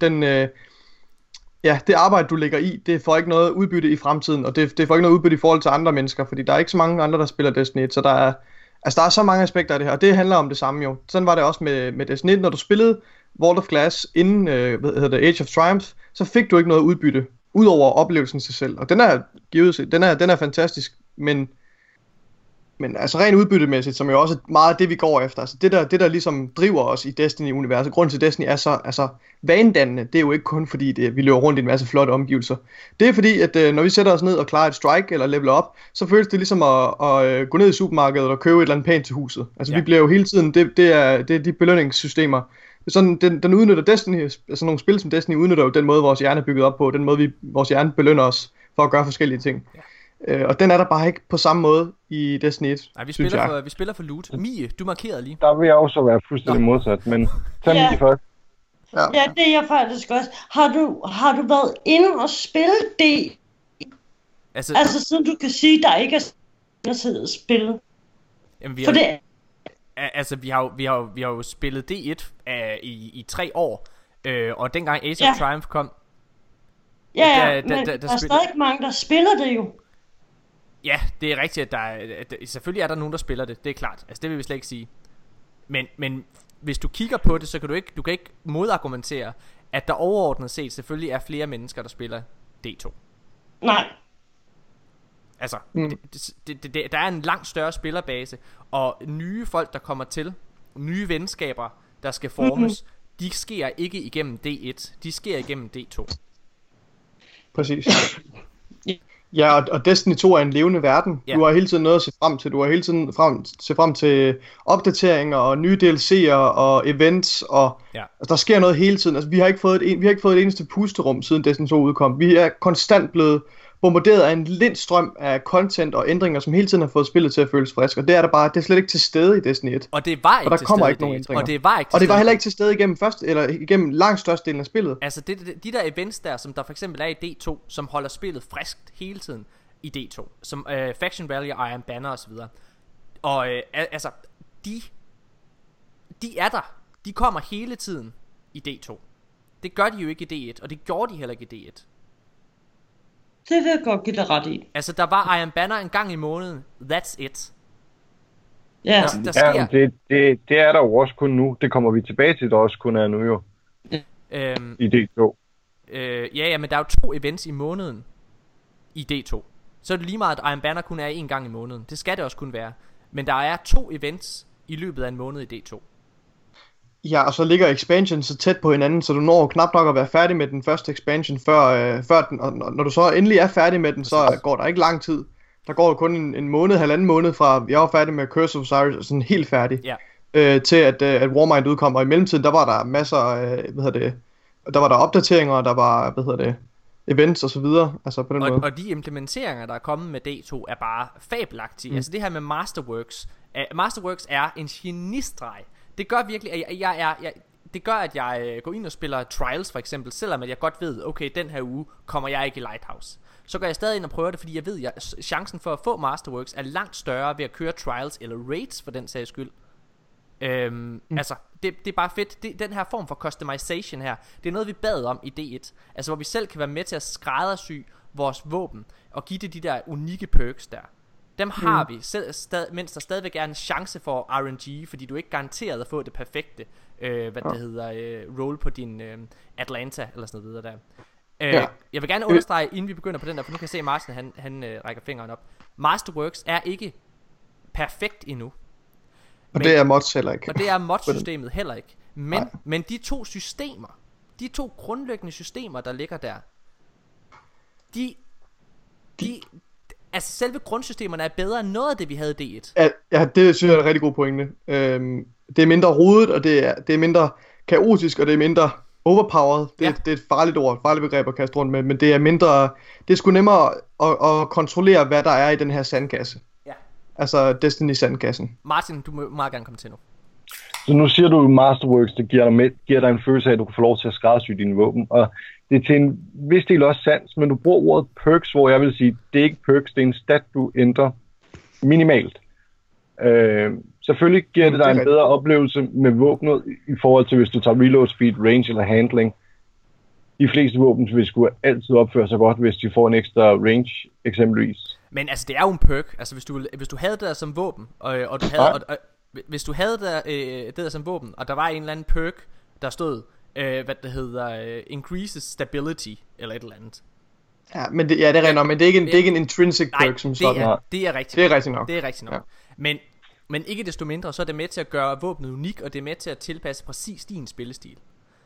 det arbejde, du lægger i, det får ikke noget udbytte i fremtiden, og det får ikke noget udbytte i forhold til andre mennesker, fordi der er ikke så mange andre, der spiller Destiny 1, så der er så mange aspekter af det her, og det handler om det samme jo. Sådan var det også med Destiny 1, når du spillede Vault of Glass inden Age of Triumph, så fik du ikke noget udbytte, udover oplevelsen sig selv, og den er fantastisk, men altså rent udbyttemæssigt, som jo også er meget det, vi går efter. Altså det der ligesom driver os i Destiny-universet. Grunden til Destiny er så vanedannende. Det er jo ikke kun fordi, vi løber rundt i en masse flotte omgivelser. Det er fordi, at når vi sætter os ned og klarer et strike eller leveler op, så føles det ligesom at gå ned i supermarkedet og købe et eller andet pænt til huset. Altså vi bliver jo hele tiden, det er de belønningssystemer. Sådan, den udnytter Destiny, altså nogle spil som Destiny udnytter jo den måde, vores hjerne er bygget op på, den måde, vores hjerne belønner os for at gøre forskellige ting. Ja. Og den er der bare ikke på samme måde i Destiny 1. Nej, vi spiller for loot. Mie, du markerede lige. Der vil jeg også være fuldstændig modsat, men tag Mie først. Ja, det er jeg faktisk også. Har du været inde og spille det? Altså siden du kan sige, der ikke er siddet og spille. Jamen, vi har jo spillet D1 i 3 år. Og dengang Age of Triumph kom. Men der er stadig mange, der spiller det jo. Ja, det er rigtigt, at selvfølgelig er der nogen, der spiller det. Det er klart, altså det vil vi slet ikke sige. Men hvis du kigger på det, så kan du kan ikke modargumentere, at der overordnet set selvfølgelig er flere mennesker, der spiller D2. Nej. Altså, der er en langt større spillerbase, og nye folk, der kommer til, nye venskaber, der skal formes, de sker ikke igennem D1, de sker igennem D2. Præcis. Ja, og Destiny 2 er en levende verden. Du har hele tiden noget at se frem til. Du har hele tiden se frem til opdateringer og nye DLC'er og events og altså, der sker noget hele tiden. Altså vi har ikke fået et eneste pusterum siden Destiny 2 udkom. Vi er konstant blevet bombarderet af en lindstrøm af content og ændringer, som hele tiden har fået spillet til at føles frisk. Og det er slet ikke til stede i Destiny 1. Og det var ikke og der kommer ikke nogen ændringer. Og det var heller ikke til stede igennem langt størstedelen af spillet. Altså de der events der, som der for eksempel er i D2, som holder spillet friskt hele tiden i D2, som Faction Rally og Iron Banner og så videre. Og altså de er der. De kommer hele tiden i D2. Det gør de jo ikke i D1, og det gjorde de heller ikke i D1. Det vil jeg godt give dig ret i. Altså der var Iron Banner en gang i måneden. That's it. Ja. Der sker... det er der jo også kun nu. Det kommer vi tilbage til, der også kun er nu jo. I D2. Men der er jo 2 events i måneden i D2. Så er det lige meget, at Iron Banner kun er 1 gang i måneden. Det skal det også kun være. Men der er 2 events i løbet af en måned i D2. Ja, og så ligger expansion så tæt på hinanden, så du når knap nok at være færdig med den første expansion før den, og når du så endelig er færdig med den, så går der ikke lang tid. Der går jo kun en måned, halvanden måned fra jeg var færdig med Curse of Osiris, sådan helt færdig, til at Warmind udkom, og i mellemtiden, der var der masser af, der var der opdateringer, der var, events og så videre, altså på den måde. Og de implementeringer, der er kommet med D2, er bare fabelagtige. Altså det her med Masterworks er en genistreg. Det gør virkelig, at det gør, at jeg går ind og spiller Trials for eksempel, selvom at jeg godt ved, okay, den her uge kommer jeg ikke i Lighthouse. Så går jeg stadig ind og prøver det, fordi jeg ved, at chancen for at få Masterworks er langt større ved at køre Trials eller Raids for den sags skyld. Altså, det er bare fedt. Den her form for customization her, det er noget, vi bad om i D1. Altså, hvor vi selv kan være med til at skræddersy vores våben og give det de der unikke perks der. Dem har vi, mens der stadigvæk er en chance for RNG, fordi du er ikke garanteret at få det perfekte roll på din Atlanta eller sådan noget videre der. Jeg vil gerne understrege, inden vi begynder på den der, for nu kan jeg se, at Martin han rækker fingeren op. Masterworks er ikke perfekt endnu. Og det er mods heller ikke. Og det er mods-systemet heller ikke. Men de to grundlæggende systemer, der ligger der, altså selve grundsystemerne er bedre end noget af det, vi havde i D1. Ja, det synes jeg er en rigtig god pointe. Det er mindre rodet, og det er mindre kaotisk, og det er mindre overpowered. Det er et farligt ord, et farligt begreb at kaste rundt med, men det er mindre, det er sgu nemmere at kontrollere, hvad der er i den her sandkasse. Ja. Altså Destiny sandkassen. Martin, du må meget gerne komme til nu. Så nu siger du, Masterworks, det giver dig en følelse af, at du kan få lov til at skræddersy dine våben, og det er til en vis del også sandt, men du bruger ordet perks, hvor jeg vil sige, det er ikke perks, det er en stat, du ændrer minimalt. Selvfølgelig giver det dig en bedre oplevelse med våbnet i forhold til, hvis du tager reload speed, range eller handling. De fleste våben vil skulle altid opføre sig godt, hvis de får en ekstra range, eksempelvis. Men altså, det er jo en perk. Altså, hvis du havde det der som våben, og du havde... hvis du havde det der som våben, og der var en eller anden perk, der stod, increases stability, eller et eller andet. Ja, men det er rent nok, men det er ikke en intrinsic perk som sådan. Det er rigtigt. Det er rigtigt nok. Det er rigtigt nok. Ja. Men ikke desto mindre, så er det med til at gøre våbnet unik, og det er med til at tilpasse præcis din spillestil.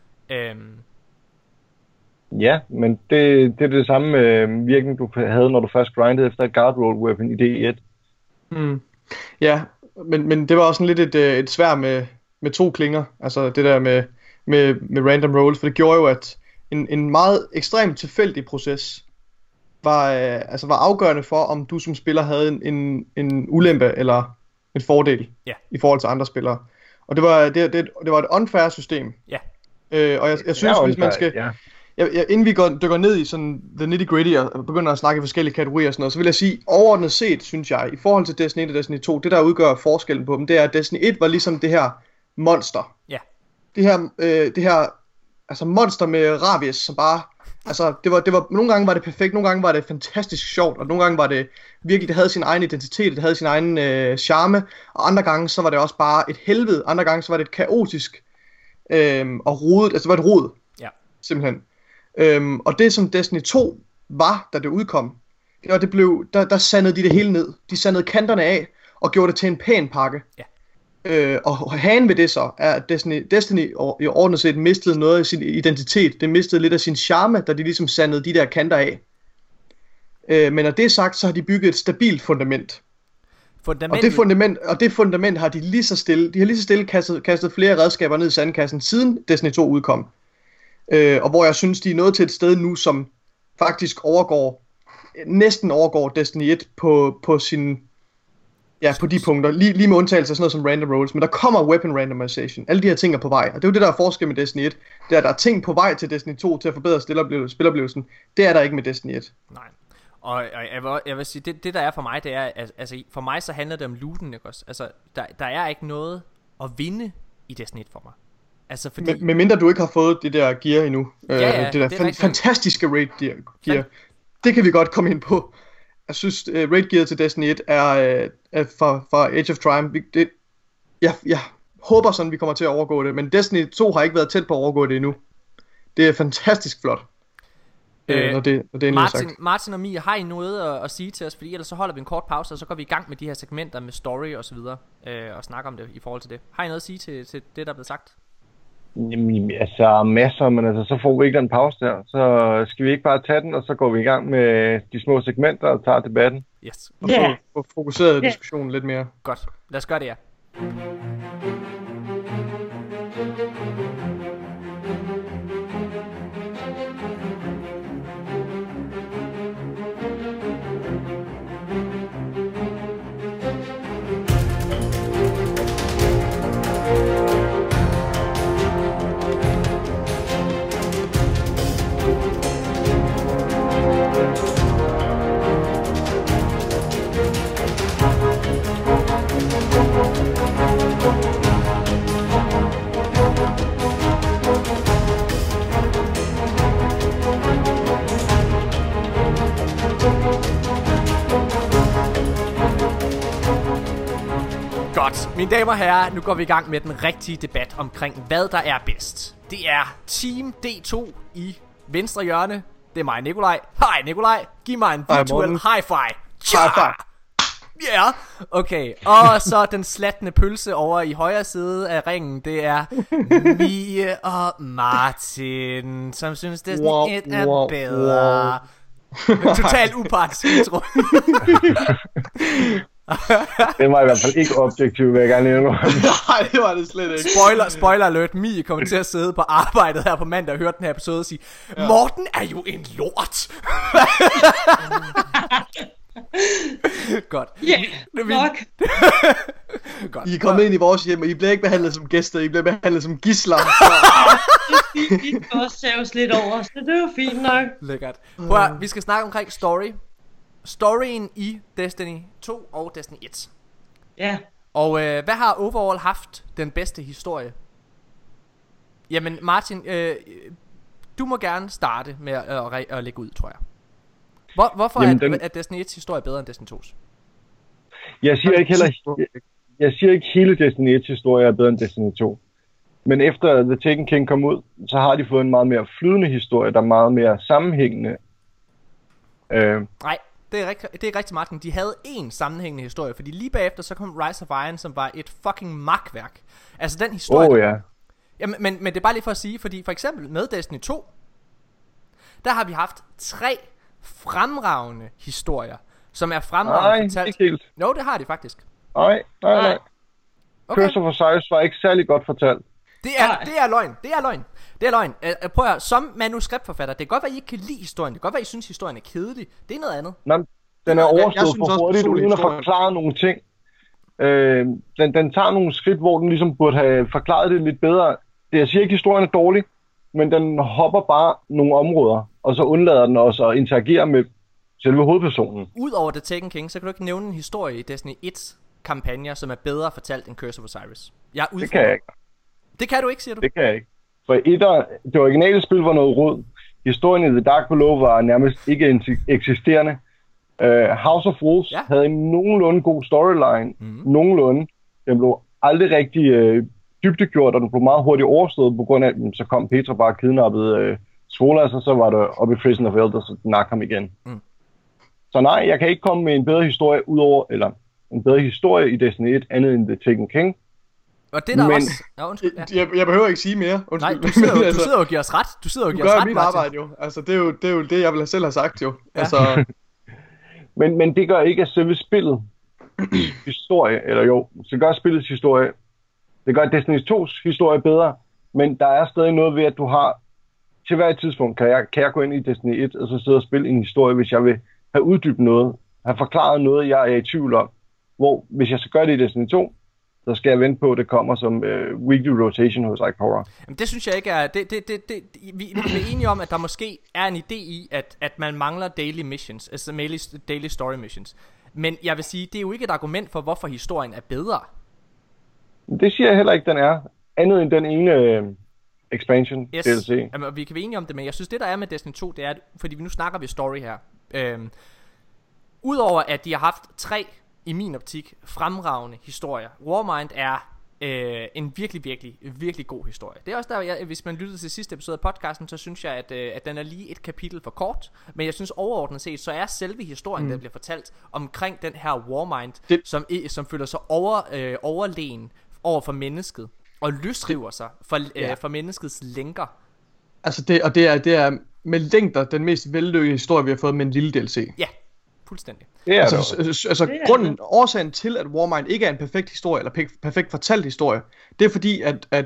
Ja, men det er det samme virkning, du havde, når du først grindede efter et guard roll weapon i D1. Ja, men det var også sådan lidt et sværd med to klinger. Altså det der med random rolls, for det gjorde jo, at en meget ekstremt tilfældig proces var afgørende for, om du som spiller havde en ulempe eller en fordel i forhold til andre spillere. Og det var et unfair system. Ja. Og jeg synes, hvis man skal... inden vi dykker ned i sådan the nitty-gritty og begynder at snakke i forskellige kategorier og sådan noget, så vil jeg sige, overordnet set, synes jeg, i forhold til Destiny 1 og Destiny 2, det der udgør forskellen på dem, det er, at Destiny 1 var ligesom det her monster. Ja. Det her altså monster med rabies, som bare, altså det var nogle gange var det perfekt, nogle gange var det fantastisk sjovt, og nogle gange var det virkelig, det havde sin egen identitet, det havde sin egen charme, og andre gange så var det også bare et helvede, andre gange så var det et kaotisk og rodet, altså det var et rod. Ja. Simpelthen. Og det som Destiny 2 var, da det udkom, der sandede de det hele ned. De sandede kanterne af og gjorde det til en pæn pakke. Ja. Og hagen ved det så er, at Destiny i ordnet set mistede noget af sin identitet. Det mistede lidt af sin charme, da de ligesom sandede de der kanter af. Men når det er sagt, så har de bygget et stabilt fundament. Og det fundament har de lige så stille kastet flere redskaber ned i sandkassen, siden Destiny 2 udkom. Og hvor jeg synes, de er nået til et sted nu, som faktisk næsten overgår Destiny 1 på sin... Ja, på de punkter. Lige med undtagelse af sådan noget som random rolls. Men der kommer weapon randomization. Alle de her ting er på vej. Og det er jo det, der er forskel med Destiny 1. Det er, der er ting på vej til Destiny 2 til at forbedre spiloplevelsen. Det er der ikke med Destiny 1. Nej. Og jeg vil sige, det der er for mig, det er... Altså, for mig så handler det om looten, ikke også? Altså, der er ikke noget at vinde i Destiny 1 for mig. Altså, fordi... Med mindre du ikke har fået det der gear endnu. Det der fantastiske raid gear. Det kan vi godt komme ind på. Jeg synes, raid gear til Destiny 1 er fra Age of Triumph. Jeg håber sådan, vi kommer til at overgå det. Men Destiny 2 har ikke været tæt på at overgå det endnu. Det er fantastisk flot. Når det er Martin og Mia, har I noget at sige til os? Fordi ellers så holder vi en kort pause, og så går vi i gang med de her segmenter med story og så videre. Og snakker om det i forhold til det. Har I noget at sige til det, der er blevet sagt? Jamen, altså masser, men altså, så får vi ikke den pause der. Så skal vi ikke bare tage den, og så går vi i gang med de små segmenter og tager debatten. Yes. Og få fokuseret diskussionen lidt mere. Godt. Lad os gøre det, ja. Godt, mine damer og herrer, nu går vi i gang med den rigtige debat omkring, hvad der er bedst. Det er Team D2 i venstre hjørne. Det er mig, Nikolaj. Hej, Nikolaj. Giv mig en virtual high-five. High-five. Ja, yeah. Okay. Og så den slattende pølse over i højre side af ringen. Det er Mie og Martin, som synes, det er bedre. Totalt upartisk, tror Det var i hvert fald ikke objektivt, vil jeg gerne nævne. Nej, det var det slet ikke. Spoiler alert, Mie kommer til at sidde på arbejdet her på mandag og høre den her episode og sige, Morten er jo en lort. Godt. Ja, nok. Godt. I er kommet ind i vores hjem, og I bliver ikke behandlet som gæster, I bliver behandlet som gidsler. Vi kan også saves lidt over, så det er jo fint nok. Lækkert. Prøv at, vi skal snakke omkring storyen i Destiny 2 og Destiny 1. Ja. Og hvad har overall haft den bedste historie? Jamen Martin, du må gerne starte med at lægge ud, tror jeg. Hvorfor er Destiny 1's historie bedre end Destiny 2's? Jeg siger ikke hele Destiny 1's historie er bedre end Destiny 2. Men efter The Taken King kom ud, så har de fået en meget mere flydende historie, der er meget mere sammenhængende. Nej, det er rigtigt, Martin. De havde en sammenhængende historie, fordi lige bagefter så kom Rise of Iron, som var et fucking makværk. Altså den historie. Ja. Jamen, men det er bare lige for at sige, fordi for eksempel med Destiny 2, der har vi haft 3 fremragende historier, som er fremragende fortalt. Ikke helt. Jo, det har de faktisk. Nej. Okay. Curse of Osiris var ikke særlig godt fortalt. Det er løgn. Prøv at høre, som manuskriptforfatter, det kan godt være, I ikke kan lide historien. Det kan godt være, I synes, historien er kedelig. Det er noget andet. Nej, den er overstået for hurtigt, uden at forklare nogle ting. Den tager nogle skridt, hvor den ligesom burde have forklaret det lidt bedre. Jeg siger ikke, at historien er dårlig, men den hopper bare nogle områder, og så undlader den også at interagere med selve hovedpersonen. Udover The Taken King, så kan du ikke nævne en historie i Destiny 1's kampagner, som er bedre fortalt end Curse of Osiris. Det kan jeg ikke. Det kan du ikke, siger du? Det kan jeg ikke. For det originale spil var noget rod. Historien i The Dark Below var nærmest ikke eksisterende. House of Wolves havde en nogenlunde god storyline. Nogenlunde. Den blev aldrig rigtig dybdegjort, og den blev meget hurtigt overstået, på grund af, at så kom Petra bare kidnappede Svolas, og så var det oppe i Prison of Elders, og nakke ham igen. Så nej, jeg kan ikke komme med en bedre historie i Destiny 1, andet end The Taken King. Og det der også... undskyld, jeg behøver ikke sige mere. Undskyld. Nej, du sidder og giver os ret. Du gør mit arbejde jo. Altså, det er jo det, jeg vil selv have sagt jo. Ja. Altså... men det gør ikke, at selve spillet historie, eller jo, så gør spillets historie, det gør Destiny 2's historie bedre, men der er stadig noget ved, at du har, til hver tidspunkt kan jeg gå ind i Destiny 1, og så sidde og spille en historie, hvis jeg vil have uddybet noget, have forklaret noget, jeg er i tvivl om. Hvor, hvis jeg så gør det i Destiny 2, så skal jeg vente på, at det kommer som weekly rotation hos Ikora. Jamen det synes jeg ikke er... Vi er enige om, at der måske er en idé i, at man mangler daily missions, altså daily story missions. Men jeg vil sige, det er jo ikke et argument for, hvorfor historien er bedre. Det siger jeg heller ikke, den er. Andet end den ene expansion DLC. Jamen, vi kan være enige om det, men jeg synes, det der er med Destiny 2, det er, fordi nu snakker vi story her. Udover at de har haft 3, i min optik, fremragende historier. Warmind er en virkelig god historie. Det er også der, hvis man lyttede til sidste episode af podcasten, så synes jeg, at den er lige et kapitel for kort. Men jeg synes overordnet set, så er selve historien, der bliver fortalt omkring den her Warmind, som føler sig overlegen over for mennesket, og løsriver sig for menneskets lænker. Altså det er med længder den mest vellykkede historie, vi har fået med en lille DLC. Ja, fuldstændig. Årsagen til, at Warmind ikke er en perfekt historie, eller perfekt fortalt historie, det er fordi,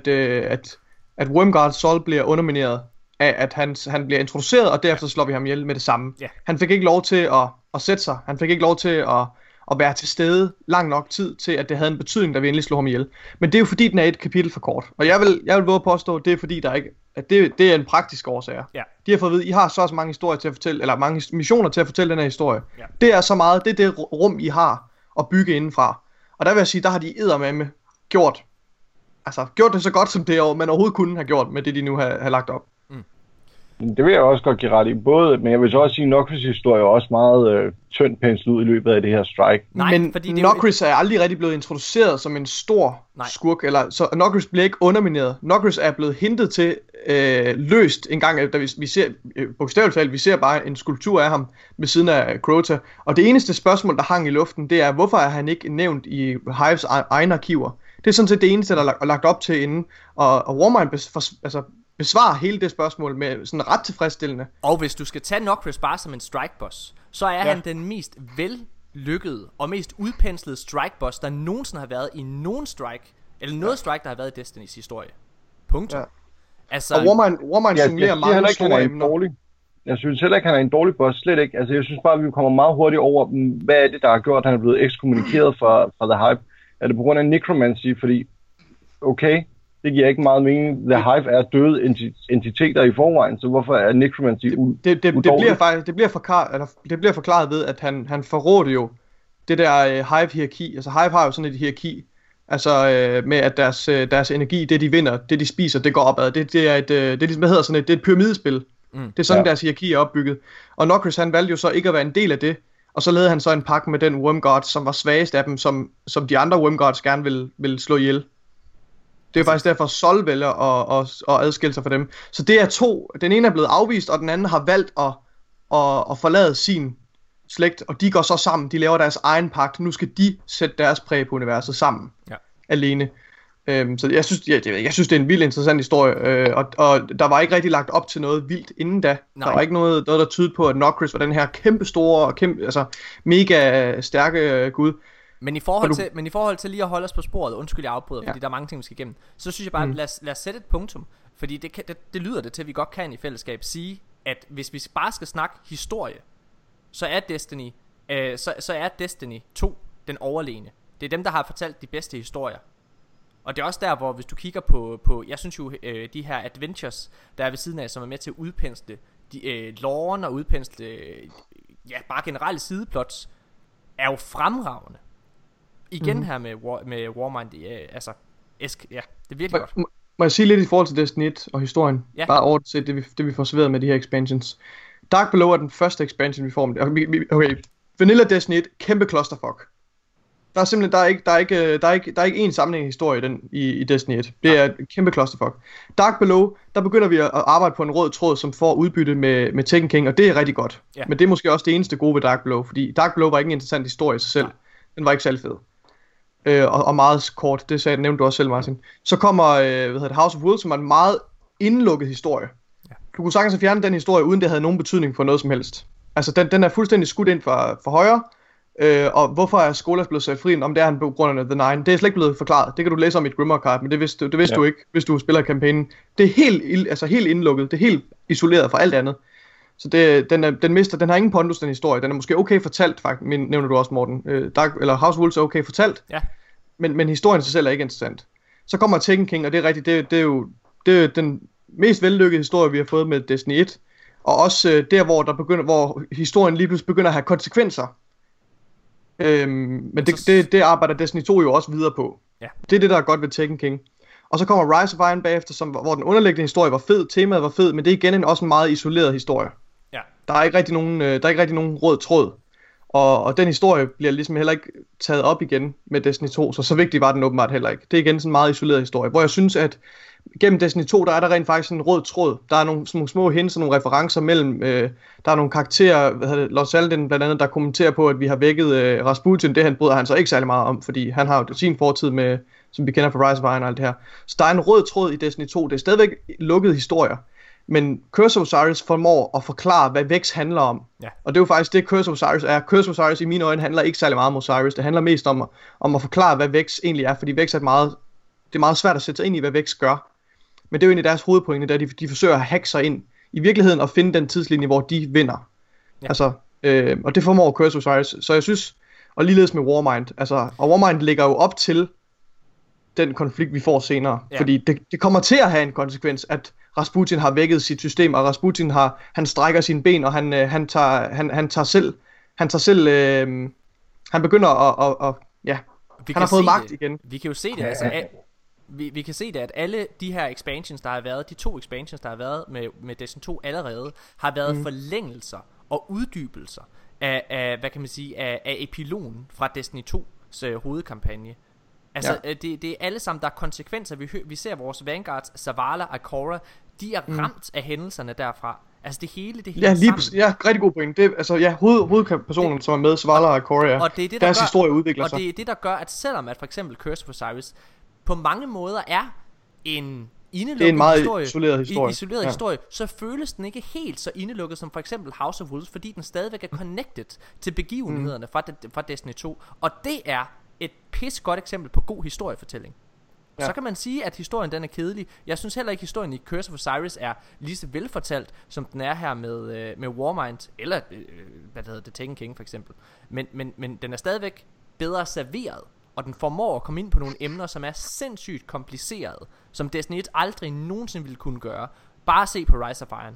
at Wormguard Sol bliver undermineret af, at han bliver introduceret, og derefter slår vi ham ihjel med det samme. Yeah. Han fik ikke lov til at sætte sig. Han fik ikke lov til at være til stede lang nok tid til, at det havde en betydning, da vi endelig slog ham ihjel. Men det er jo fordi, den er et kapitel for kort. Og jeg vil våge påstå, at det er fordi, at det er en praktisk årsag. Yeah. De har fået at vide, I har så mange historier til at fortælle, eller mange missioner til at fortælle den her historie. Yeah. Det er så meget, det er det rum, I har at bygge indenfra. Og der vil jeg sige, der har de eddermame gjort det så godt, som det man overhovedet kunne have gjort med det, de nu har lagt op. Det vil jeg også godt give ret i. Både, men jeg vil så også sige, at Nokris historie er også meget tyndt penslet ud i løbet af det her strike. Nej, men Nokris er aldrig rigtig blevet introduceret som en stor skurk, så Nokris bliver ikke undermineret. Nokris er blevet hintet til løst en gang, da vi ser, bogstaveligt talt, vi ser bare en skulptur af ham ved siden af Crota. Og det eneste spørgsmål, der hang i luften, det er, hvorfor er han ikke nævnt i Hives egne arkiver? Det er sådan set det eneste, der er lagt op til inden. Og Warmind besvarer hele det spørgsmål med sådan ret tilfredsstillende. Og hvis du skal tage Nokris bare som en strike boss, så er han den mest vellykkede og mest udpenslede strike boss, der nogensinde har været i nogen strike, eller noget strike, der har været i Destinys historie. Punktum. Ja. Altså, og Warmind simulerer mange store emner. Jeg synes heller ikke, han er en dårlig boss, slet ikke. Altså, jeg synes bare, at vi kommer meget hurtigt over, hvad er det, der har gjort, at han er blevet ekskommunikeret fra The Hive. Er det på grund af necromancy, fordi, okay, det giver ikke meget mening. The Hive er døde entiteter i forvejen, så hvorfor er necromancy det bliver forklaret ved, at han forrådte jo det der Hive-hierarki. Altså Hive har jo sådan et hierarki, altså med at deres energi, det de vinder, det de spiser, det går opad. Det er et pyramidespil. Det er sådan deres hierarki er opbygget. Og Nokris han valgte jo så ikke at være en del af det, og så lavede han så en pakke med den Wormguard, som var svagest af dem, som de andre Wormguards gerne ville slå ihjel. Det er faktisk derfor Sol vælger at adskille sig fra dem. Så det er to. Den ene er blevet afvist, og den anden har valgt at forlade sin slægt, og de går så sammen. De laver deres egen pagt. Nu skal de sætte deres præg på universet sammen. Alene. Så jeg synes det er en vildt interessant historie, og der var ikke rigtig lagt op til noget vildt inden da. Nej. Der var ikke noget der tydede på, at Nokris var den her kæmpe store, altså mega stærke gud. Men i forhold til lige at holde os på sporet, undskyld jeg afbryder, fordi der er mange ting vi skal igennem, så synes jeg bare, lad os sætte et punktum, fordi det lyder det til, at vi godt kan i fællesskab sige, at hvis vi bare skal snakke historie, så er Destiny 2 den overlegne. Det er dem, der har fortalt de bedste historier. Og det er også der, hvor hvis du kigger på jeg synes jo, de her adventures, der er ved siden af, som er med til at udpensle loren og udpensle, bare generelle sideplots, er jo fremragende. Igen her med Warmind, altså, det er virkelig godt. Må jeg sige lidt i forhold til Destiny 1 og historien? Ja. Bare overset det vi får serveret med de her expansions. Dark Below er den første expansion, vi får med det. Okay, Vanilla Destiny 1, kæmpe clusterfuck. Der er simpelthen, der er ikke én sammenhængende historie i Destiny 1. Det er et kæmpe clusterfuck. Dark Below, der begynder vi at arbejde på en rød tråd, som får udbytte med Taken King, og det er rigtig godt. Ja. Men det er måske også det eneste gode ved Dark Below, fordi Dark Below var ikke en interessant historie i sig selv. Den var ikke særlig fed. Og meget kort, det nævnte du også selv, Martin. Så kommer House of Wolves, som er en meget indlukket historie. Ja. Du kunne sagtens fjerne den historie, uden det havde nogen betydning for noget som helst. Altså den er fuldstændig skudt ind for højre. Og hvorfor er Skolas blevet sat fri, om det er han på grund af The Nine, det er slet ikke blevet forklaret. Det kan du læse om i et Grimoire-card, men det vidste du ikke, hvis du spiller kampagnen. Det er helt indlukket, det er helt isoleret fra alt andet. Så den har ingen pondus, den historie. Den er måske okay fortalt, faktisk, nævner du også, Morten. Eller House of Wolves er okay fortalt, men historien i sig selv er ikke interessant. Så kommer Taken King, og det er rigtigt, det er den mest vellykkede historie, vi har fået med Destiny 1. Og også der, hvor historien lige pludselig begynder at have konsekvenser. Men det arbejder Destiny 2 jo også videre på. Det er det, der er godt ved Taken King. Og så kommer Rise of Iron bagefter, hvor den underliggende historie var fed, temaet var fed, men det er igen også en meget isoleret historie. Der er ikke rigtig nogen rød tråd. Og den historie bliver ligesom heller ikke taget op igen med Destiny 2, så vigtig var den åbenbart heller ikke. Det er igen sådan en meget isoleret historie, hvor jeg synes, at gennem Destiny 2, der er der rent faktisk en rød tråd. Der er nogle små hints og nogle referencer mellem, der er nogle karakterer, Lars Alden blandt andet, der kommenterer på, at vi har vækket Rasputin. Det bryder han så ikke særlig meget om, fordi han har jo sin fortid med, som vi kender fra Rise of Iron og alt det her. Så der er en rød tråd i Destiny 2. Det er stadigvæk lukkede historier. Men Curse of Osiris formår at forklare, hvad Vex handler om. Og det er jo faktisk det, Curse of Osiris er. Curse of Osiris i mine øjne handler ikke særlig meget om Osiris. Det handler mest om at forklare, hvad Vex egentlig er. Fordi Vex er det er meget svært at sætte sig ind i, hvad Vex gør. Men det er jo egentlig deres hovedpointe, der de forsøger at hacke sig ind i virkeligheden og finde den tidslinje, hvor de vinder. Altså, og det formår Curse of Osiris. Så jeg synes, og ligeledes med Warmind, altså, og Warmind ligger jo op til den konflikt, vi får senere. Fordi det kommer til at have en konsekvens, at Rasputin har vækket sit system, og Rasputin han strækker sine ben, og han begynder at han har fået magt igen. Vi kan jo se det, altså vi kan se det, at alle de her expansions, der har været, de 2 expansions, der har været med Destiny 2 allerede, har været forlængelser og uddybelser af hvad kan man sige, af epilogen fra Destiny 2's hovedkampagne. Altså det er alle sammen, der er konsekvenser. Vi ser vores Vanguards, Zavala og Ikora, de er ramt af hændelserne derfra. Altså det hele rigtig god point. Det altså hovedpersonen som er med, Zavala og Ikora, og det er det, deres historie udvikler sig. Og det er det, der gør, at selvom at for eksempel Curse of Osiris på mange måder er en isoleret historie, så føles den ikke helt så indelukket som for eksempel House of Wolves, fordi den stadigvæk er connected til begivenhederne fra Destiny 2. Og det er et pis godt eksempel på god historiefortælling. Så kan man sige, at historien den er kedelig. Jeg synes heller ikke, at historien i Curse of Osiris er lige så velfortalt, som den er her med Warmind, eller hvad det hedder, The Taken King for eksempel. Men den er stadigvæk bedre serveret, og den formår at komme ind på nogle emner, som er sindssygt komplicerede, som Destiny 1 aldrig nogensinde ville kunne gøre. Bare se på Rise of Iron.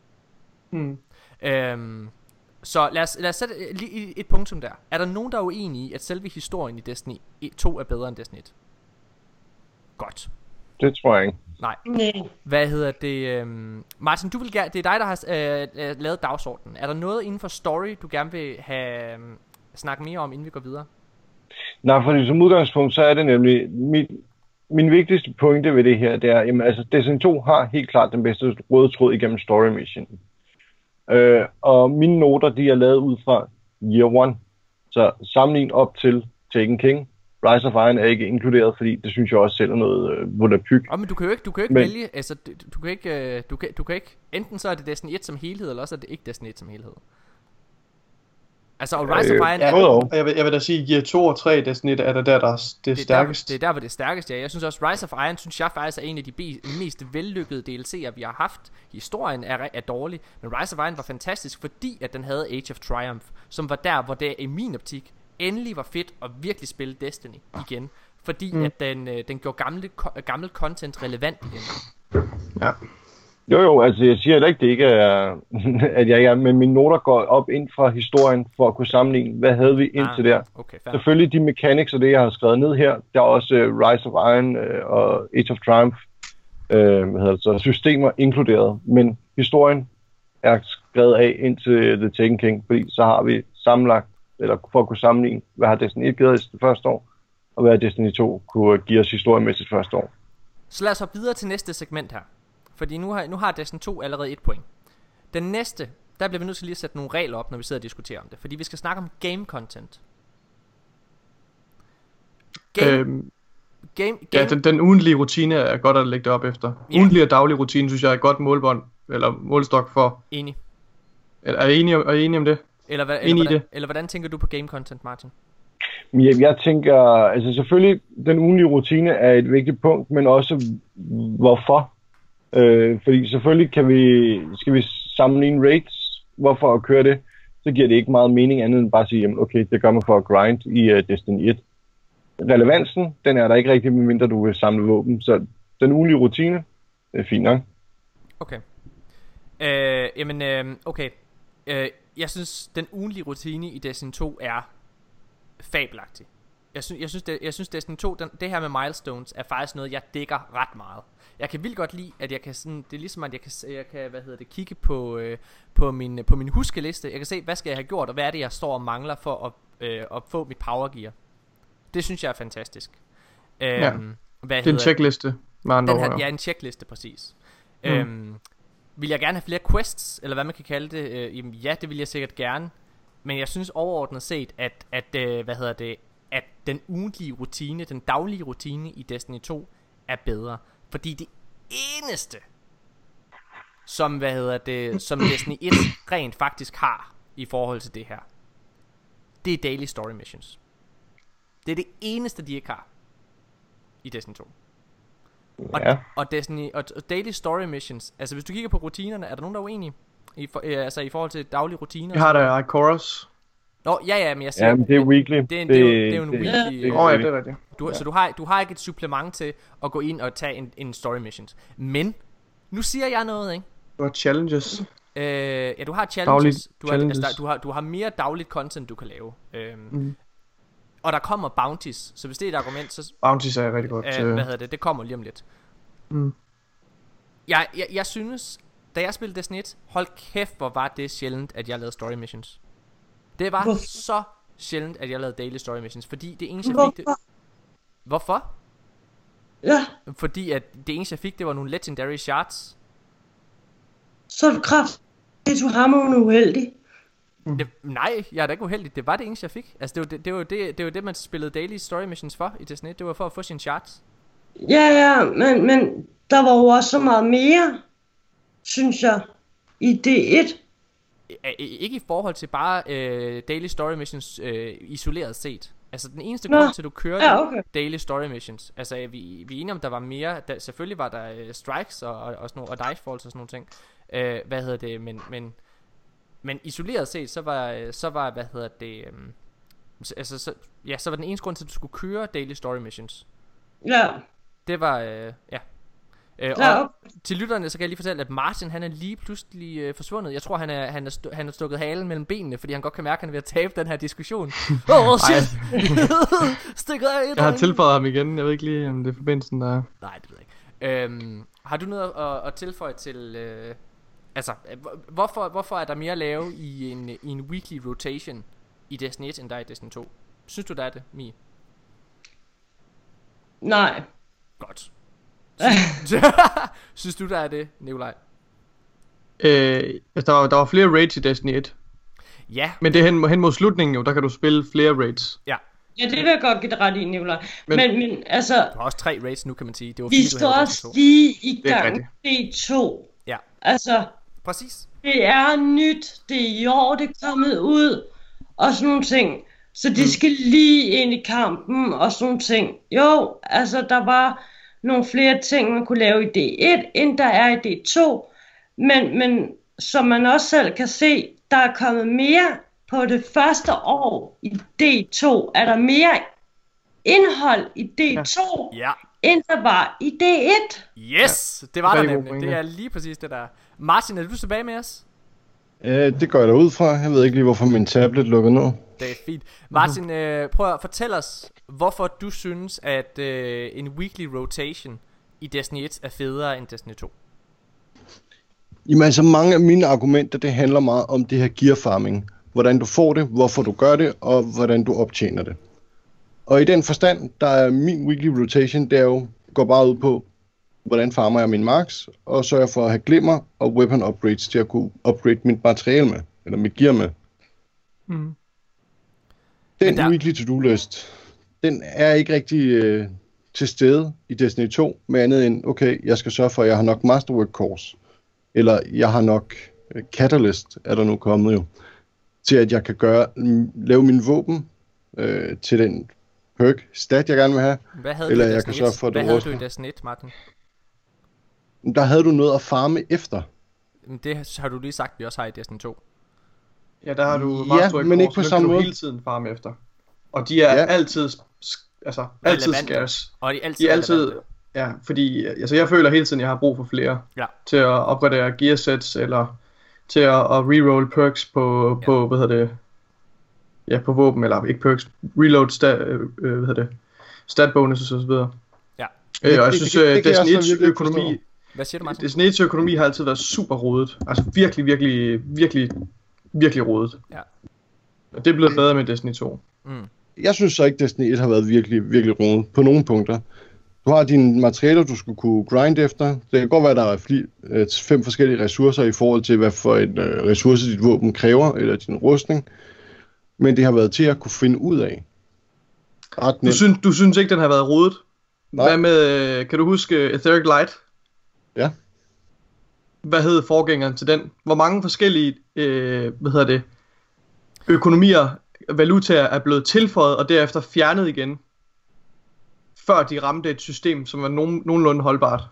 Så lad os sætte lige et punktum der. Er der nogen, der er uenige i, at selve historien i Destiny 2 er bedre end Destiny 1? Godt. Det tror jeg ikke. Nej. Hvad hedder det? Martin, det er dig, der har lavet dagsordenen. Er der noget inden for story, du gerne vil have snakket mere om, inden vi går videre? Nej, fordi som udgangspunkt, så er det nemlig min vigtigste pointe ved det her, det er, jamen altså Destiny 2 har helt klart den bedste røde tråd igennem story mission. Og mine noter, de er lavet ud fra Year 1. Så sammenlignet op til Taken King. Rise of Iron er ikke inkluderet, fordi det synes jeg også selv er noget volapyk. Men du kan jo ikke vælge, altså du kan ikke, enten så er det Destiny 1 som helhed, eller også er det ikke Destiny 1 som helhed. Altså, og Rise of Iron jeg vil da sige, Year 2 og 3 Destiny er det stærkest. Det er der, hvor det er stærkest, ja. Jeg synes også, Rise of Iron, synes jeg faktisk er en af de mest vellykkede DLC'er, vi har haft. Historien er dårlig, men Rise of Iron var fantastisk, fordi at den havde Age of Triumph, som var der, hvor det i min optik endelig var fedt at virkelig spille Destiny igen. Fordi at den gjorde gammel content relevant igen. Ja. Jo, altså jeg siger heller ikke, det ikke er, at jeg med mine noter går op ind fra historien, for at kunne sammenligne, hvad havde vi indtil der. Okay, selvfølgelig de mechanics og det, jeg har skrevet ned her, der er også Rise of Iron og Age of Triumph, så systemer inkluderet, men historien er skrevet af indtil The Taken King, fordi så har vi sammenlagt, eller for at kunne sammenligne, hvad har Destiny 1 givet os det første år, og hvad Destiny 2 kunne give os historiemæssigt første år. Så lad os hoppe videre til næste segment her. Fordi nu har Destiny 2 allerede 1 point. Den næste, der bliver vi nødt til lige at sætte nogle regler op, når vi sidder og diskuterer om det. Fordi vi skal snakke om game content. Ja, den ugentlige rutine er godt at lægge det op efter. Yeah. Ugentlig og daglig rutine, synes jeg er et godt målbånd, eller målstok for. Enig. Er I enige om det? Eller hvordan tænker du på game content, Martin? Jeg tænker, altså selvfølgelig, den ugentlige rutine er et vigtigt punkt, men også hvorfor. Fordi selvfølgelig skal vi sammenligne raids. Hvorfor at køre det? Så giver det ikke meget mening andet end bare at sige, jamen okay, det gør man for at grind i Destiny 1. Relevansen, den er der ikke rigtig, medmindre du vil samle våben. Så den ugenlige rutine, det er fint nok. Okay. Okay. Jeg synes, den ugentlige rutine i Destiny 2 er fabelagtig. Jeg synes Destiny 2, det her med milestones er faktisk noget, jeg dækker ret meget. Jeg kan vildt godt lide, at jeg kan sådan, det er ligesom at jeg kan kigge på min huskeliste. Jeg kan se, hvad skal jeg have gjort, og hvad er det jeg står og mangler for at få mit power gear. Det synes jeg er fantastisk. Det er en checkliste med andre ord. Ja, en checkliste præcis. Vil jeg gerne have flere quests, eller hvad man kan kalde det? Ja, det vil jeg sikkert gerne. Men jeg synes overordnet set, at den ugentlige rutine, den daglige rutine i Destiny 2 er bedre. Fordi det eneste, som Destiny 1 rent faktisk har i forhold til det her, det er daily story missions. Det er det eneste, de ikke har i Destiny 2. Og Destiny og daily story missions, altså hvis du kigger på rutinerne, er der nogen der er uenige i forhold til daglige rutiner? Jeg har da Ikoras. Nå, ja, men jeg siger, det er weekly. Det er jo en weekly. Ja, det er rigtigt. Så du har ikke et supplement til at gå ind og tage en story missions. Men nu siger jeg noget, ikke? Du har challenges. Ja, du har challenges. Du har mere dagligt content du kan lave. Og der kommer bounties. Så hvis det er et argument, så... Bounties er rigtig godt. Hvad hedder det? Det kommer lige om lidt. Jeg synes, da jeg spillede Destiny 1, hold kæft, hvor var det sjældent, at jeg lavede story missions. Det var så sjældent, at jeg lavede daily story missions. Fordi det eneste, jeg fik... Hvorfor? Ja. Fordi at det eneste, jeg fik, det var nogle legendary shards. Så er du du hammerende uheldig. Nej, jeg er da ikke uheldig. Det var det eneste, jeg fik. Altså, det var det, man spillede daily story missions for i Destiny 1. Det var for at få sine shards. Ja, men der var jo også så meget mere, synes jeg, i D1. Ikke i forhold til bare daily story missions isoleret set. Altså den eneste grund til at du kørte daily story missions. Altså vi er enige om der var mere. Selvfølgelig var der strikes og sådan noget, og dicefalls og sådan nogle ting. Hvad hedder det? Men isoleret set så var hvad hedder det? Så var den eneste grund til at du skulle køre daily story missions. Ja. Det var og til lytterne så kan jeg lige fortælle at Martin han er lige pludselig forsvundet. Jeg tror han er stukket halen mellem benene, fordi han godt kan mærke at han er ved at tabe den her diskussion. Shit. Stikket af. Jeg har tilføjet ham igen. Jeg ved ikke lige om det er forbindelsen der. Nej, det ved jeg ikke. Har du noget at tilføje til altså hvorfor er der mere at lave i en weekly rotation i Destiny 1 end der i Destiny 2? Synes du der er det, Mie? Nej. Godt. Synes du der er det, Nikolaj? Der var flere raids i Destiny 1. Ja. Men det er hen mod slutningen jo, der kan du spille flere raids. Ja. Ja, det vil jeg godt give dig ret i, Nikolaj. Men altså... Der er også 3 raids nu, kan man sige. Det var vi står også lige i gang D2. Ja. Altså... Præcis. Det er nyt. Det er i år, det er kommet ud. Og sådan nogle ting. Så det skal lige ind i kampen og sådan nogle ting. Jo, altså der var nogle flere ting, man kunne lave i D1, end der er i D2. Men som man også selv kan se, der er kommet mere på det første år i D2. Er der mere indhold i D2, end der var i D1. Yes, det var der nemlig. Det er lige præcis det der. Martin, er du tilbage med os? Det går jeg da ud fra. Jeg ved ikke lige, hvorfor min tablet lukker ned. Det er fint. Martin, prøv at fortælle os, hvorfor du synes, at en weekly rotation i Destiny 1 er federe end Destiny 2. Jamen altså mange af mine argumenter, det handler meget om det her gear farming. Hvordan du får det, hvorfor du gør det, og hvordan du optjener det. Og i den forstand, der er min weekly rotation, det er jo, går bare ud på, hvordan farmer jeg min marks, og sørger for at have glimmer og weapon upgrades til at kunne upgrade mit materiale med, eller mit gear med. Den weekly to-do list, den er ikke rigtig til stede i Destiny 2, med andet end, okay, jeg skal sørge for, at jeg har nok Masterwork Cores, eller jeg har nok Catalyst, er der nu kommet jo, til at jeg kan lave min våben til den perk stat, jeg gerne vil have, eller jeg kan sørge for, at Hvad havde du i Destiny 1, Martin? Der havde du noget at farme efter. Det har du lige sagt, vi også har i Destiny 2. Ja, der har du Masterwork men ikke på samme måde. Hele tiden farme efter. Og de er altid scarce. Og de er altid ja, fordi altså jeg føler hele tiden jeg har brug for flere til at opgradere gear sets eller til at reroll perks på hvad hedder det? Ja, på våben eller ikke perks, reload stat bonuses og så videre. Ja. Og jeg synes Destiny 1's økonomi. Hvad siger du, Martin? Destiny 1's økonomi har altid været super rodet. Altså virkelig rodet. Ja. Og det er blevet bedre med Destiny 2. Jeg synes så ikke, Destiny 1 har været virkelig rodet på nogle punkter. Du har dine materialer, du skulle kunne grind efter. Det kan godt være, der er 5 forskellige ressourcer i forhold til, hvad for en ressource dit våben kræver, eller din rustning. Men det har været til at kunne finde ud af. Du synes ikke, den har været rodet? Nej. Hvad med, kan du huske Etheric Light? Ja. Hvad hed forgængeren til den? Hvor mange forskellige, økonomier, valutaer er blevet tilføjet og derefter fjernet igen, før de ramte et system, som var nogenlunde holdbart?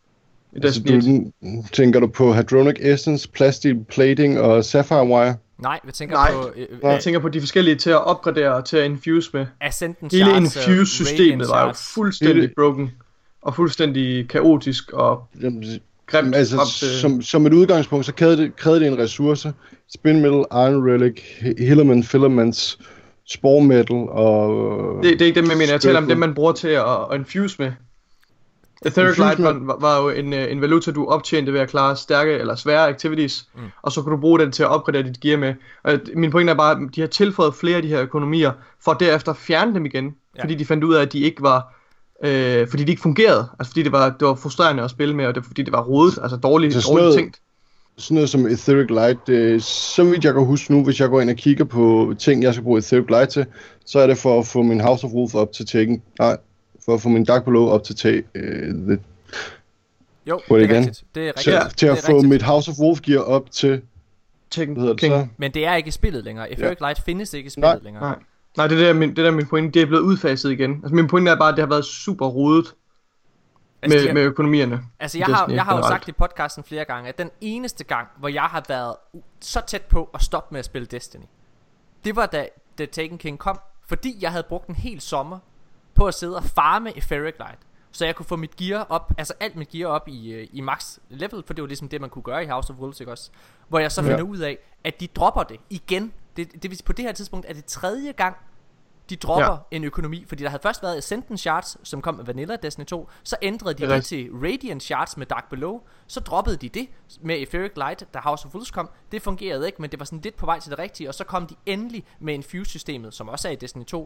Tænker du på Hadronic Essence, Plastic Plating og Sapphire Wire? Nej, jeg tænker på de forskellige til at opgradere og til at infuse med. Ascendant hele infuse-systemet var jo fuldstændig broken og fuldstændig kaotisk og grimt. Altså, som et udgangspunkt, så krævede det en ressource. Spin Metal, Iron Relic, Hillerman Filaments, Spore Metal og... Det er ikke dem, jeg mener. Jeg taler om dem, man bruger til at infuse med. Etheric Light var jo en valuta, du optjente ved at klare stærke eller svære activities, og så kunne du bruge den til at opgradere dit gear med. Og min pointe er bare, at de har tilføjet flere af de her økonomier, for derefter fjerne dem igen, fordi de fandt ud af, at de ikke var... fordi de ikke fungerede, altså fordi det var frustrerende at spille med, og det, fordi det var rodet, altså dårligt tænkt. Sådan noget som Etheric Light, så vidt jeg kan huske nu, hvis jeg går ind og kigger på ting, jeg skal bruge Etheric Light til, så er det for at få min House of Wolf op til Taken. Nej, for at få min Dark Below op til Take. Jo, det er rigtigt. Det er rigtigt. Til at få mit House of Wolf gear op til Taken King. Så? Men det er ikke i spillet længere. Etheric Light findes ikke i spillet længere. Nej, det er min pointe. Det er blevet udfaset igen. Altså min pointe er bare, at det har været super rodet. Altså, med økonomierne. Altså jeg har jo sagt i podcasten flere gange, at den eneste gang, hvor jeg har været så tæt på at stoppe med at spille Destiny, det var da Taken King kom, fordi jeg havde brugt en hel sommer på at sidde og farme Etheric Light, så jeg kunne få mit gear op, altså alt mit gear op i max level, for det var ligesom det man kunne gøre i House of Wolves, ikke også? Hvor jeg så finder ud af, at de dropper det igen. Det vil sige, på det her tidspunkt er det 3. gang de dropper en økonomi, fordi der havde først været Ascendant Shards, som kom med Vanilla Destiny 2, så ændrede de det til Radiant Shards med Dark Below, så droppede de det med Etheric Light, da House of Wolves kom. Det fungerede ikke, men det var sådan lidt på vej til det rigtige, og så kom de endelig med Infuse-systemet, som også er i Destiny 2,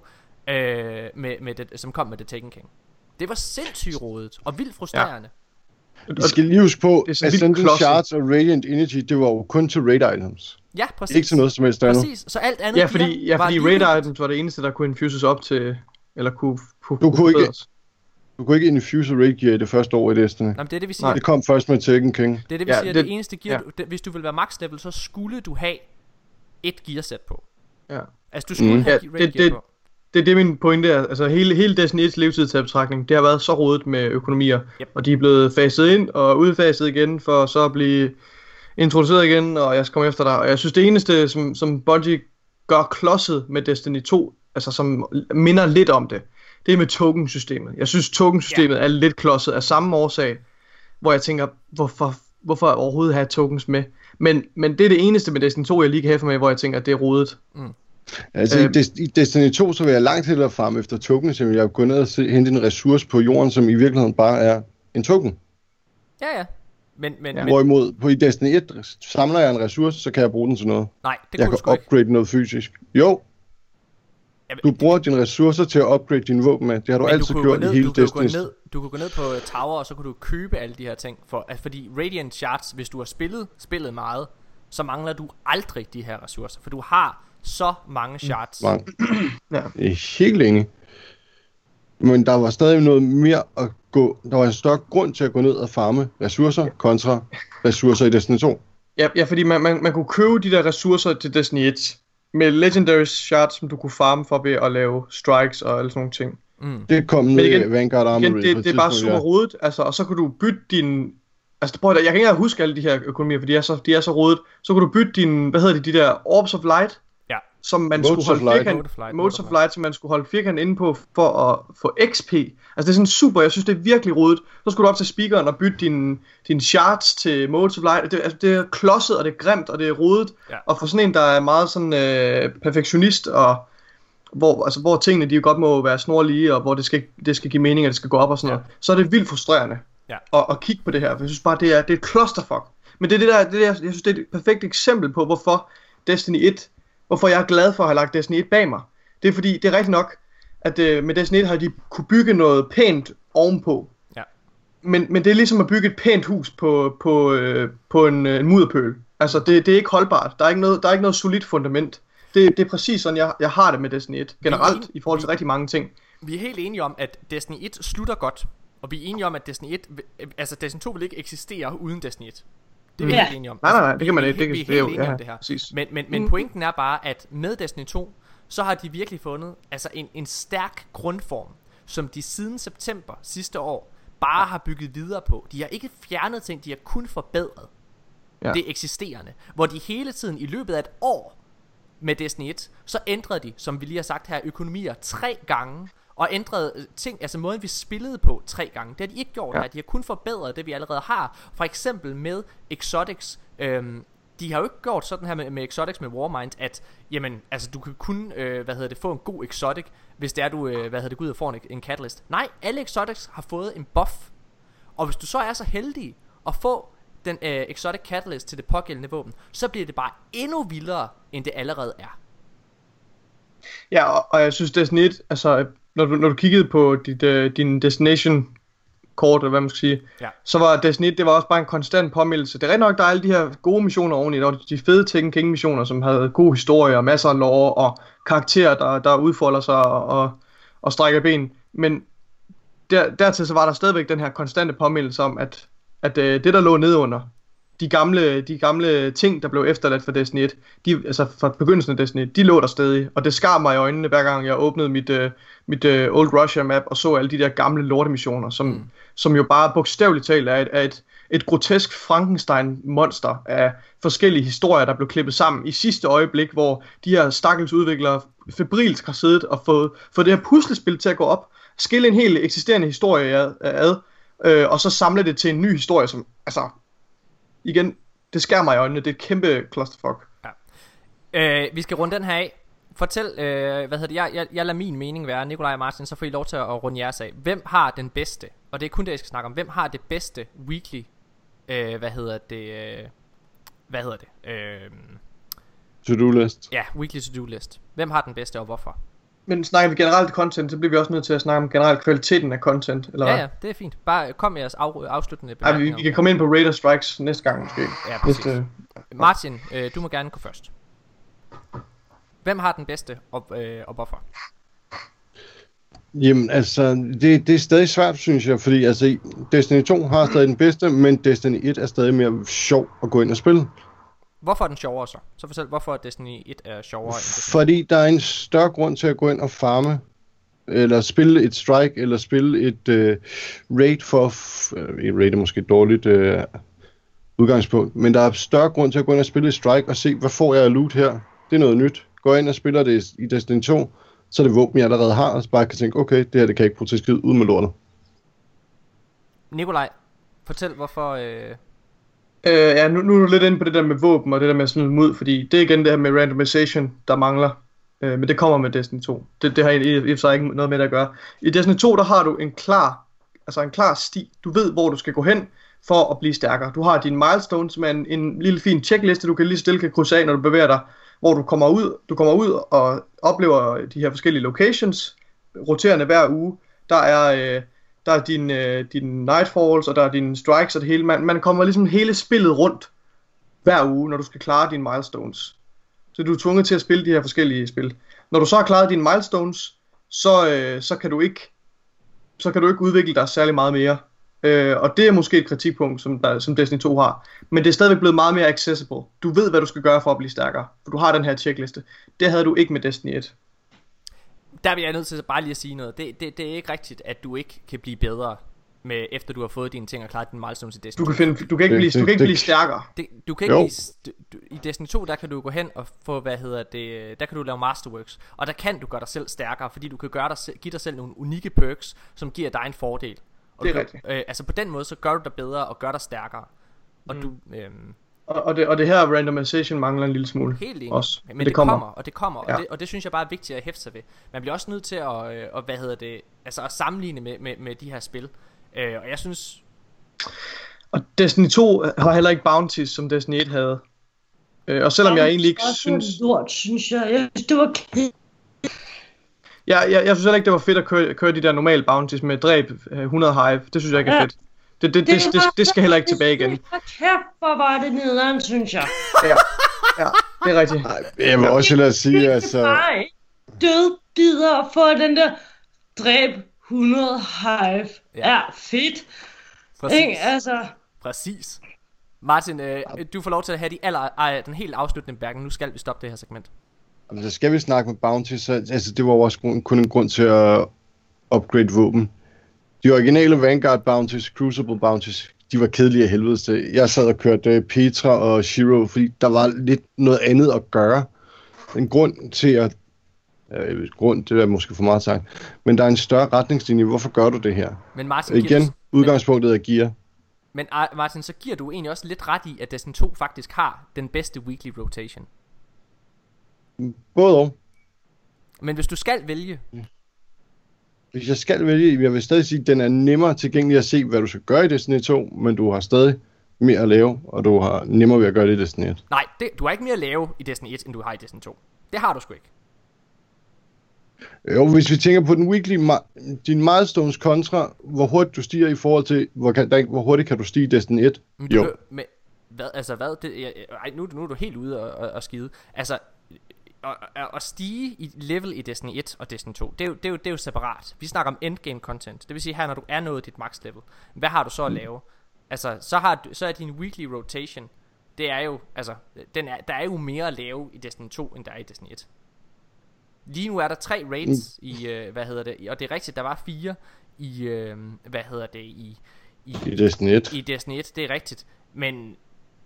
med det, som kom med The Taken King. Det var sindssygt rodet og vildt frustrerende. Vi skal lige huske på, Ascendant Shards og Radiant Energy, det var jo kun til raid items. Ja, præcis. Ikke til noget som helst andet. Præcis, så alt andet fordi raid items var det eneste, der kunne infuses op til, eller kunne Du kunne ikke infuse raid gear i det første år i Destiny. Jamen, det er det, vi siger. Det kom først med Taken King. Det er det, vi siger. Det eneste gear, hvis du vil være max level, så skulle du have et gearsæt på. Ja. Altså, du skulle have raid gear på. Det er min pointe er, altså hele Destiny 1's levetid til betragtning, det har været så rodet med økonomier, og de er blevet faset ind og udfaset igen, for så at blive introduceret igen, og jeg skal komme efter dig. Og jeg synes det eneste, som Bungie gør klodset med Destiny 2, altså som minder lidt om det er med tokensystemet. Jeg synes tokensystemet er lidt klodset af samme årsag, hvor jeg tænker, hvorfor overhovedet have tokens med? Men det er det eneste med Destiny 2, jeg lige kan hæfte med, hvor jeg tænker, at det er rodet. Altså i Destiny 2, så vil jeg langt hellere farme efter tokens, så vil jeg gå ned og hente en ressource på jorden, som i virkeligheden bare er en token. Ja. Men hvorimod på i Destiny 1 samler jeg en ressource, så kan jeg bruge den til noget. Nej, det jeg kan upgrade noget fysisk. Jo. Du bruger dine ressourcer til at upgrade dine våben med. Det har du altid gjort i hele Destiny. Du kunne gå ned på Tower, og så kunne du købe alle de her ting. Fordi Radiant Shards, hvis du har spillet meget, så mangler du aldrig de her ressourcer. For du har så mange shards. Ja. Det er helt længe. Men der var stadig noget mere at gå. Der var en større grund til at gå ned og farme ressourcer kontra ressourcer i Destiny 2. Ja, fordi man kunne købe de der ressourcer til Destiny 1 med Legendary Shards, som du kunne farme for ved at lave strikes og alle sådan nogle ting. Det kom ned i Vanguard Armory. Det er bare super rodet, altså, og så kunne du bytte din... Altså prøv at, jeg kan ikke engang huske alle de her økonomier, for de er så rodet. Så kunne du bytte din, de der Orbs of Light, som man Modes skulle holde Modes of Light, som man skulle holde firkant inde på for at få XP. Altså det er sådan super, jeg synes det er virkelig rodet. Så skulle du op til speakeren og bytte din shards til Modes of Light. Det er klodset, og det er grimt, og det er rodet. Og for sådan en, der er meget sådan perfektionist, og hvor tingene de godt må være snorlige, og hvor det skal give mening, at det skal gå op og sådan noget, så er det vildt frustrerende at kigge på det her. For jeg synes bare, det er et clusterfuck. Men det er det der, jeg synes det er et perfekt eksempel på, hvorfor Destiny 1, hvorfor jeg er glad for at have lagt Destiny 1 bag mig. Det er fordi, det er rigtigt nok, at med Destiny 1 har de kunne bygge noget pænt ovenpå. Ja. Men det er ligesom at bygge et pænt hus på en mudderpøl. Altså det er ikke holdbart. Der er ikke noget solidt fundament. Det er præcis sådan, jeg har det med Destiny 1 generelt i forhold til rigtig mange ting. Vi er helt enige om, at Destiny 1 slutter godt. Og vi er enige om, at Destiny 1, altså Destiny 2 vil ikke eksistere uden Destiny 1. Det er vi helt enige om. Nej, det kan man ikke. Vi er helt enige om det her. Men pointen er bare, at med Destiny 2, så har de virkelig fundet altså en stærk grundform, som de siden september sidste år bare har bygget videre på. De har ikke fjernet ting, de har kun forbedret det eksisterende. Hvor de hele tiden i løbet af et år med Destiny 1, så ændrede de, som vi lige har sagt her, økonomier 3 gange. Og ændrede ting, altså måden vi spillede på 3 gange. Det har de ikke gjort her. De har kun forbedret det vi allerede har. For eksempel med Exotics de har jo ikke gjort sådan her med exotics med Warmind, at jamen, altså du kan kun få en god exotic, hvis det er du går ud og får en catalyst. Nej, alle exotics har fået en buff. Og hvis du så er så heldig at få den exotic catalyst til det pågældende våben, så bliver det bare endnu vildere, end det allerede er. Ja, og jeg synes Destiny 1, altså når du kiggede på din destination kort, eller hvad man skal sige, så var Destiny 1, det var også bare en konstant påmeldelse. Det er rigtig nok, der er alle de her gode missioner oveni, der var de fede Taken King missioner, som havde god historie og masser af lore og karakterer, der udfolder sig og strækker ben. Men dertil så var der stadigvæk den her konstante påmeldelse om, at det der lå nedunder, de gamle ting, der blev efterladt for Destiny 1, altså fra begyndelsen af Destiny 1, de lå der stadig, og det skar mig i øjnene, hver gang jeg åbnede mit Old Russia map og så alle de der gamle lortemissioner, som jo bare bogstaveligt talt er et grotesk Frankenstein-monster af forskellige historier, der blev klippet sammen i sidste øjeblik, hvor de her stakkels udviklere febrilt har siddet og fået det her puslespil til at gå op, skille en helt eksisterende historie ad, og så samle det til en ny historie, som, altså, igen, det skærer mig i øjnene, det er et kæmpe clusterfuck. Ja. Vi skal runde den her af. Fortæl, jeg lader min mening være, Nikolaj og Martin, så får I lov til at runde jeres af. Hvem har den bedste, og det er kun det, jeg skal snakke om, hvem har det bedste weekly, to-do list. Ja, weekly to-do list. Hvem har den bedste, og hvorfor? Men snakker vi generelt content, så bliver vi også nødt til at snakke om generelt kvaliteten af content, eller hvad? Ja, det er fint. Bare kom med jeres afsluttende bemærkninger. Ja, vi kan komme ind på Raider Strikes næste gang måske. Ja, præcis. Martin, du må gerne gå først. Hvem har den bedste, og hvorfor? Jamen, altså, det er stadig svært, synes jeg, fordi altså, Destiny 2 har stadig den bedste, men Destiny 1 er stadig mere sjov at gå ind og spille. Hvorfor er den sjovere så? Så fortæl, hvorfor Destiny 1 er sjovere end Destiny 2? Fordi der er en større grund til at gå ind og farme, eller spille et strike, eller spille et raid for... et raid er måske et dårligt udgangspunkt, men der er større grund til at gå ind og spille et strike og se, hvad får jeg af loot her? Det er noget nyt. Går ind og spiller det i Destiny 2, så er det våben, jeg allerede har, og så bare kan tænke, okay, det her det kan jeg ikke bruge til skid ud med lortet. Nikolaj, fortæl hvorfor... Ja, nu er du lidt inde på det der med våben og det der med at smide dem ud, fordi det er igen det her med randomization, der mangler. Men det kommer med Destiny 2. Det har i og for sig ikke noget med det at gøre. I Destiny 2, der har du en klar sti. Du ved, hvor du skal gå hen for at blive stærkere. Du har din milestone, som er en lille fin checkliste, du kan lige stille kan krydse af, når du bevæger dig, hvor du kommer ud og oplever de her forskellige locations, roterende hver uge. Der er din Nightfalls, og der er dine strikes og det hele. Man kommer ligesom hele spillet rundt hver uge, når du skal klare dine milestones. Så du er tvunget til at spille de her forskellige spil. Når du så har klaret dine milestones, så kan du ikke udvikle dig særlig meget mere. Og det er måske et kritikpunkt, som Destiny 2 har. Men det er stadigvæk blevet meget mere accessible. Du ved, hvad du skal gøre for at blive stærkere. For du har den her checkliste. Det havde du ikke med Destiny 1. Der vil jeg nødt til bare lige at sige noget. Det er ikke rigtigt, at du ikke kan blive bedre efter du har fået dine ting og klaret dine milestones i Destiny 2. Du kan ikke blive stærkere. Du kan ikke i Destiny 2, der kan du gå hen og få, der kan du lave masterworks. Og der kan du gøre dig selv stærkere, fordi du kan give dig selv nogle unikke perks, som giver dig en fordel. Og det er rigtigt. Altså på den måde, så gør du dig bedre og gør dig stærkere. Og Og det her randomization mangler en lille smule. Helt enig. Også. Men det kommer. Ja. Og det synes jeg bare er vigtigt at hæfte sig ved. Man bliver også nødt til at sammenligne med de her spil. Og jeg synes... Og Destiny 2 har heller ikke bounties, som Destiny 1 havde. Og selvom jeg egentlig ikke synes... Lort, synes jeg. Jeg synes, det var kedeligt. Jeg synes heller ikke, det var fedt at køre de der normale bounties med dræb 100 hive. Det synes jeg ikke er fedt. Det skal heller ikke tilbage igen. Kæft, hvor var det nederen, synes jeg. Ja, det er rigtigt. Jeg vil også hellere sige, altså... Nej, død gider at få den der dræb 100 hive. Ja, fedt. Præcis. Ikke, altså... Præcis. Martin, du får lov til at have den helt afsluttende bemærkning. Nu skal vi stoppe det her segment. Så skal vi snakke med bounty, så altså, det var også kun en grund til at upgrade våben. De originale Vanguard bounties, Crucible bounties, de var kedelige af helvede til. Jeg sad og kørte Petra og Shiro, fordi der var lidt noget andet at gøre. En grund til at... det er måske for meget sagt. Men der er en større retningslinje. Hvorfor gør du det her? Men Martin, igen, udgangspunktet er gear. Men Martin, så giver du egentlig også lidt ret i, at Destiny 2 faktisk har den bedste weekly rotation. Både og. Men hvis du skal vælge... Hvis jeg skal vælge, jeg vil stadig sige, at den er nemmere tilgængelig at se, hvad du skal gøre i Destiny 2, men du har stadig mere at lave, og du har nemmere ved at gøre det i Destiny 1. Nej, du har ikke mere at lave i Destiny 1, end du har i Destiny 2. Det har du sgu ikke. Jo, hvis vi tænker på den weekly, din milestones kontra, hvor hurtigt du stiger i forhold til, hvor hurtigt kan du stige i Destiny 1? Jo. Men, hvad? Nu er du helt ude og skide. Altså, at stige i level i Destiny 1 og Destiny 2, det er jo separat. Vi snakker om endgame content. Det vil sige her, når du er nået dit max level, hvad har du så at lave? Altså, så er din weekly rotation, det er jo, altså, der er jo mere at lave i Destiny 2, end der er i Destiny 1. Lige nu er der 3 raids i, og det er rigtigt, der var 4 i, i Destiny 1. I Destiny 1, det er rigtigt. Men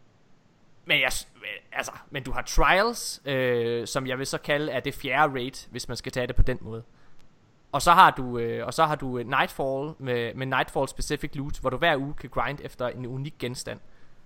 du har Trials, som jeg vil så kalde er det 4. raid, hvis man skal tage det på den måde. Og så har du Nightfall med Nightfall specific loot, hvor du hver uge kan grind efter en unik genstand.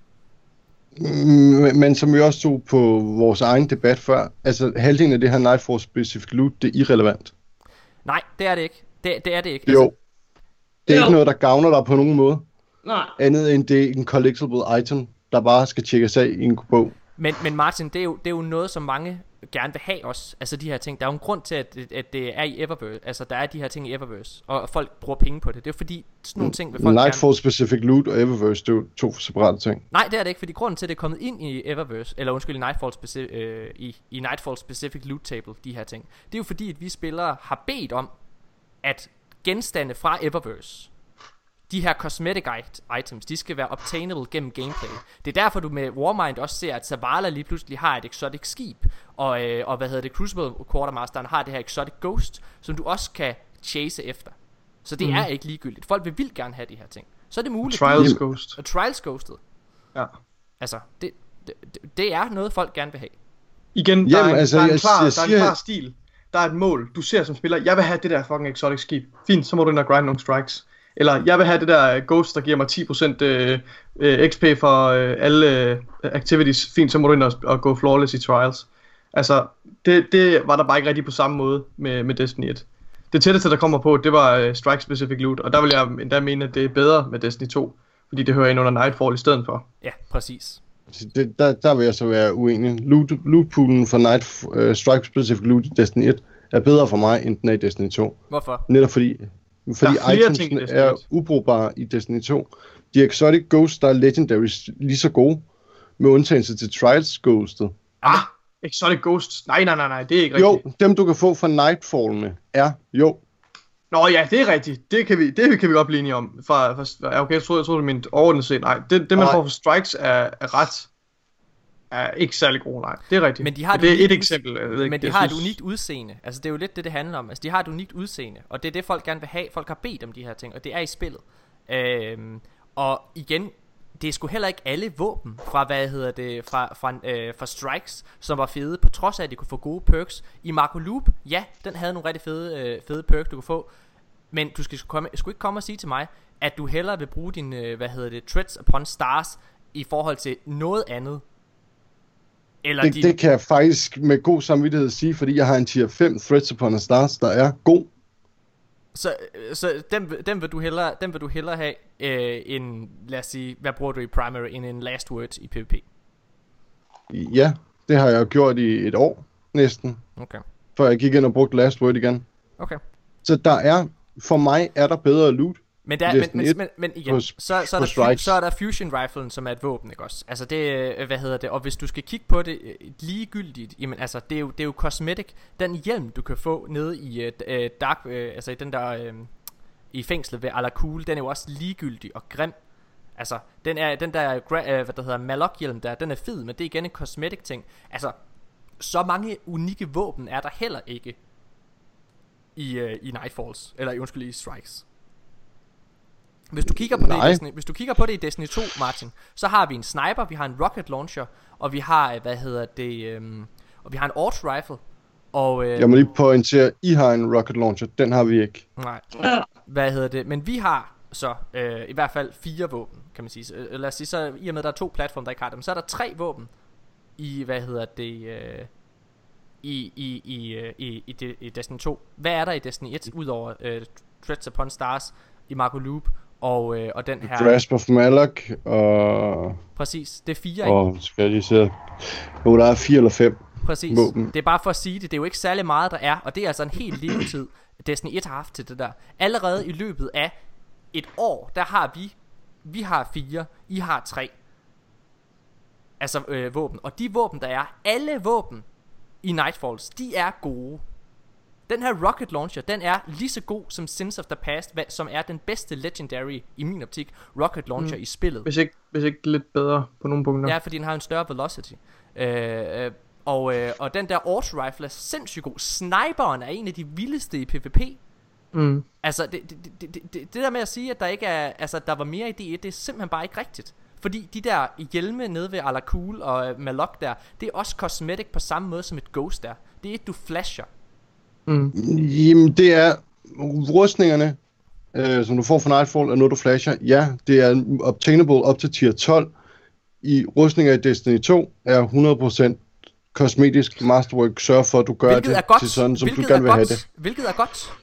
Men som vi også tog på vores egen debat før, altså halvdelen af det her Nightfall specific loot, det er irrelevant. Nej, det er det ikke. Det er det ikke. Jo. Altså, det er ikke noget, der gavner dig på nogen måde. Nej. Andet end det er en collectible item, der bare skal tjekkes af i en bog. Men Martin, det er jo noget, som mange gerne vil have også. Altså de her ting. Der er jo en grund til, at det er i Eververse. Altså der er de her ting i Eververse, og folk bruger penge på det. Det er jo fordi, sådan nogle ting vil folk Nightfall gerne... specific loot og Eververse, det er jo 2 separate ting. Nej, det er det ikke, fordi grunden til, at det er kommet ind i Eververse, eller undskyld, i Nightfall specific loot table, de her ting. Det er jo fordi, at vi spillere har bedt om, at genstande fra Eververse, de her cosmetic items, de skal være obtainable gennem gameplay. Det er derfor du med Warmind også ser, at Zavala lige pludselig har et exotic skib, og Crucible Quartermasteren har det her exotic ghost, som du også kan chase efter. Så det er ikke ligegyldigt. Folk vil vildt gerne have de her ting. Så er det muligt. Trials Ghost. Og Trials Ghostet. Ja. Altså, det er noget folk gerne vil have. Igen, der er en klar stil. Der er et mål. Du ser som spiller, jeg vil have det der fucking exotic skib. Fint, så må du ind og grind nogle strikes. Eller jeg vil have det der ghost, der giver mig 10% XP for alle activities. Fint, så må du ind og gå flawless i trials. Altså, det var der bare ikke rigtig på samme måde med Destiny 1. Det tætteste, der kommer på, det var strike specific loot. Og der vil jeg endda mene, at det er bedre med Destiny 2. Fordi det hører ind under Nightfall i stedet for. Ja, præcis. Der vil jeg så være uenig. Lootpoolen for Strike Specific Loot i Destiny 1 er bedre for mig, end den er i Destiny 2. Hvorfor? Netop fordi itemsene er ubrugbare i Destiny 2. De Exotic Ghosts, der er Legendaries, lige så gode, med undtagelse til Trials Ghostet. Exotic Ghosts? Nej, det er ikke rigtigt. Jo, dem du kan få fra Nightfallene er, jo. Nå ja, det er rigtigt. Det kan vi godt blive enige om. Okay, jeg troede det mente overordnet set. Nej, det man får for strikes er ikke særlig gode, nej. Det er rigtigt. Men de har det er et eksempel. Men de har et unikt udseende. Altså det er jo lidt det handler om. Altså de har et unikt udseende, og det er det folk gerne vil have. Folk har bedt om de her ting, og det er i spillet. Og igen, det er sgu heller ikke alle våben fra fra strikes, som var fede, på trods af at de kunne få gode perks. I Marco Loop, ja, den havde nogle rigtig fede perks du kunne få. Men du skulle ikke komme og sige til mig, at du hellere vil bruge din Threads upon stars i forhold til noget andet. Eller det kan jeg faktisk med god samvittighed sige, fordi jeg har en tier 5 Threads upon stars, der er god. Så den vil du hellere have end, lad os sige, hvad bruger du i primary, end en last word i PvP? Ja, det har jeg gjort i et år næsten. Okay. Før jeg gik ind og brugte last word igen. Okay. Så for mig er der bedre loot. Men igen, så er der fusion riflen, som er et våben, ikke også? Altså det, og hvis du skal kigge på det ligegyldigt, jamen altså det er jo cosmetic. Den hjelm du kan få nede i dark, altså i den der i fængslet ved Ala-Kul, den er jo også ligegyldig og grim. Altså den der Malok hjelm der, den er fed, men det er igen en cosmetic ting. Altså så mange unikke våben er der heller ikke i Nightfalls, eller undskyld, i Strikes. Hvis du kigger på det i Destiny 2, Martin, så har vi en sniper, vi har en rocket launcher, og vi har og vi har en Orch rifle. Og jeg må lige pointere, I har en rocket launcher, den har vi ikke. Nej. Men vi har så i hvert fald 4 våben, kan man sige. Lad os sige, så i og med at der er 2 platforme, der ikke har dem, så er der 3 våben i, i Destiny 2. Hvad er der i Destiny 1 udover Threats Upon Stars, Imago Loop og den her Grasp of Malak og... Præcis, det er 4, og skal jeg lige se. Jo, der er 4 eller 5 præcis våben. Det er bare for at sige det. Det er jo ikke særlig meget der er. Og det er altså en hel levetid Destiny 1 har haft til det der. Allerede i løbet af et år, der har vi har 4, I har 3. Altså våben. Og de våben der er, alle våben i Nightfalls, de er gode. Den her rocket launcher, den er lige så god som Sins of the Past, som er den bedste legendary, i min optik, rocket launcher i spillet. Hvis ikke lidt bedre på nogle punkter. Ja, fordi den har en større velocity. Og den der auto rifle er sindssygt god. Sniperen er en af de vildeste i PvP. Altså det der med at sige at der ikke er, altså der var mere i D1, det er simpelthen bare ikke rigtigt. Fordi de der hjelme nede ved Alakul og Malok der, det er også cosmetic på samme måde som et Ghost der. Det er et du flasher. Jamen det er rustningerne som du får fra Nightfall er noget du flasher. Ja, det er obtainable op til tier 12. I rustninger i Destiny 2 er 100% kosmetisk masterwork. Sørg for at du gør hvilket det til sådan som du gerne vil have det. Hvilket er godt.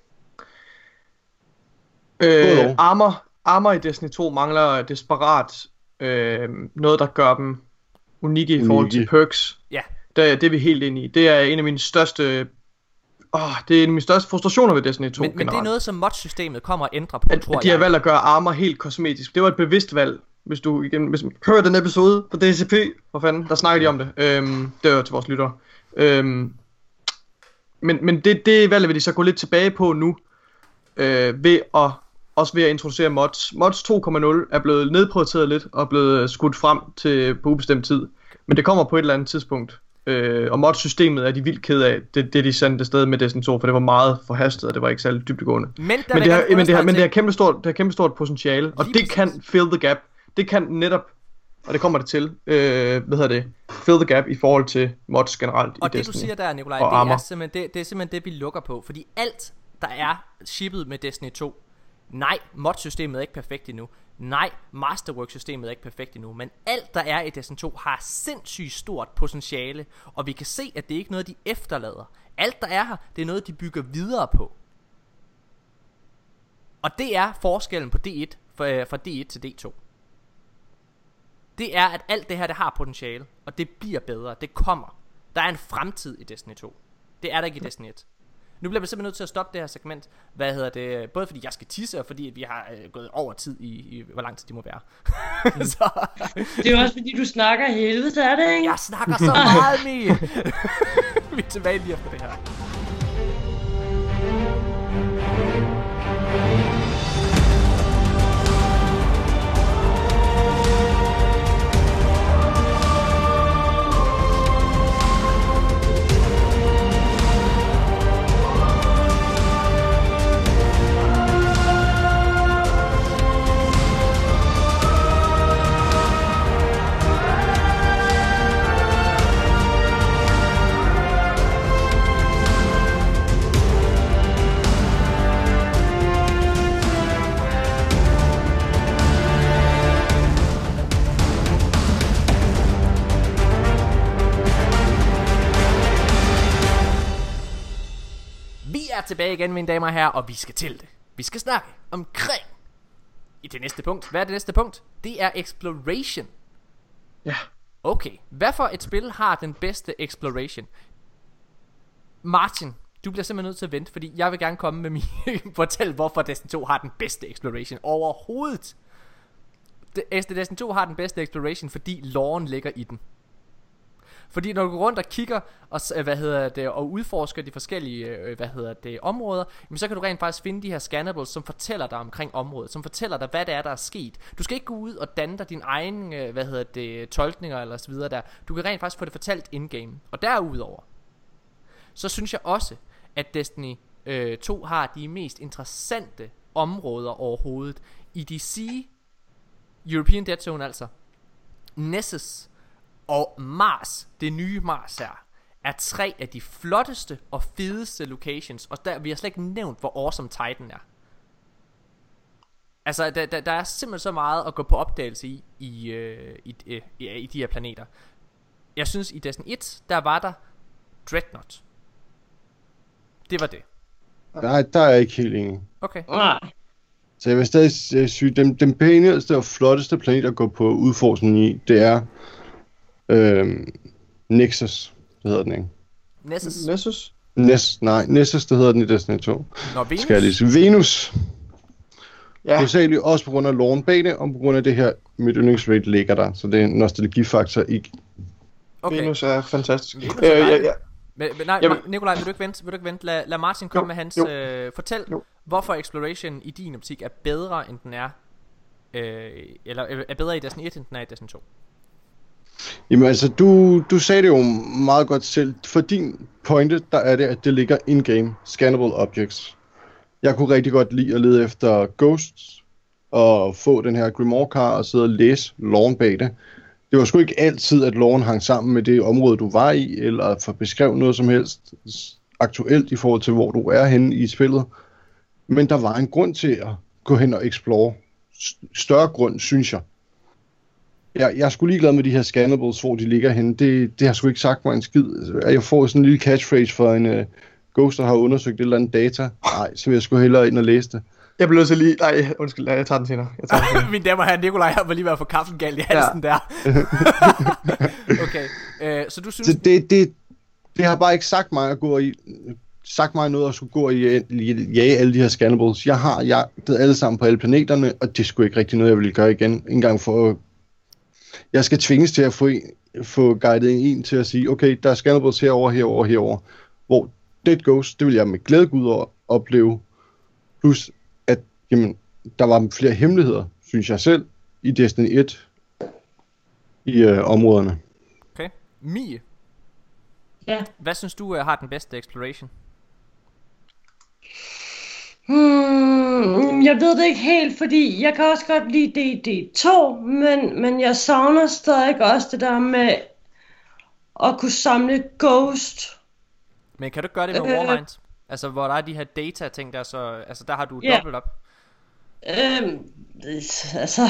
Armor i Destiny 2 mangler desperat noget der gør dem unikke i forhold til perks. Ja. Det er vi helt inde i. Det er en af mine største det er en af mine største frustrationer ved Destiny 2 men det er noget som mod-systemet kommer at ændre på, tror jeg. De har valgt at gøre armor helt kosmetisk. Det var et bevidst valg. Hvis du hører den episode på DCP, hvor fanden, der snakker de om det. Det var til vores lyttere. Men det valg vil de så gå lidt tilbage på nu, ved at introducere mods. Mods 2.0 er blevet nedprioriteret lidt og blevet skudt frem på ubestemt tid. Men det kommer på et eller andet tidspunkt. Og mod-systemet er de vildt ked af det de sendte afsted med Destiny 2, for det var meget forhastet, og det var ikke særlig dybdegående. Men det har kæmpestort potentiale, og det kan fill the gap. Det kan netop, og det kommer det til, fill the gap i forhold til mods generelt og i Destiny. Og det du siger der, Nikolaj, det er simpelthen det vi lukker på, fordi alt der er shippet med Destiny 2, nej, mod-systemet er ikke perfekt endnu. Nej, Masterwork-systemet er ikke perfekt endnu. Men alt der er i Destiny 2 har sindssygt stort potentiale. Og vi kan se at det ikke er noget de efterlader. Alt der er her, det er noget de bygger videre på. Og det er forskellen på D1 fra D1 til D2. Det er at alt det her det har potentiale. Og det bliver bedre, det kommer. Der er en fremtid i Destiny 2. Det er der ikke i Destiny 1. Nu bliver vi simpelthen nødt til at stoppe det her segment. Både fordi jeg skal tisse, og fordi vi har gået over tid i hvor lang tid det må være. Så. Det er også fordi du snakker helvede, er det ikke? Jeg snakker så meget, Mie. Vi er tilbage lige efter det her. Tilbage igen, mine damer og herrer, og vi skal til det. Vi skal snakke omkring i det næste punkt. Hvad er det næste punkt? Det er exploration. Ja. Okay, hvad for et spil har den bedste exploration? Martin, du bliver simpelthen nødt til at vente, fordi jeg vil gerne komme med min fortælle, hvorfor Destiny 2 har den bedste exploration overhovedet. Destiny 2 har den bedste exploration, fordi loren ligger i den. Fordi når du går rundt og kigger og udforsker de forskellige områder, jamen, så kan du rent faktisk finde de her scannables, som fortæller dig omkring området, som fortæller dig hvad det er der er sket. Du skal ikke gå ud og danne dig dine egne tolkninger eller så videre der. Du kan rent faktisk få det fortalt in-game. Og derudover så synes jeg også at Destiny 2 har de mest interessante områder overhovedet i DC, European Dead Zone altså, Nessus og Mars, det nye Mars her, er 3 af de flotteste og fedeste locations. Og der, vi har slet ikke nævnt hvor awesome Titan er. Altså, der er simpelthen så meget at gå på opdagelse i de her planeter. Jeg synes, i Destiny 1, der var der Dreadnought. Det var det. Nej, der er jeg ikke helt enig. Okay. Så jeg vil stadig sige, den pæneste og flotteste planet at gå på udforskning i, det er Nexus, det hedder den, ikke? Nessus? Nessus, det hedder den i Destiny 2. Nå, Venus? Skal jeg lige sige. Venus. Ja. Hovedsageligt også på grund af loven bag det, og på grund af det her, mit yndlingsrate ligger der, så det er en nostalgifaktor ikke. Okay. Venus er fantastisk. Men nej, Nikolaj, vil du ikke vente? Lad Martin komme med hans... fortæl, hvorfor Exploration i din optik er bedre, end den er... eller er bedre i Destiny 1, end den er i Destiny 2. Jamen altså, du sagde det jo meget godt selv. For din pointe, der er det, at det ligger in-game scannable objects. Jeg kunne rigtig godt lide at lede efter ghosts, og få den her Grimoire Card og sidde og læse loven bag det. Det var sgu ikke altid, at loven hang sammen med det område, du var i, eller for beskrev noget som helst aktuelt i forhold til, hvor du er henne i spillet. Men der var en grund til at gå hen og explore. Større grund, synes jeg. Jeg er sgu ligeglad med de her scannables, hvor de ligger henne. Det har sgu ikke sagt mig en skid. Jeg får sådan en lille catchphrase for en ghost, der har undersøgt et eller andet data. Nej, så vil jeg sgu hellere ind og læse det. Jeg bliver nødt til lige... Nej, undskyld, jeg tager den senere. Mine damer og herrer, Nikolaj har lige været for kaffen galt i halsen der. Okay, så du synes... Så det har bare ikke sagt mig at gå i... Sagt mig noget at skulle gå og jage alle de her scannables. Jeg har jagtet alle sammen på alle planeterne, og det skulle ikke rigtig noget, jeg ville gøre igen. En gang for... Jeg skal tvinges til at få guidet en til at sige, okay, der er scannables herover. Hvor Dead Ghost, det vil jeg med glæde gå ud og opleve. Plus, at jamen, der var flere hemmeligheder, synes jeg selv, i Destiny 1 i områderne. Okay. Mie? Ja. Hvad synes du har den bedste exploration? Jeg ved det ikke helt, fordi jeg kan også godt lide DD2, men jeg savner stadig også det der med at kunne samle ghost. Men kan du gøre det med Warmind? Altså hvor der er de her data ting der, så altså der har du dobbelt op. Altså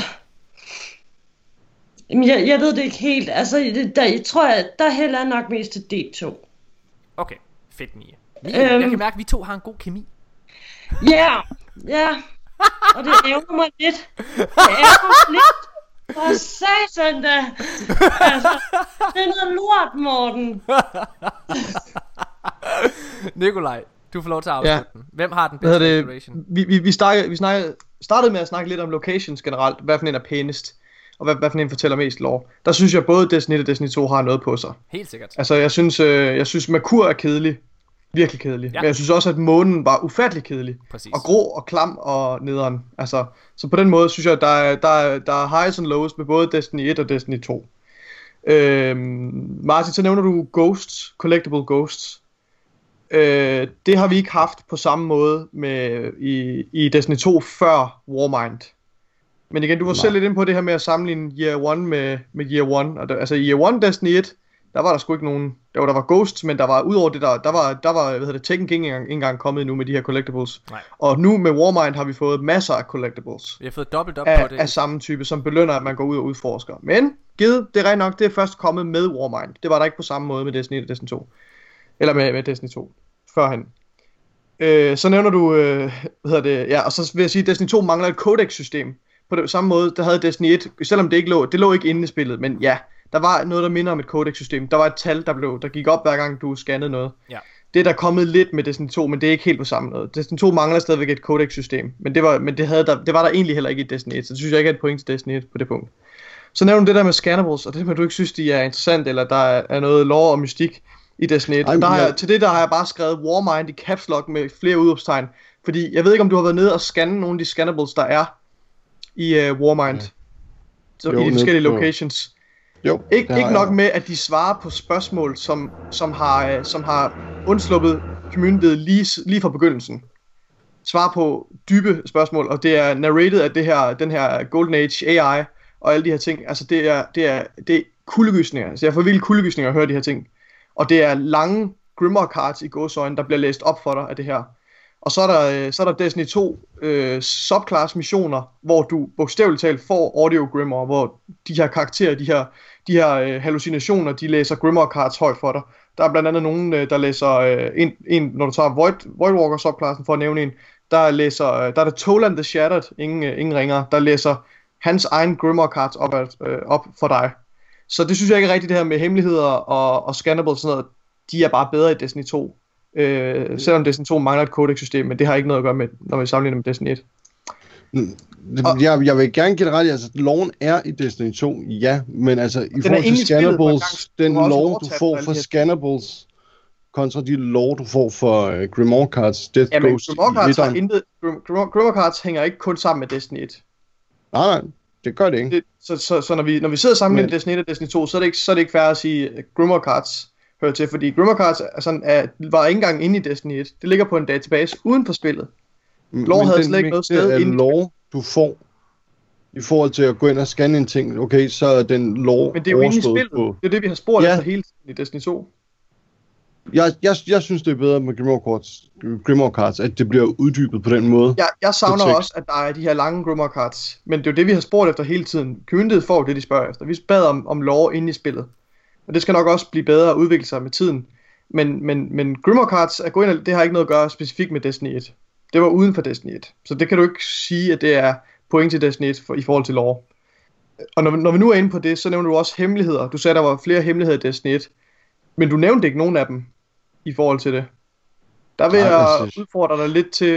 jeg ved det ikke helt. Altså jeg tror der heller er nok mest til D2. Okay, fedt Mie. Jeg kan mærke at vi to har en god kemi. Ja. Og det ærger mig lidt. For satan da. Altså, det er noget lort, Morten. Nikolaj, du får lov til at afslutte den. Hvem har den bedste exploration? Vi startede med at snakke lidt om locations generelt. Hvad for en er pænest, og hvad for en fortæller mest lore. Der synes jeg både Destiny 1 og Destiny 2 har noget på sig. Helt sikkert. Altså jeg synes Merkur er kedelig. Virkelig kedelig. Ja. Men jeg synes også, at månen var ufattelig kedelig. Præcis. Og grå og klam og nederen. Altså, så på den måde synes jeg, at der er highs and lows med både Destiny 1 og Destiny 2. Martin, så nævner du ghosts, collectible ghosts. Det har vi ikke haft på samme måde med i Destiny 2 før Warmind. Men igen, du var selv lidt inde på det her med at sammenligne Year 1 med Year 1. Altså i Year 1 Destiny 1, der var der sgu ikke nogen... Der var ghosts, men der var udover det der var Tekken King ikke engang kommet nu med de her collectibles. Nej. Og nu med Warmind har vi fået masser af collectibles. Vi har fået dobbelt op på det. Af samme type, som belønner, at man går ud og udforsker. Men givet, det er rent nok, det er først kommet med Warmind. Det var der ikke på samme måde med Destiny 1 og Destiny 2. Eller med Destiny 2. Førhen. Så nævner du, og så vil jeg sige, at Destiny 2 mangler et codex-system. På den samme måde, der havde Destiny 1, selvom det lå ikke inde i spillet, men ja, der var noget, der minder om et codex-system. Der var et tal, der gik op hver gang, du scannede noget. Ja. Det er der kommet lidt med Destiny 2, men det er ikke helt på samme noget. Destiny 2 mangler stadigvæk et codex-system, men det var der egentlig heller ikke i Destiny 1, så det synes jeg ikke er et point til Destiny 1 på det punkt. Så nævner du det der med scannables, og det med, du ikke synes, de er interessant, eller der er noget lore og mystik i Destiny 1. Der har jeg bare skrevet Warmind i caps lock med flere udopstegn, fordi jeg ved ikke, om du har været nede og scanne nogle af de scannables, der er i Warmind. Ja. Så i de forskellige locations. Jo, ikke nok med, at de svarer på spørgsmål, som har undsluppet communityet lige fra begyndelsen. Svarer på dybe spørgsmål, og det er narrated af den her Golden Age AI og alle de her ting. Altså det er kuldegysninger. Altså jeg får virkelig kuldegysninger at høre de her ting. Og det er lange Grimoire cards i gåseøjne, der bliver læst op for dig af det her. Og så er der Destiny 2 subclass missioner, hvor du bogstaveligt talt får audio grimoire, hvor de her karakterer, de her hallucinationer, de læser grimoire cards højt for dig. Der er blandt andet nogen, der læser når du tager Voidwalker subklassen for at nævne en, der er der Toland the Shattered, ingen ringer, der læser hans egen grimoire cards op for dig. Så det synes jeg ikke er rigtigt, det her med hemmeligheder og scannables og sådan noget, de er bare bedre i Destiny 2. Selvom Destiny 2 mangler et codex-system, men det har ikke noget at gøre med, når vi sammenligner med Destiny 1. Jeg vil gerne give det ret, altså loven er i Destiny 2, ja, men altså i forhold til scannables, den lov du får for scannables kontra de lov du får for Grimoire Cards, Death Ghost. Grimoire Cards hænger ikke kun sammen med Destiny 1. Nej, det gør det ikke. Så når vi sidder sammen med Destiny 1 og Destiny 2, så er det ikke fair at sige Grimoire Cards hører til, fordi Grimoire Cards var ikke engang inde i Destiny 1. Det ligger på en database uden for spillet. Lore havde slet ikke noget sted inde. Lore du får i forhold til at gå ind og scanne en ting, okay, så er den lore. Men det er jo inde i spillet. Det er det vi har spurgt efter hele tiden i Destiny 2. Jeg synes det er bedre med Grimoire Cards, at det bliver uddybet på den måde. Jeg savner også, at der er de her lange Grimoire Cards, men det er jo det vi har spurgt efter hele tiden. Communityet får det de spørger efter. Vi bad om lore inde i spillet. Og det skal nok også blive bedre at udvikle sig med tiden. Men Grimoire Cards det har ikke noget at gøre specifikt med Destiny 1. Det var uden for Destiny 1. Så det kan du ikke sige, at det er point til Destiny 1 i forhold til lore. Og når vi nu er inde på det, så nævner du også hemmeligheder. Du sagde, der var flere hemmeligheder i Destiny 1. Men du nævnte ikke nogen af dem i forhold til det. Der vil jeg udfordre dig lidt til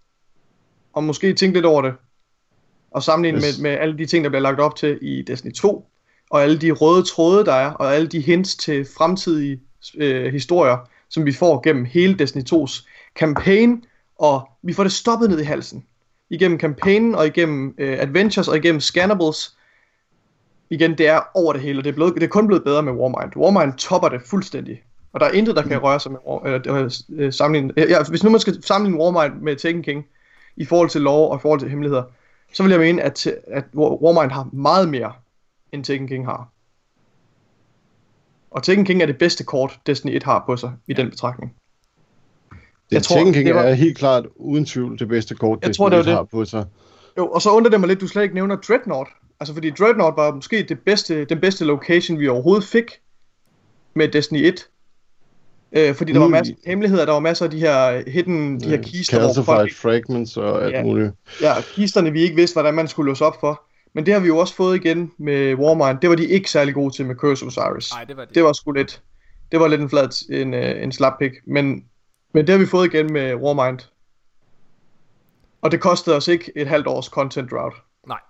at måske tænke lidt over det. Og sammenligne med alle de ting, der bliver lagt op til i Destiny 2. Og alle de røde tråde, der er. Og alle de hints til fremtidige historier, som vi får gennem hele Destiny 2's campaign. Og vi får det stoppet ned i halsen. Igennem campaignen og igennem adventures og igennem scannables. Igen, det er over det hele. Det er kun blevet bedre med Warmind. Warmind topper det fuldstændig. Og der er intet, der kan røre sig med sammenligne. Hvis nu man skal sammenligne Warmind med Taken King i forhold til lore og i forhold til hemmeligheder, så vil jeg mene, at Warmind har meget mere, end Taken King har. Og Taken King er det bedste kort, Destiny 1 har på sig i den betragtning. Taken King er helt klart uden tvivl det bedste kort, Destiny 1 har på sig. Jo, og så undrer det mig lidt, du slet ikke nævner Dreadnought. Altså fordi Dreadnought var måske den bedste location, vi overhovedet fik med Destiny 1. Fordi der var masser af hemmeligheder, der var masser af de her kister. Calcified fragments og alt muligt. Ja, kisterne vi ikke vidste, hvordan man skulle låse op for. Men det har vi jo også fået igen med Warmind. Det var de ikke særlig gode til med Curse of Osiris. Nej, det var det. Det var sgu lidt. Det var lidt en slap pick. Men det har vi fået igen med Warmind. Og det kostede os ikke et halvt års content drought. Nej.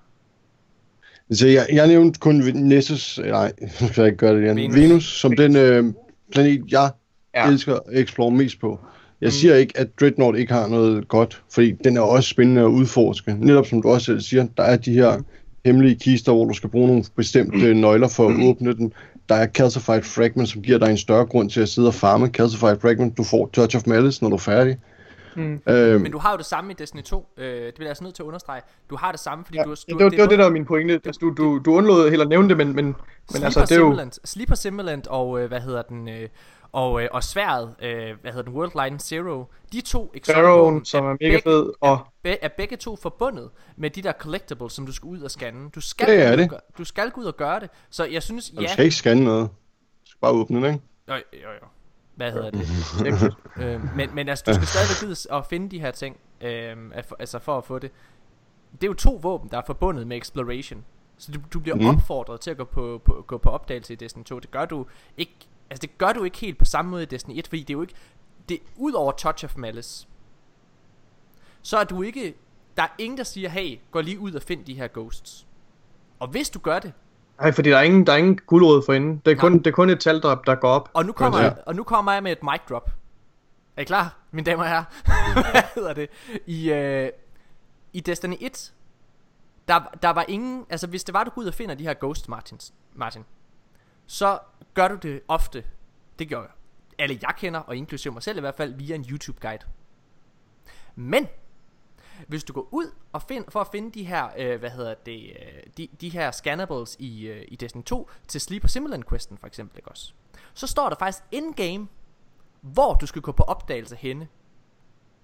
Så jeg nævnte kun Nessus, nej, jeg skal ikke gøre det igen. Venus som den planet, jeg elsker at explore mest på. Jeg siger ikke, at Dreadnought ikke har noget godt, fordi den er også spændende at udforske. Netop som du også selv siger, der er de her hemmelige kister, hvor du skal bruge nogle bestemte nøgler for at åbne den. Der er Calcified Fragment, som giver dig en større grund til at sidde og farme. Calcified Fragment, du får Touch of Malice, når du er færdig. Men du har jo det samme i Destiny 2. Det bliver jeg altså nødt til at understrege. Du har det samme, fordi det var det, der var min pointe. Altså, du undlod helt at nævne det, men altså det er jo Sleeper Simulant og og sværet, Worldline Zero. De to Xeraon, som er mega fed, og er begge to forbundet med de der collectibles, som du skal ud og scanne. Du skal gå ud og gøre det. Så jeg synes, du skal ikke scanne noget. Du skal bare åbne det, ikke? Jo. Hvad hedder det? Men altså, du skal stadigvæk ud og finde de her ting, altså for at få det. Det er jo to våben, der er forbundet med exploration. Så du bliver opfordret til at gå på opdagelse i Destiny 2. Det gør du ikke. Altså det gør du ikke helt på samme måde i Destiny 1, fordi det er jo ikke det ud over Touch of Malice. Så er du ikke, der er ingen der siger, hey, gå lige ud og find de her ghosts. Og hvis du gør det, nej, fordi der er ingen guldråd for inden. Det er kun et tal, der går op. Og nu kommer jeg med et mic drop. Er I klar, mine damer og herrer? Hvad hedder det? I Destiny 1, der var ingen, altså hvis det var du går ud og finder de her ghosts, Martin, så gør du det ofte. Det gør alle jeg kender, og inklusive mig selv i hvert fald, via en YouTube guide. Men hvis du går ud og for at finde de her de her scannables i Destiny 2 til Sleeper Simulant questen for eksempel, ikke også? Så står der faktisk in game hvor du skal gå på opdagelse henne.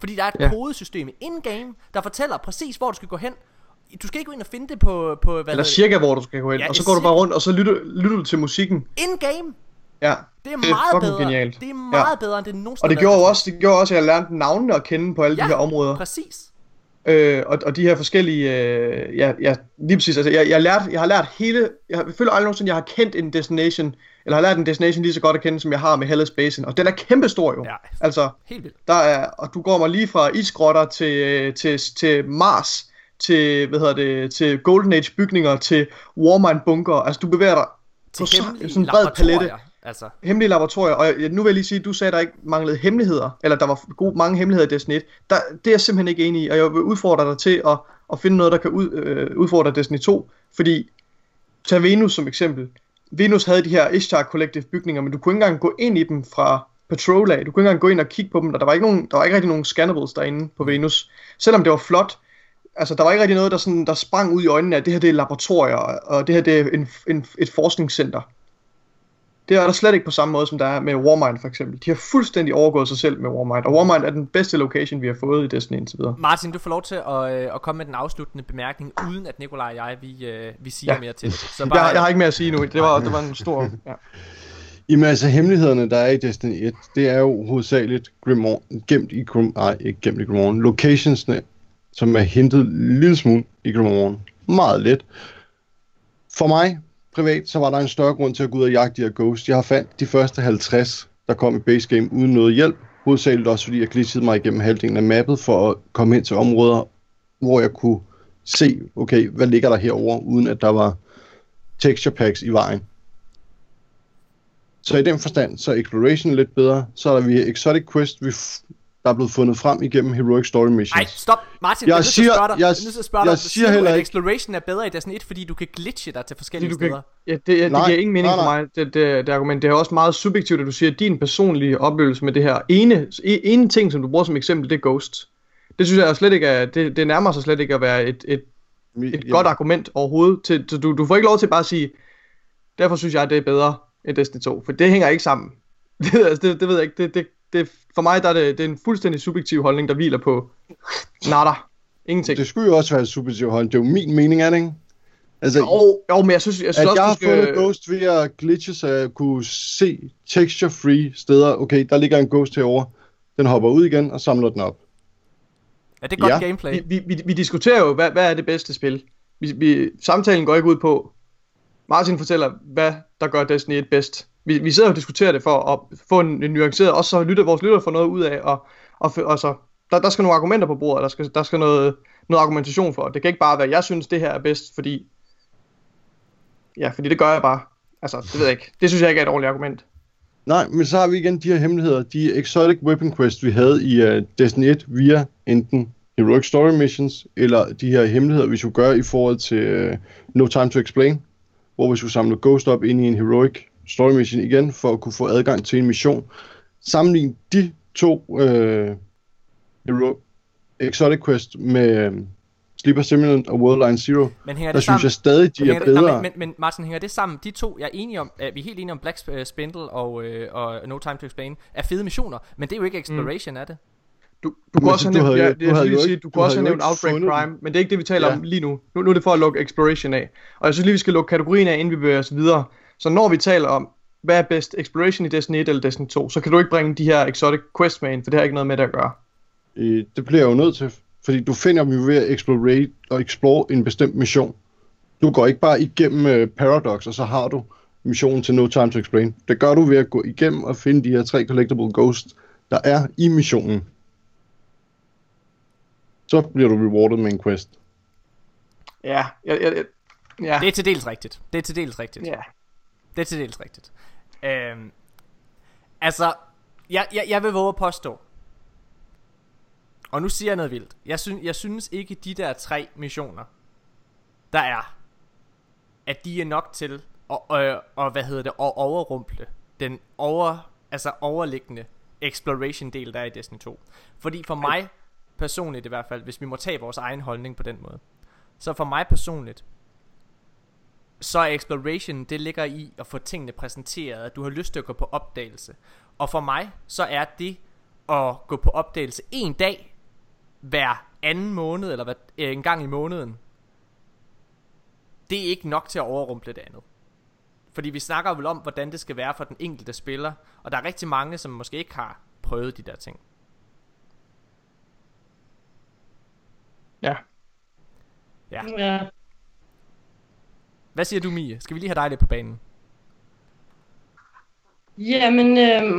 Fordi der er et kodesystem in-game, der fortæller præcis, hvor du skal gå hen. Du skal ikke gå ind og finde det på eller cirka hvor du skal gå hen, og så går du bare rundt, og så lytter du til musikken in-game. Ja, det er meget bedre. Genialt. Det er meget bedre end det nogensinde. Og det gjorde også at jeg lærte navnene at kende på alle de her områder. Præcis. Og de her forskellige lige præcis. Altså jeg har lært hele. Jeg føler aldrig nogensinde jeg har kendt en destination, eller har lært en destination lige så godt at kende som jeg har med Hellas Basin, og den er kæmpestor jo. Ja, altså helt vildt. Der er, og du går mig lige fra isgrotter til Mars, til til Golden Age bygninger, til Warmind bunker. Altså du bevæger dig til på sådan en bred palette. Altså. Hemmelige laboratorier. Og nu vil jeg lige sige, du sagde, der ikke manglede hemmeligheder, eller der var mange hemmeligheder i Destiny 1. Det er jeg simpelthen ikke enig i, og jeg vil udfordre dig til at finde noget, der kan udfordre Destiny 2. Fordi, tag Venus som eksempel. Venus havde de her Ishtar Collective bygninger, men du kunne ikke engang gå ind i dem fra Patrol af. Du kunne ikke engang gå ind og kigge på dem, og der var ikke rigtig nogen scannables derinde på Venus. Selvom det var flot, altså der var ikke rigtig noget, der sprang ud i øjnene af, det her det er laboratorier, og det her det er et forskningscenter. Det er der slet ikke på samme måde, som der er med Warmind for eksempel. De har fuldstændig overgået sig selv med Warmind, og Warmind er den bedste location, vi har fået i Destiny indtil videre. Martin, du får lov til at komme med den afsluttende bemærkning, uden at Nikolaj og jeg, vi siger mere til det. Så bare... jeg har ikke mere at sige nu. Det var en stor... Ja. Jamen altså, hemmelighederne, der er i Destiny 1, det er jo hovedsageligt gemt i Grimorn. Locationsne, som er hentet en lille smule i Grimorn. Meget let. For mig privat, så var der en større grund til at gå ud og jagte de her ghosts. Jeg har fandt de første 50, der kom i base game uden noget hjælp. Hovedsageligt også, fordi jeg glitchede mig igennem halvdelen af mappet for at komme ind til områder, hvor jeg kunne se, okay, hvad ligger der herover, uden at der var texture packs i vejen. Så i den forstand, så er exploration lidt bedre. Så er der via Exotic Quest, der er blevet fundet frem igennem Heroic Story Missions. Ej, stop, Martin, jeg er nødt til at spørge dig. Siger heller ikke, at exploration er bedre i Destiny 1, fordi du kan glitche dig til forskellige steder. Ja, det giver ingen mening for mig, det argument. Det er også meget subjektivt, at du siger, at din personlige oplevelse med det her ene ting, som du bruger som eksempel, det er Ghost. Det synes jeg slet ikke er, det nærmer sig slet ikke at være et godt argument overhovedet. Du får ikke lov til bare at sige, derfor synes jeg, at det er bedre end Destiny 2, for det hænger ikke sammen. Det ved jeg ikke, det for mig der er det er en fuldstændig subjektiv holdning, der hviler på nada. Ingenting. Det skulle jo også være en subjektiv holdning. Det er jo min mening, er det ikke? Altså, jo, men jeg synes at også, jeg har fundet ghost ved at glitche, så jeg kunne se texture-free steder. Okay, der ligger en ghost herovre. Den hopper ud igen og samler den op. Er det godt gameplay? Vi diskuterer jo, hvad er det bedste spil. Samtalen går ikke ud på, Martin fortæller, hvad der gør Destiny 1 bedst. Vi sidder og diskuterer det for at få en nuanceret, også så vores lytter får noget ud af, og så der skal nogle argumenter på bordet, der skal noget argumentation for. Det kan ikke bare være, jeg synes det her er bedst, fordi det gør jeg bare. Altså, det ved jeg ikke. Det synes jeg ikke er et ordentligt argument. Nej, men så har vi igen de her hemmeligheder, de Exotic Weapon Quest, vi havde i Destiny 1 via enten Heroic Story Missions, eller de her hemmeligheder, vi skulle gøre i forhold til No Time to Explain, hvor vi skulle samle Ghost op ind i en Heroic Story Mission igen, for at kunne få adgang til en mission. Sammenlign de to Exotic Quest med Sleeper Simulant og Worldline Zero, der synes jeg stadig, de er bedre. Men Martin, hænger det sammen? De to, jeg er enige om, vi er helt enige om Black Spindle og No Time to Explain, er fede missioner, men det er jo ikke exploration, er det? Du kunne også have nævnt Outbreak Prime, men det er ikke det, vi taler om lige nu. Nu er det for at lukke exploration af. Og jeg synes lige, vi skal lukke kategorien af, inden vi bevæger os videre. Så når vi taler om, hvad er bedst, exploration i Destiny 1 eller Destiny 2, så kan du ikke bringe de her exotic quest med ind, for det har ikke noget med det at gøre. Det bliver jeg jo nødt til, fordi du finder dem jo ved at explore en bestemt mission. Du går ikke bare igennem Paradox, og så har du missionen til No Time to Explain. Det gør du ved at gå igennem og finde de her 3 collectible ghosts, der er i missionen. Så bliver du rewarded med en quest. Ja. Det er til dels rigtigt. Ja. Det er til dels rigtigt. Altså, jeg vil våge at påstå, og nu siger jeg noget vildt. Jeg synes ikke, de der 3 missioner, der er, at de er nok til at overrumple den overliggende exploration del, der er i Destiny 2. Fordi for mig personligt i hvert fald, hvis vi må tage vores egen holdning på den måde, så for mig personligt, så er exploration, det ligger i at få tingene præsenteret, at du har lyst til at gå på opdagelse. Og for mig, så er det at gå på opdagelse en dag, hver anden måned, eller en gang i måneden, det er ikke nok til at overrumple det andet. Fordi vi snakker vel om, hvordan det skal være for den enkelte spiller, og der er rigtig mange, som måske ikke har prøvet de der ting. Ja. Hvad siger du, Mie? Skal vi lige have dig lidt på banen? Jamen,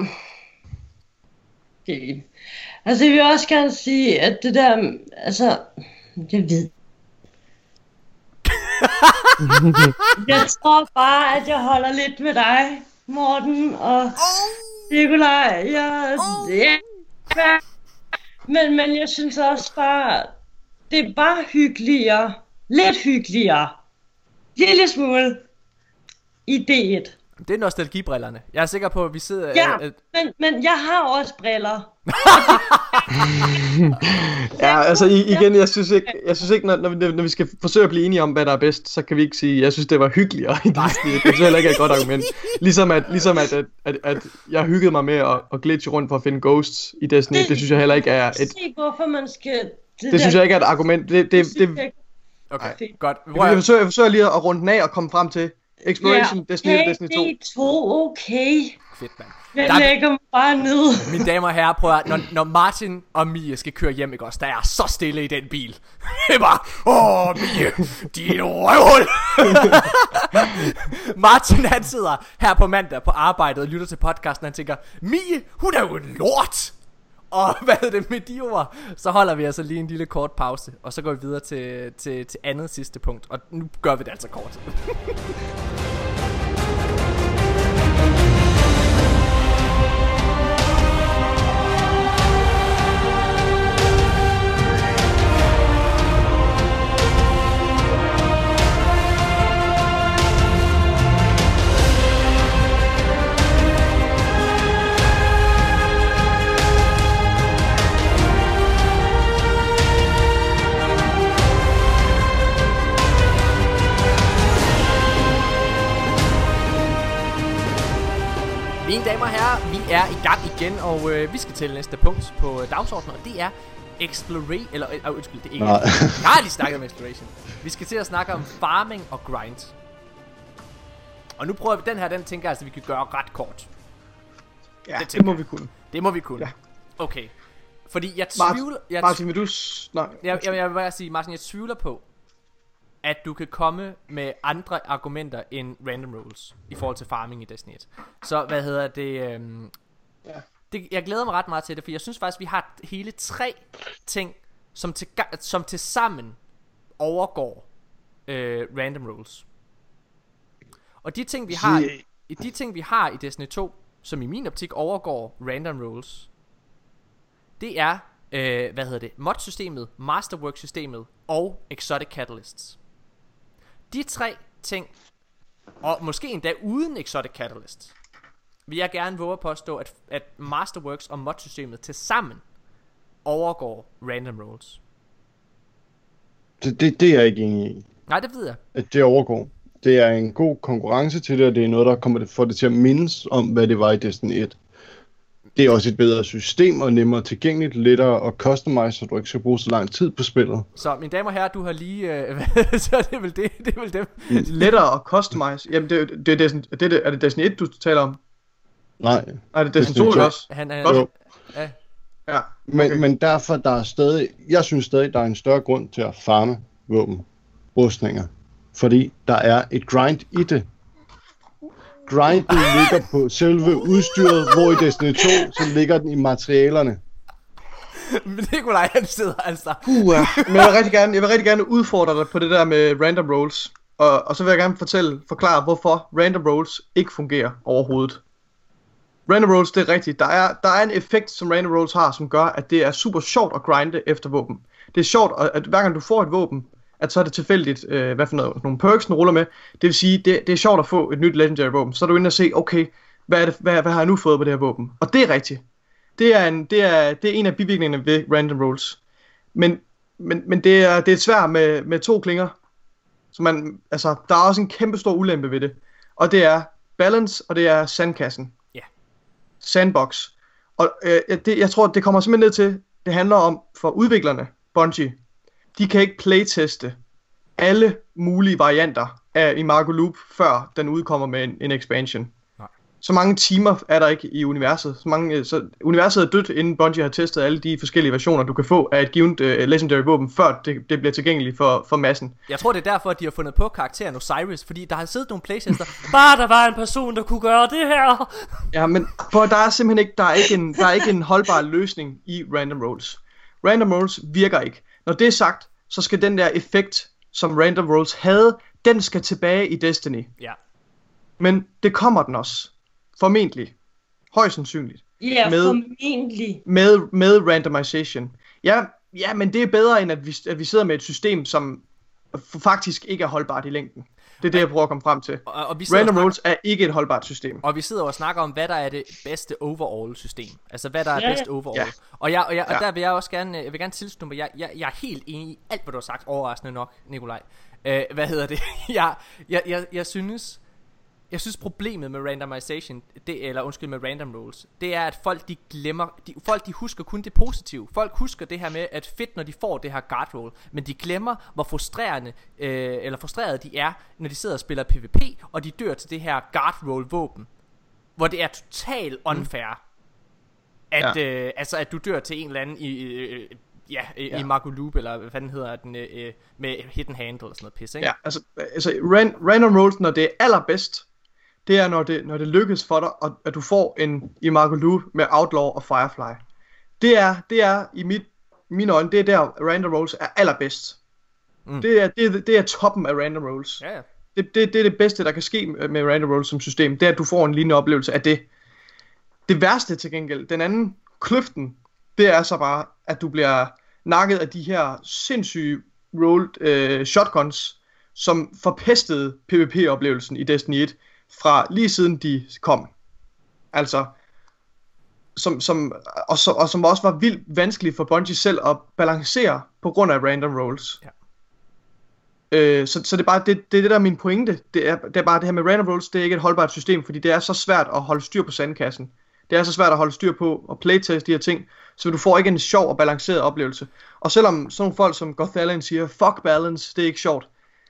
altså jeg vil også gerne sige, at det der, altså, jeg ved. Jeg tror bare, at jeg holder lidt med dig, Morten og Nikolaj. Men jeg synes også bare, det er bare hyggeligere, lidt hyggeligere, lille smule i D1. Det er nostalgibrillerne. Jeg er sikker på, at vi sidder... Ja, men jeg har også briller. Ja, altså igen, jeg synes ikke, når vi skal forsøge at blive enige om, hvad der er bedst, så kan vi ikke sige, jeg synes, det var hyggeligere i Destiny. Det synes heller ikke er et godt argument. Ligesom at jeg hyggede mig med at glitche rundt for at finde ghosts i Destiny, det synes jeg heller ikke er et... Se, hvorfor man skal... Det synes jeg ikke er et argument. Okay, godt. Jeg forsøger lige at runde den af og komme frem til Exploration, Destiny og Destiny 2. Okay. Fedt, mand. Jeg lægger mig bare ned. Mine damer og herrer, prøv at når Martin og Mie skal køre hjem, ikke også? Der er så stille i den bil. Det er bare, Mie, din røvhul. Martin, han sidder her på mandag på arbejdet og lytter til podcasten, og han tænker, Mie, hun er jo en lort. Og hvad er det med de ord? Så holder vi altså lige en lille kort pause, og så går vi videre til andet sidste punkt. Og nu gør vi det altså kort. Mine damer og herrer, vi er i gang igen, og vi skal til næste punkt på dagsordenen, og det er Exploration, det er ikke. Jeg har lige snakket om Exploration. Vi skal til at snakke om farming og grind. Og nu prøver vi den tænker jeg, altså vi kan gøre ret kort. Ja, det må vi kunne. Det må vi kunne. Ja. Okay. Fordi jeg tvivler... Martin, vil du... Nej. Jeg vil bare sige, Martin, jeg tvivler på, at du kan komme med andre argumenter end random rolls i forhold til farming i Destiny 1. Så hvad hedder det, jeg glæder mig ret meget til det, for jeg synes faktisk vi har hele 3 ting som til sammen overgår random rolls. Og de ting vi har i Destiny 2, som i min optik overgår random rolls, det er mod-systemet, masterwork-systemet og exotic catalysts. De 3 ting, og måske endda uden exotic catalyst, vil jeg gerne våge at påstå, at Masterworks og mod-systemet til sammen overgår random rolls. Det er jeg ikke enig i. Nej, det ved jeg. At det overgår. Det er en god konkurrence til det, og det er noget, der kommer for det til at mindes om, hvad det var i Destiny 1. Det er også et bedre system og nemmere tilgængeligt, lettere at customize, så du ikke skal bruge så lang tid på spillet. Så mine damer og herrer, du har lige... så det er vel det. Lettere at customize? Jamen, er det Destiny 1, du taler om? Nej. Nej, det er Destiny 2 også? Ja. Men derfor, jeg synes stadig, der er en større grund til at farme våben, rustninger. Fordi der er et grind i det. Grinden ligger på selve udstyret, hvor i Destiny 2, så ligger den i materialerne. Men Nikolaj, han sidder altså... Men jeg vil rigtig gerne udfordre dig på det der med random rolls. Og så vil jeg gerne forklare, hvorfor random rolls ikke fungerer overhovedet. Random rolls, det er rigtigt. Der er en effekt, som random rolls har, som gør, at det er super sjovt at grinde efter våben. Det er sjovt, at hver gang du får et våben, at så er det tilfældigt, hvad for nogle perks, den ruller med. Det vil sige, det er sjovt at få et nyt legendary våben. Så er du inde og se, okay, hvad har jeg nu fået på det her våben? Og det er rigtigt. Det er en af bivirkningerne ved random rolls. Men det er et sværd med 2 klinger. Så der er også en kæmpe stor ulempe ved det. Og det er balance, og det er sandkassen. Ja. Sandbox. Og jeg tror, det kommer simpelthen ned til, det handler om for udviklerne, Bungie, de kan ikke playteste alle mulige varianter af Imago Loop, før den udkommer med en expansion. Nej. Så mange timer er der ikke i universet. Så universet er dødt, inden Bungie har testet alle de forskellige versioner, du kan få af et givet legendary våben, før det bliver tilgængeligt for massen. Jeg tror, det er derfor, at de har fundet på karakteren Osiris, fordi der har siddet nogle playtester. Bare der var en person, der kunne gøre det her. Ja, men for der er simpelthen ikke, der er ikke en holdbar løsning i random rolls. Random rolls virker ikke. Når det er sagt, så skal den der effekt, som random rolls havde, den skal tilbage i Destiny. Ja. Men det kommer den også. Formentlig. Højst sandsynligt. Ja, formentlig. Med randomization. Ja, men det er bedre, end at vi sidder med et system, som faktisk ikke er holdbart i længden. Det er det, jeg prøver at komme frem til. Og random rolls er ikke et holdbart system. Og vi sidder og snakker om, hvad der er det bedste overall system. Altså, hvad der er bedst overall. Ja. Og der vil jeg også gerne tilslutte mig. Jeg er helt enig i alt, hvad du har sagt. Overraskende nok, Nikolaj. Hvad hedder det? Jeg synes problemet med randomization, med random rolls, det er, at folk de glemmer, folk de husker kun det positive. Folk husker det her med, at fedt, når de får det her guard roll, men de glemmer, hvor frustrerede de er, når de sidder og spiller PvP, og de dør til det her guard roll våben, hvor det er totalt unfair, at du dør til en eller anden i Imago Loop, eller hvad fanden hedder den, med hidden hand eller sådan noget pis, ikke? Ja, altså random rolls, når det er allerbedst, det er, når det lykkes for dig, at du får en Imago Loop med Outlaw og Firefly. Det er i mine øjne, det er der random rolls er allerbedst. Det er toppen af random rolls. Ja. Det er det bedste, der kan ske med random rolls som system. Det er, at du får en lignende oplevelse af det. Det værste til gengæld, den anden kløften, det er så bare, at du bliver nakket af de her sindssyge rolled shotguns, som forpestede PvP-oplevelsen i Destiny 1 fra lige siden de kom. Altså, som også var vildt vanskeligt for Bungie selv at balancere på grund af random rolls. Ja. Så det er bare det der er min pointe. Det er bare det her med random rolls, det er ikke et holdbart system, fordi det er så svært at holde styr på sandkassen. Det er så svært at holde styr på og playtest de her ting, så du får ikke en sjov og balanceret oplevelse. Og selvom sådan nogle folk som Gothalion siger, fuck balance, det er ikke sjovt,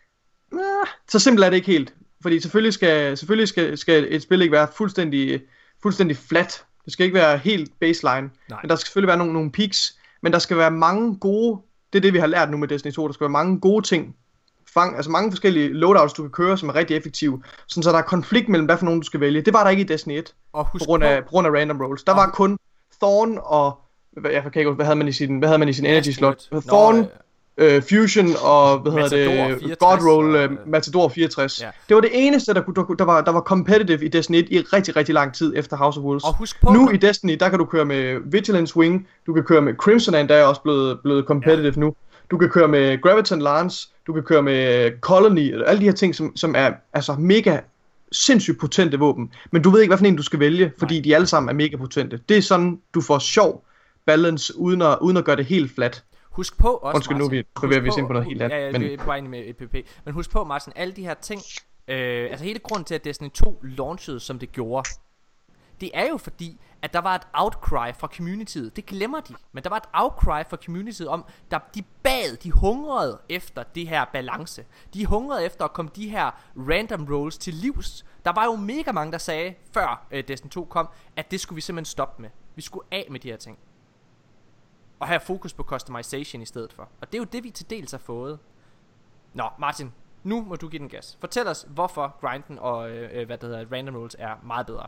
så simpelt er det ikke helt. Fordi selvfølgelig skal et spil ikke være fuldstændig flat. Det skal ikke være helt baseline. Nej. Men der skal selvfølgelig være nogle peaks. Men der skal være mange gode, det er det vi har lært nu med Destiny 2, der skal være mange gode ting. Altså mange forskellige loadouts du kan køre, som er rigtig effektive. Sådan så der er konflikt mellem hvad for nogen du skal vælge. Det var der ikke i Destiny 1. På grund af random rolls. Der var kun Thorn og hvad havde man i sin energy slot? Thorn, Fusion og God Roll, Matador 64. Ja. Det var det eneste der var competitive i Destiny 1 i rigtig rigtig lang tid efter House of Wolves. Nu i Destiny der kan du køre med Vigilance Wing, du kan køre med Crimson and der er også blevet competitive nu. Du kan køre med Graviton Lance, du kan køre med Colony, alle de her ting som er altså mega sindssygt potente våben, men du ved ikke hvad for en du skal vælge, fordi de alle sammen er mega potente. Det er sådan du får sjov balance uden at gøre det helt flat. Husk på også, Martin, nu bevæger vi os ind på noget helt andet. Ja, vi er på vej ind med et PvP. Men husk på, Martin, alle de her ting, altså hele grunden til, at Destiny 2 launchede, som det gjorde, det er jo fordi, at der var et outcry fra communityet. Det glemmer de, men der var et outcry fra communityet om, de hungrede efter det her balance. De hungrede efter at komme de her random rolls til livs. Der var jo mega mange, der sagde, før Destiny 2 kom, at det skulle vi simpelthen stoppe med. Vi skulle af med de her ting. Og have fokus på customization i stedet for. Og det er jo det vi til dels har fået. Nå Martin, nu må du give den gas. Fortæl os hvorfor grinden og random rolls er meget bedre.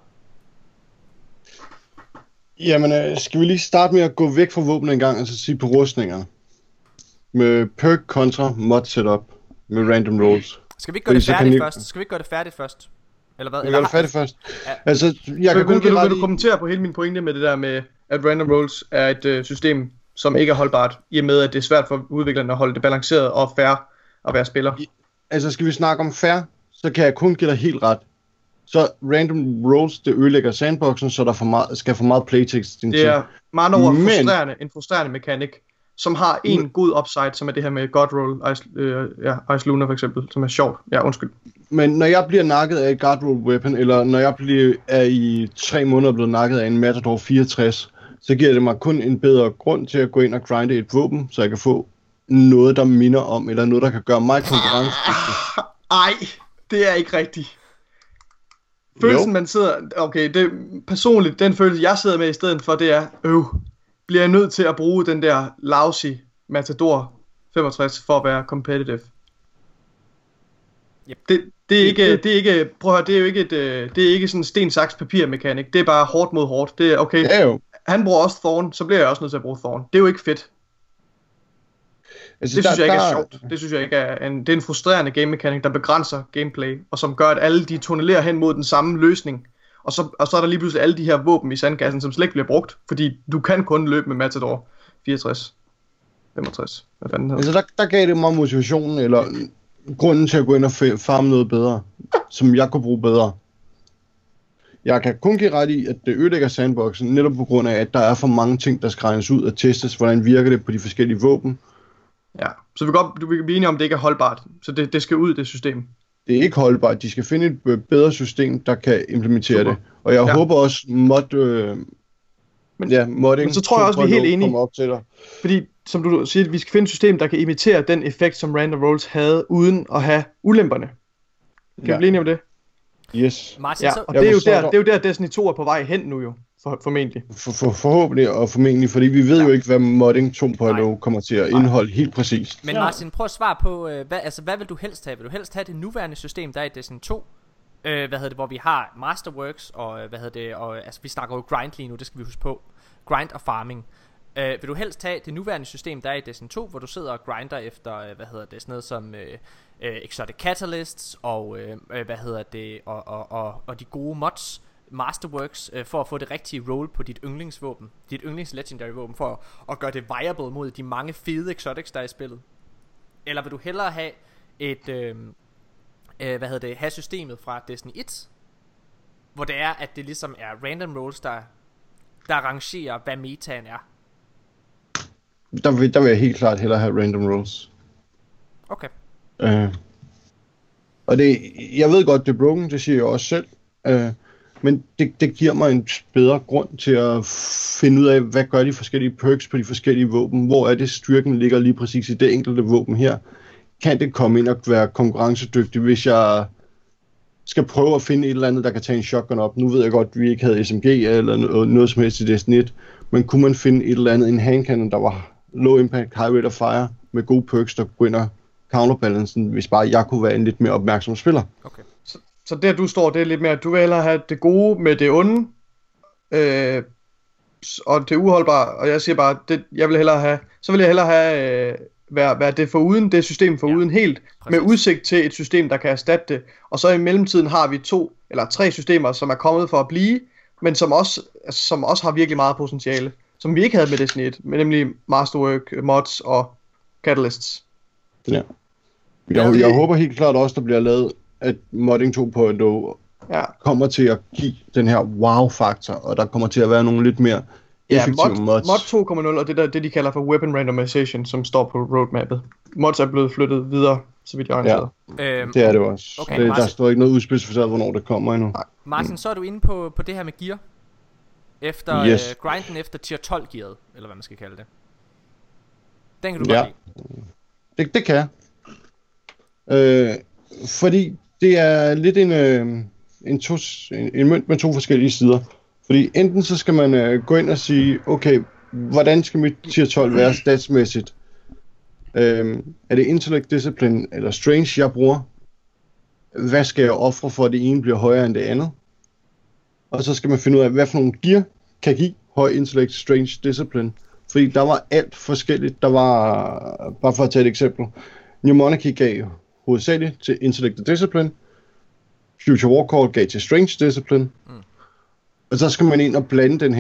Jamen skal vi lige starte med at gå væk fra våben en gang, og så sige på rustningerne. Med perk kontra mod setup med random rolls. Skal vi ikke gøre det færdigt først? Skal vi ikke gøre det færdigt først? Eller hvad? Jeg gør det færdigt først. Ja. Altså vil du kommentere på hele min pointe med det der med at random rolls er et system som ikke er holdbart, i og med at det er svært for udviklerne at holde det balanceret og fair at være spiller. Altså skal vi snakke om fair, så kan jeg kun give dig helt ret. Så random rolls, det ødelægger sandboxen, så der skal for meget playtext. Det er meget over en frustrerende mekanik, som har en god upside, som er det her med God Roll, Ice Luna for eksempel, som er sjovt. Ja, undskyld. Men når jeg bliver nakket af et God Roll weapon, eller når jeg er i 3 måneder blevet nakket af en Matador 64, så giver det mig kun en bedre grund til at gå ind og grinde et våben, så jeg kan få noget, der minder om, eller noget, der kan gøre mig konkurrencedygtig. Ej, det er ikke rigtigt. Følelsen, man sidder... Okay, det personligt, den følelse, jeg sidder med i stedet for, det er... bliver jeg nødt til at bruge den der lousy Matador 65 for at være competitive? Yep. Det er ikke... Prøv at høre, det er jo ikke det er ikke sådan en sten, saks, papir mekanik. Det er bare hårdt mod hårdt. Det er okay. Ja, jo. Han bruger også Thorn, så bliver jeg også nødt til at bruge Thorn. Det er jo ikke fedt. Altså, det synes jeg ikke er sjovt. Det synes jeg ikke er det er en frustrerende game mechanic, der begrænser gameplay, og som gør, at alle de tunnelerer hen mod den samme løsning. Og så er der lige pludselig alle de her våben i sandkassen, som slet ikke bliver brugt, fordi du kan kun løbe med Matador 64, 65, hvad fanden hedder. Altså der gav det mig motivationen, eller grunden til at gå ind og farme noget bedre, som jeg kunne bruge bedre. Jeg kan kun give ret i, at det ødelægger sandboxen, netop på grund af, at der er for mange ting, der skal regnes ud og testes, hvordan virker det på de forskellige våben. Ja, så vi kan blive enige om, at det ikke er holdbart, så det skal ud, det system. Det er ikke holdbart, de skal finde et bedre system, der kan implementere det. Og jeg håber også, modding men så tror jeg også, vi er helt enige. Op til dig. Fordi, som du siger, vi skal finde et system, der kan imitere den effekt, som Random Rolls havde, uden at have ulemperne. Kan vi blive enige om det? Yes. Martin, og det er jo der Destiny 2 er på vej hen nu jo, formentlig. Forhåbentlig og formentlig, fordi vi ved jo ikke, hvad modding 2.0 kommer til at indeholde helt præcist. Men Martin, prøv at svare på, hvad vil du helst have? Vil du helst have det nuværende system, der er i Destiny 2? Hvor vi har Masterworks, og altså vi snakker jo grind lige nu, det skal vi huske på. Grind og farming. Vil du helst have det nuværende system, der er i Destiny 2, hvor du sidder og grinder efter, sådan noget som Exotic Catalysts, og og de gode mods, Masterworks, for at få det rigtige roll på dit yndlingsvåben, dit yndlings legendary våben, for at gøre det viable mod de mange fede exotics, der er i spillet? Eller vil du hellere have have systemet fra Destiny 1, hvor det er, at det ligesom er random rolls, der rangerer, hvad metaen er? Der vil jeg helt klart hellere have random rolls. Okay. Og jeg ved godt, det er broken, det siger jeg også selv. Men det giver mig en bedre grund til at finde ud af, hvad gør de forskellige perks på de forskellige våben. Hvor er det, styrken ligger lige præcis i det enkelte våben her. Kan det komme ind og være konkurrencedygtig, hvis jeg skal prøve at finde et eller andet, der kan tage en shotgun op. Nu ved jeg godt, at vi ikke havde SMG eller noget som helst i Destiny 1, men kunne man finde et eller andet, en handcannon, der var low impact, high rate of fire, med gode perks, der kunne ind og counterbalancen, hvis bare jeg kunne være en lidt mere opmærksom spiller. Okay. Så der du står, det er lidt mere, at du vil hellere have det gode med det onde, og det uholdbare, og jeg siger bare, jeg vil hellere have være det foruden, det system foruden helt, præcis. Med udsigt til et system, der kan erstatte det. Og så i mellemtiden har vi 2 eller 3 systemer, som er kommet for at blive, men som også har virkelig meget potentiale, som vi ikke havde med Destiny 1, nemlig Masterwork, mods og Catalysts. Ja. Jeg håber helt klart også, der bliver lavet, at modding 2.0 kommer til at give den her wow-faktor, og der kommer til at være nogle lidt mere effektive mods. Mod 2.0, og det de kalder for weapon randomization, som står på roadmappet. Mods er blevet flyttet videre, så vidt jeg orienteret. Det er det også. Okay, der står ikke noget udspecificeret, hvornår det kommer endnu. Nej. Martin, så er du inde på det her med gear. Efter grinden efter tier 12 gearet, eller hvad man skal kalde det. Den kan du godt lide. Det kan jeg. Fordi det er lidt en mønt med 2 forskellige sider. Fordi enten så skal man gå ind og sige, okay, hvordan skal mit tier 12 være statsmæssigt? Er det intellect, discipline eller strange, jeg bruger? Hvad skal jeg ofre for, at det ene bliver højere end det andet? Og så skal man finde ud af, hvad for nogle gear kan give høj intellect, strange, discipline. Fordi der var alt forskelligt. Der var, bare for at tage et eksempel, New Monarchy gav hovedsageligt til intellect og discipline. Future Warcall gav til strange discipline. Og så skal man ind og blande den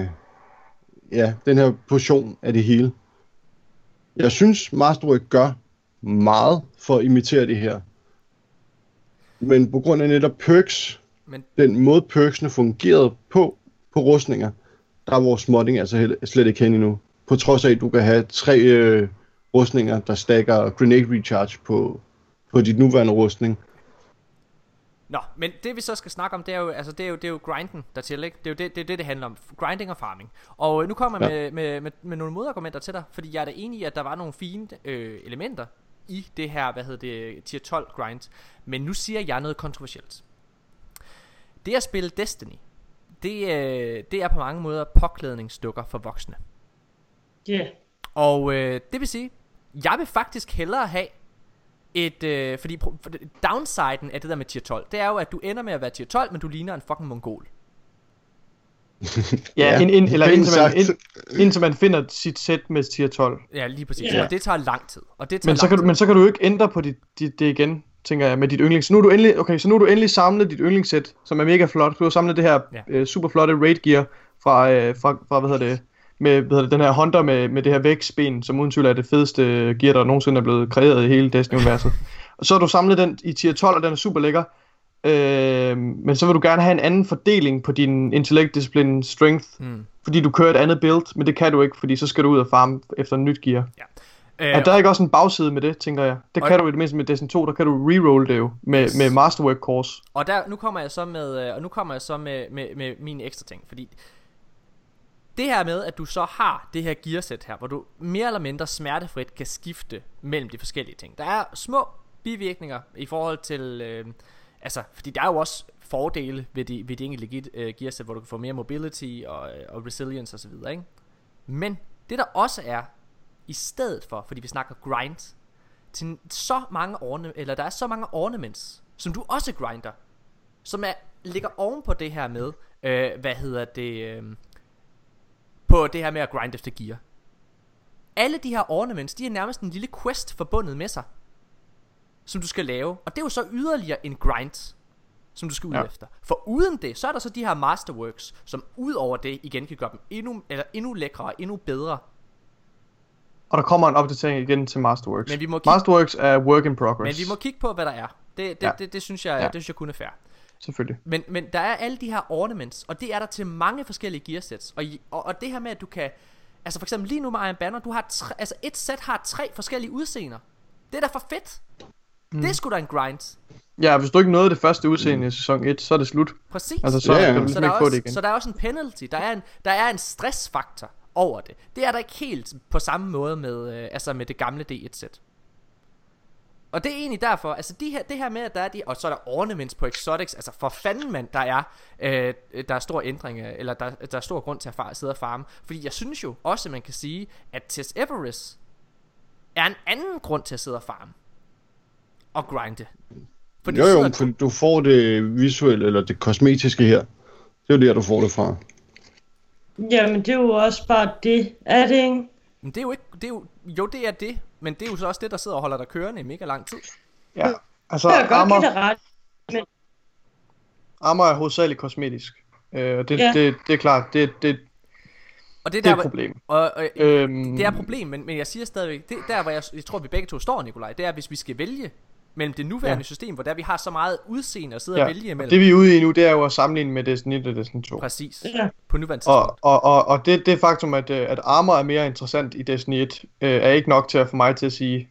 her portion af det hele. Jeg synes, Masterwork gør meget for at imitere det her. Men på grund af netop perks, den måde perksene fungerede på rustninger, der er vores modding altså slet ikke hen endnu. På trods af, at du kan have 3 rustninger, der stacker grenade recharge på dit nuværende rustning. Nå, men det vi så skal snakke om, det er jo, altså det er jo grinden dertil, ikke? Det er jo det handler om, grinding og farming. Og nu kommer jeg med nogle modargumenter til dig, fordi jeg er da enig i, at der var nogle fine elementer i det her, tier 12 grind. Men nu siger jeg noget kontroversielt. Det at spille Destiny, det er på mange måder påklædningsdukker for voksne. Ja. Yeah. Og det vil sige, jeg vil faktisk hellere have fordi downsiden af det der med tier 12, det er jo, at du ender med at være tier 12, men du ligner en fucking mongol. Indtil man finder sit sæt med tier 12. Ja, lige præcis. Og det tager lang tid. Men så kan du ikke ændre på det igen, tænker jeg, med dit yndlings. Nu er du endelig samlet dit yndlingssæt, som er mega flot. Du har samlet det her super flotte raid gear fra med den her Hunter med det her vækstben, som uden tvivl er det fedeste gear, der nogensinde er blevet kreeret i hele Destiny-universet. Og så har du samlet den i tier 12, og den er super lækker. Men så vil du gerne have en anden fordeling på din intellect, discipline, strength, fordi du kører et andet build, men det kan du ikke, fordi så skal du ud og farme efter en nyt gear. Ja. Er der ikke også en bagside med det, tænker jeg? Det kan du i det mindste med Destiny 2, der kan du reroll det jo med Masterwork Course. Og nu kommer jeg så med mine ekstra ting, fordi det her med, at du så har det her gearsæt her, hvor du mere eller mindre smertefrit kan skifte mellem de forskellige ting. Der er små bivirkninger i forhold til, fordi der er jo også fordele ved de enkelte gearsæt, hvor du kan få mere mobility og resilience og så videre, ikke? Men det der også er, i stedet for, fordi vi snakker grind, til så mange der er så mange ornaments, som du også grinder, som ligger oven på det her med, på det her med at grind efter gear. Alle de her ornaments, de er nærmest en lille quest forbundet med sig, som du skal lave. Og det er jo så yderligere en grind, som du skal ud efter. For uden det, så er der så de her masterworks, som ud over det igen kan gøre dem endnu lækre, endnu bedre. Og der kommer en opdatering igen til Masterworks. Masterworks er work in progress. Men vi må kigge på, hvad der er. Det synes jeg kun er fair. Selvfølgelig. Men der er alle de her ornaments, og det er der til mange forskellige gearsets. Og det her med, at du kan, altså for eksempel lige nu med Iron Banner, du har et sæt har 3 forskellige udseender. Det er da for fedt. Det er sgu da en grind. Ja, hvis du ikke nåede det første udseende i sæson 1, så er det slut. Præcis. Altså så kan du ligesom ikke få det igen. Så der er også en penalty. Der er en stressfaktor over det. Det er der ikke helt på samme måde med det gamle D1-sæt. Og det er egentlig derfor, altså det her med, at der er og så er der ornaments på exotics, altså for fanden mand, der er stor ændring, eller der er stor grund til at sidde og farme. Fordi jeg synes jo også, man kan sige, at Tess Everest er en anden grund til at sidde og farme og grinde. Fordi for du får det visuelle, eller det kosmetiske her. Det er jo der, du får det fra. Jamen, det er jo også bare det. Er det ikke? Men det er jo ikke, det er det. Men det er jo så også det, der sidder og holder dig kørende i mega lang tid. Ja, altså jeg kan godt give det ret. Men... armor er hovedsageligt kosmetisk. Det er klart, det er et problem. Det er et problem, men jeg siger stadigvæk, det der hvor jeg tror vi begge to står, Nikolaj, det er hvis vi skal vælge mellem det nuværende system, hvor der vi har så meget udseende og sidde og vælge imellem. Det vi er ude i nu, det er jo at sammenligne med Destiny 1 og Destiny 2. Præcis. På nuværende tidspunkt. Og det faktum at armor er mere interessant i Destiny 1 er ikke nok til at få mig til at sige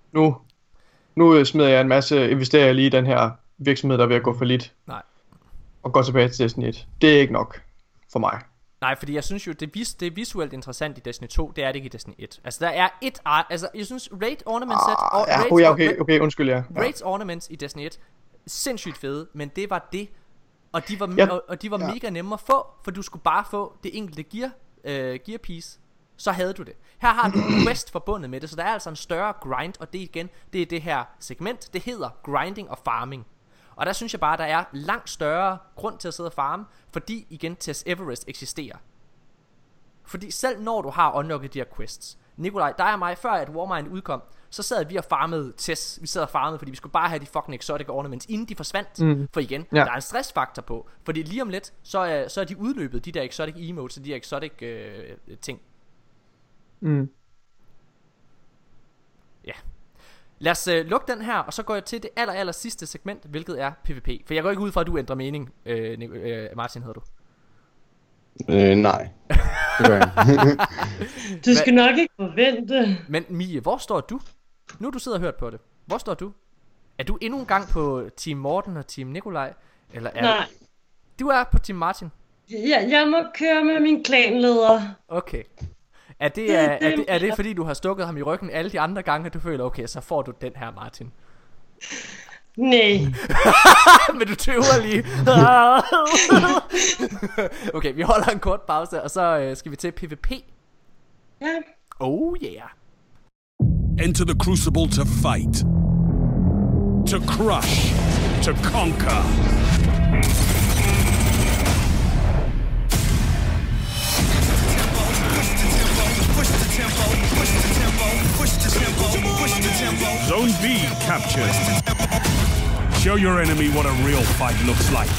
nu smider jeg en masse, investerer jeg lige i den her virksomhed, der er ved at gå for lidt. Nej. Og går tilbage til Destiny 1. Det er ikke nok for mig. Nej, fordi jeg synes jo, det er visuelt interessant i Destiny 2, det er det ikke i Destiny 1. Altså, der er jeg synes, Raid Ornament set... Okay, undskyld, ja. Raids Ornaments i Destiny 1, sindssygt fede, men det var det. Og de var mega nemme at få, for du skulle bare få det enkelte gear piece, så havde du det. Her har du en quest forbundet med det, så der er altså en større grind, og det igen, det er det her segment, det hedder grinding og farming. Og der synes jeg bare, der er langt større grund til at sidde og farme, fordi igen Tess Everest eksisterer. Fordi selv når du har unlocket de her quests, Nikolaj, dig og mig, før at Warmind udkom, så sad vi og farmede Tess. Vi sad og farmede, fordi vi skulle bare have de fucking exotic ornaments, inden de forsvandt. For igen, der er en stressfaktor på. Fordi lige om lidt, så er de udløbet, de der exotic emotes og de der exotic ting. Ja. Lad os lukke den her, og så går jeg til det aller sidste segment, hvilket er PvP. For jeg går ikke ud fra, at du ændrer mening, Martin, hedder du. Nej. Det gør jeg. Du skal nok ikke forvente. Men Mie, hvor står du? Nu du sidder og hørt på det. Hvor står du? Er du endnu en gang på Team Morten og Team Nikolaj? Eller Nej. Du er på Team Martin? Jeg må køre med min klanleder. Okay. Er det fordi du har stukket ham i ryggen alle de andre gange, at du føler, okay, så får du den her, Martin? Nej. Men du tøver lige. Okay, vi holder en kort pause, og så skal vi til PvP. Ja. Oh yeah. Enter the crucible to fight, to crush, to conquer. Zone B captured. Show your enemy what a real fight looks like.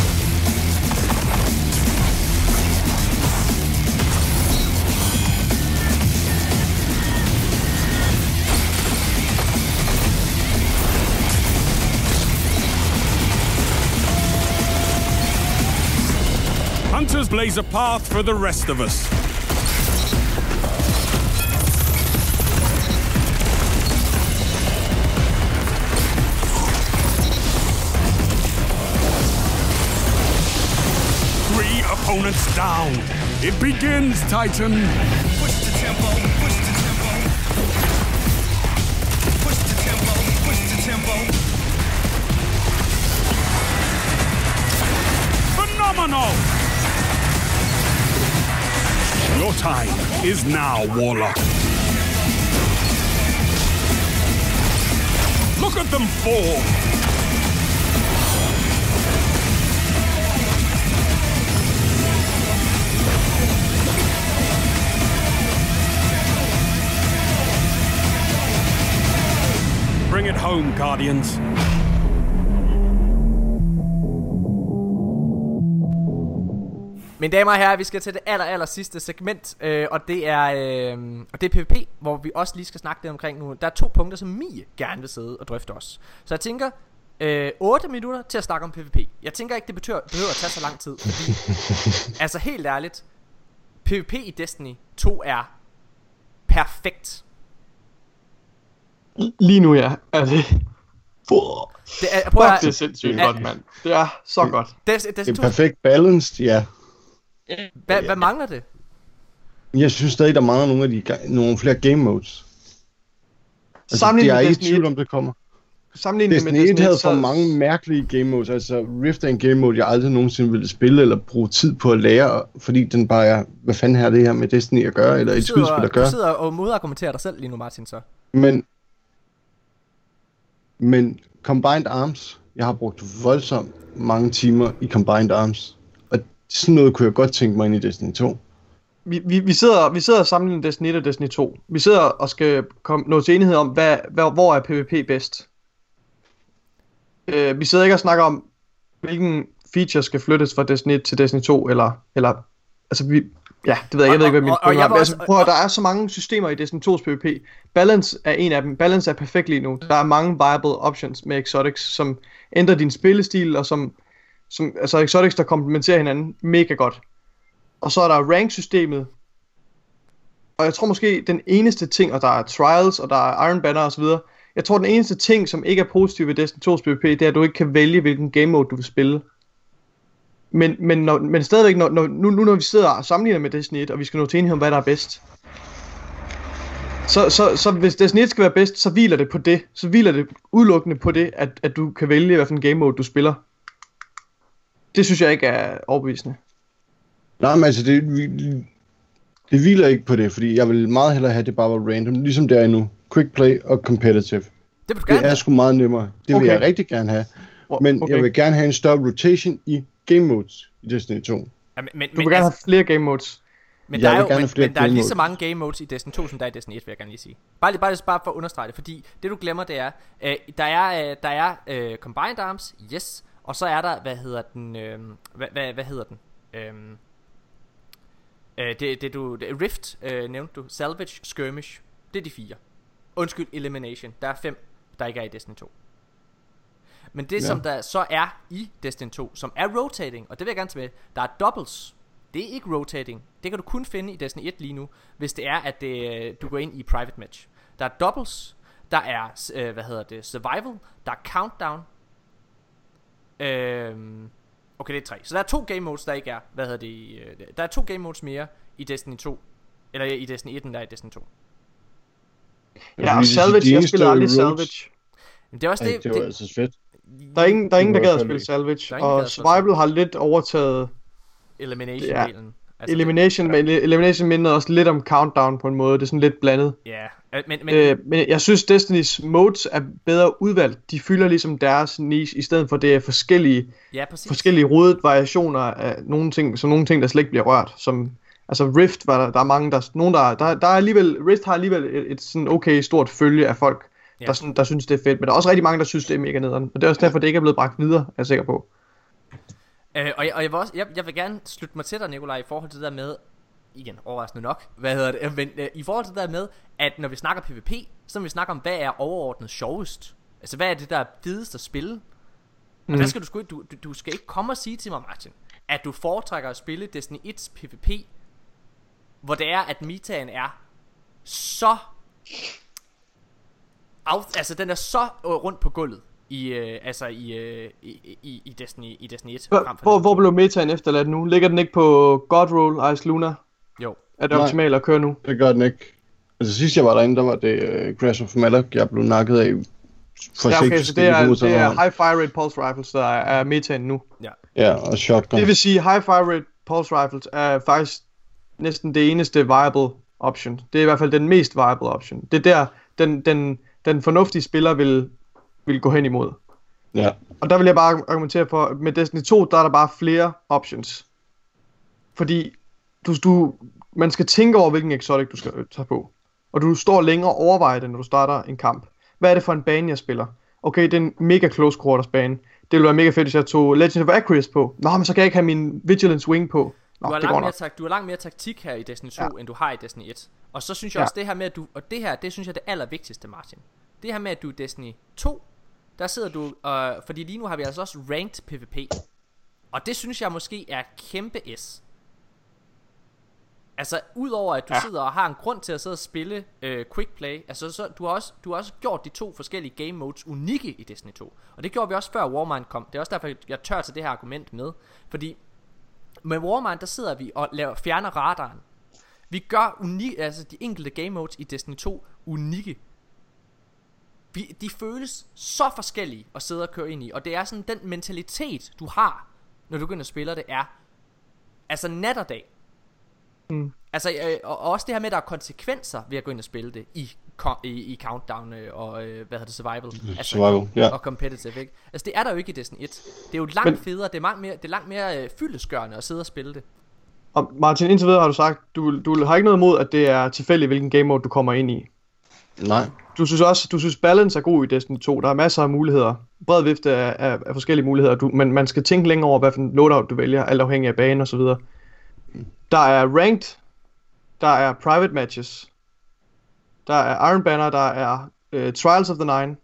Hunters blaze a path for the rest of us. Opponents down. It begins, Titan. Push the tempo, push the tempo. Push the tempo, push the tempo. Phenomenal! Your time is now, Warlock. Look at them fall. Bring it home, Guardians. Mine damer og herrer, vi skal til det aller sidste segment, og det er PvP, hvor vi også lige skal snakke lidt omkring nu. Der er 2 punkter, som Mie gerne vil sidde og drøfte os. Så jeg tænker 8 minutter til at snakke om PvP. Jeg tænker ikke, det behøver at tage så lang tid, fordi altså helt ærligt, PvP i Destiny 2 er perfekt. Lige nu, ja. Er det... Det er sindssygt godt, mand. Det er så godt. Det er perfekt balanced, ja. Hvad mangler det? Jeg synes stadig, der mangler nogle flere game modes. Altså, jeg er ikke i tvivl om, det kommer. Destiny 1 havde for mange mærkelige game modes. Altså, Rift er en game mode, jeg aldrig nogensinde ville spille eller bruge tid på at lære, fordi den bare er, hvad fanden har det her med Destiny at gøre, eller et skydespil at gøre. Du sidder og modargumenterer dig selv lige nu, Martin, så. Men Combined Arms, jeg har brugt voldsomt mange timer i Combined Arms, og sådan noget kunne jeg godt tænke mig ind i Destiny 2. Vi sidder og sammenligner Destiny 1 og Destiny 2. Vi sidder og skal nå til enighed om, hvor er PvP bedst. Vi sidder ikke og snakker om, hvilken feature skal flyttes fra Destiny 1 til Destiny 2, eller altså ja, det ved jeg ved ikke, hvad min pointe er. Altså, prøv at, der er så mange systemer i Destiny 2's PvP. Balance er en af dem. Balance er perfekt lige nu. Der er mange viable options med exotics, som ændrer din spillestil, og som altså exotics, der komplementerer hinanden mega godt. Og så er der rank-systemet. Og jeg tror måske, den eneste ting, og der er trials, og der er Iron Banner osv., jeg tror, den eneste ting, som ikke er positiv ved Destiny 2's PvP, det er, at du ikke kan vælge, hvilken game mode du vil spille. Men stadigvæk, når vi sidder og sammenligner med Destiny 1, og vi skal nå til enighed om, hvad der er bedst, så hvis Destiny 1 skal være bedst, så hviler det på det. Så hviler det udelukkende på det, at du kan vælge, hvilken game mode du spiller. Det synes jeg ikke er overbevisende. Nej, men altså, det hviler ikke på det, fordi jeg vil meget hellere have det bare var random, ligesom det er nu. Quick play og competitive. Det er sgu meget nemmere. Det vil jeg rigtig gerne have. Men jeg vil gerne have en større rotation i game modes i Destiny 2. Ja, du vil gerne have flere game modes. Men der er lige så mange game modes i Destiny 2, som der er i Destiny 1, vil jeg gerne lige sige. Bare for at understrege det, fordi det du glemmer, det er, der er Combined Arms, yes, og så er der, hvad hedder den, Rift nævnte du, Salvage, Skirmish, det er de 4. Undskyld, Elimination, der er 5, der ikke er i Destiny 2. Men det som der så er i Destiny 2, som er rotating, og det vil jeg gerne tage med, der er doubles. Det er ikke rotating. Det kan du kun finde i Destiny 1 lige nu, hvis det er, at du går ind i private match. Der er doubles, Der er, Survival. Der er Countdown. Okay, det er 3. Så der er 2 game modes, der ikke er. Der er 2 game modes mere i Destiny 2. Eller i Destiny 1, end der er i Destiny 2. Ja, og Salvage, jeg spiller aldrig Salvage. Men det er også det. Det var altså fedt. Der er ingen, der gad at spille Salvage. Og Survival har lidt overtaget Elimination-delen. Altså Elimination minder også lidt om Countdown på en måde. Det er sådan lidt blandet. Ja, men jeg synes Destinys modes er bedre udvalgt. De fylder ligesom deres niche, i stedet for det er forskellige rodet variationer af nogle ting, der slet ikke bliver rørt. Som altså Rift, der er mange, der er alligevel, Rift har alligevel et sådan okay stort følge af folk, der synes det er fedt. Men der er også rigtig mange, der synes det er mega nederen. Og det er også derfor, det ikke er blevet bragt videre, er jeg sikker på. Og jeg vil gerne slutte mig til dig, Nikolaj, i forhold til det der med, igen, overraskende nok, men i forhold til det der med, at når vi snakker PvP, så må vi snakke om, hvad er overordnet sjovest. Altså, hvad er det, der er fedest at spille? Og der skal du skal ikke komme og sige til mig, Martin, at du foretrækker at spille Destiny 1's PvP, hvor det er, at metaen er så altså, den er så rundt på gulvet. I Destiny 1. Hvor blev metaen efterladt nu? Ligger den ikke på Godroll, Ice Luna? Jo. Er det optimalt at køre nu? Det gør den ikke. Altså sidst jeg var derinde, der var det Crash of Malak, jeg blev nakket af. Okay, så det er High Fire Rate Pulse Rifles, der er metaen nu. Ja, og Shotgun. Det vil sige, High Fire Rate Pulse Rifles er faktisk næsten det eneste viable option. Det er i hvert fald den mest viable option. Det er der, den fornuftige spiller vil gå hen imod. Ja. Og der vil jeg bare argumentere for, med Destiny 2, der er der bare flere options. Fordi man skal tænke over, hvilken exotic du skal tage på. Og du står længere og overvejer det, når du starter en kamp. Hvad er det for en bane, jeg spiller? Okay, det er en mega close quarters bane. Det ville være mega fedt, hvis jeg tog Legend of Aquarius på. Nå, men så kan jeg ikke have min Vigilance Wing på. Nå, du har langt mere taktik her i Destiny 2, end du har i Destiny 1. Og så synes jeg også det her med, at det synes jeg er det allervigtigste, Martin. Det her med, at du i Destiny 2, der sidder du, fordi lige nu har vi altså også ranked PvP. Og det synes jeg måske er kæmpe S. Altså, udover at du sidder og har en grund til at sidde og spille quick play, altså så du har også gjort de 2 forskellige game modes unikke i Destiny 2. Og det gjorde vi også før Warmind kom. Det er også derfor, jeg tør til det her argument med. Fordi med Warmind, der sidder vi og fjerner radaren. Vi gør de enkelte game modes i Destiny 2 unikke. De føles så forskellige at sidde og køre ind i. Og det er sådan, den mentalitet du har, når du begynder at spille det, er altså nat og dag. Altså, og også det her med, at der er konsekvenser ved at gå ind og spille det i Countdown og Survival. Altså, og Competitive, ikke? Altså, det er der jo ikke i Destiny 1. Det er jo langt federe, det er langt mere fyldestgørende at sidde og spille det. Og Martin, indtil videre har du sagt, du har ikke noget imod, at det er tilfældigt, hvilken game mode du kommer ind i. Nej. Du synes balance er god i Destiny 2. Der er masser af muligheder. Bred vifte af forskellige muligheder. Men man skal tænke længere over, hvad for en loadout du vælger, alt afhængig af banen og så videre. Der er ranked. Der er private matches. Der er Iron Banner. Der er Trials of the Nine.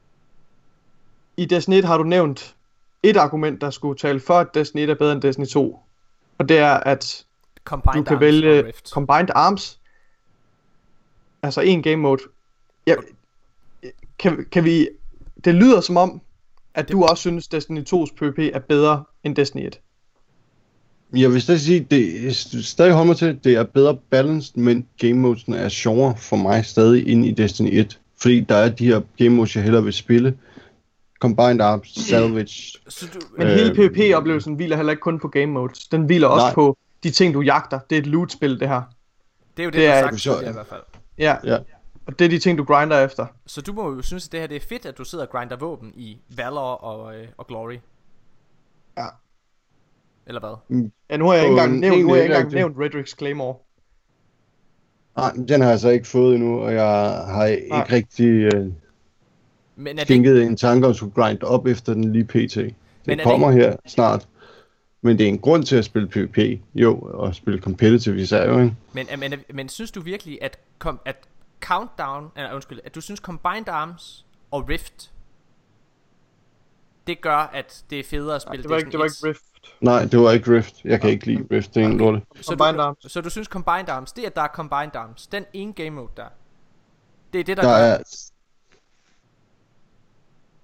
I Destiny 1 har du nævnt et argument, der skulle tale for, at Destiny 1 er bedre end Destiny 2. Og det er, at du kan vælge Combined Arms. Altså en game mode. Ja, kan vi... Det lyder som om, at du også synes, Destiny 2's PvP er bedre end Destiny 1. Jeg vil sige, det stadig holder mig til, det er bedre balanced, men game modesene er sjovere for mig stadig inde i Destiny 1. Fordi der er de her game modes, jeg hellere vil spille. Combined Arms, Salvage. Men hele PvP-oplevelsen hviler heller ikke kun på game modes. Den hviler også på de ting, du jagter. Det er et loot-spil, det her. Det er jo det, du har sagt i hvert fald. Ja. Og det er de ting, du grinder efter. Så du må jo synes, at det her det er fedt, at du sidder og grinder våben i Valor og Glory. Ja. Eller hvad? Ja, nu har jeg ikke engang nævnt Redrix Claymore. Nej, den har jeg så ikke fået endnu, og jeg har ikke rigtig tænket en tanke om at skulle grinde op efter den lige pt. Det kommer her snart. Men det er en grund til at spille PvP, jo, og spille competitive især, jo, ikke? Men synes du virkelig, at Countdown, at du synes Combined Arms og Rift, det gør, at det er federe at spille Destiny 1? Det var ikke Rift. Nej, det var ikke Rift. Jeg kan ikke lide Rift, det er en lorte. Så du synes Combined Arms, det at der er Combined Arms, den ene game mode der, det er det, der gør...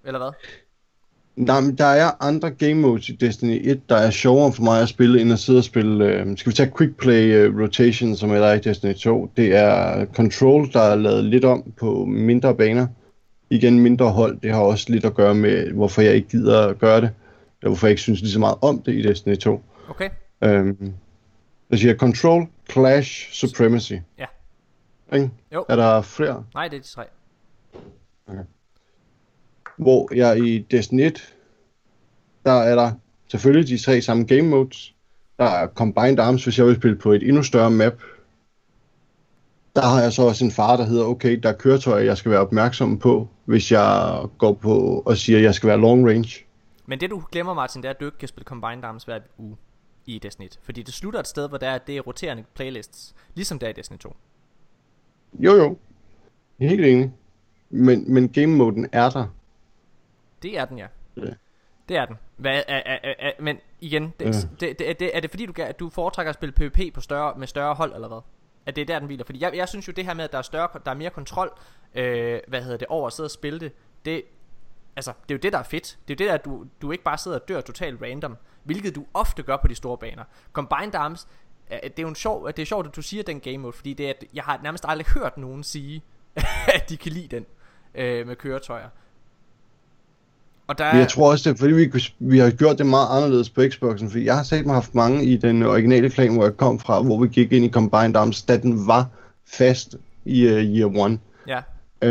eller hvad? Nej, men der er andre game modes i Destiny 1, der er sjovere for mig at spille, end at sidde og spille... skal vi tage Quick Play Rotation, som er der i Destiny 2? Det er Control, der er lavet lidt om på mindre baner. Igen, mindre hold. Det har også lidt at gøre med, hvorfor jeg ikke gider at gøre det. Eller hvorfor jeg ikke synes lige så meget om det i Destiny 2. Okay. Der siger Control, Clash, Supremacy. Ja. Ikke? Jo. Er der flere? Nej, det er de 3. Okay. Hvor jeg i Destiny 1, der er der selvfølgelig de 3 samme game modes. Der er Combined Arms, hvis jeg vil spille på et endnu større map. Der har jeg så også en far, der hedder, okay, der er køretøjer, jeg skal være opmærksom på, hvis jeg går på og siger, at jeg skal være long range. Men det du glemmer, Martin, det er, at du ikke kan spille Combined Arms hver uge i Destiny 1. Fordi det slutter et sted, hvor det er roterende playlists, ligesom der i Destiny 2. Jo. Jeg er helt enig. Men game moden er der. Det er den, ja. Det er den. Men igen, er det fordi du foretrækker at spille PvP på med større hold, eller hvad? At det er der den hviler? Fordi jeg synes jo det her med, at der er mere kontrol, over at sidde og spille det er jo det, der er fedt. Det er jo det der, at du ikke bare sidder og dør totalt random, hvilket du ofte gør på de store baner. Combined Arms, det er sjovt, at du siger den game mode, fordi jeg har nærmest aldrig hørt nogen sige, at de kan lide den med køretøjer. Og jeg tror også, det er fordi vi har gjort det meget anderledes på Xboxen, fordi jeg har set mig haft mange i den originale klan, hvor jeg kom fra, hvor vi gik ind i Combined Arms, da den var fast i Year 1. Ja.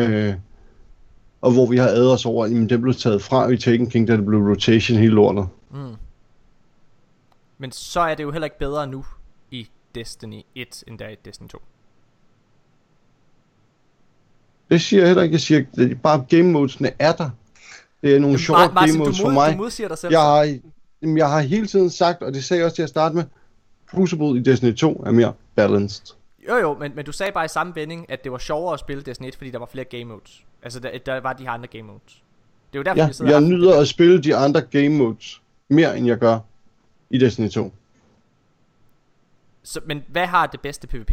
Og hvor vi har adret os over, jamen det blev taget fra i Taken King, da det blev rotation hele lortet. Men så er det jo heller ikke bedre nu i Destiny 1, end der i Destiny 2. Det siger jeg heller ikke. Jeg siger, at bare game modesne er der. Det er nogle sjove game modes for mig. Du modsiger dig selv. Jeg har hele tiden sagt, og det sagde jeg også til at starte med, Crucible i Destiny 2 er mere balanced. Jo, men du sagde bare i samme vending, at det var sjovere at spille Destiny 1, fordi der var flere game modes. Altså der var de her andre game modes. Det er jo derfor, jeg nyder at spille de andre game modes mere, end jeg gør i Destiny 2. Men hvad har det bedste PvP?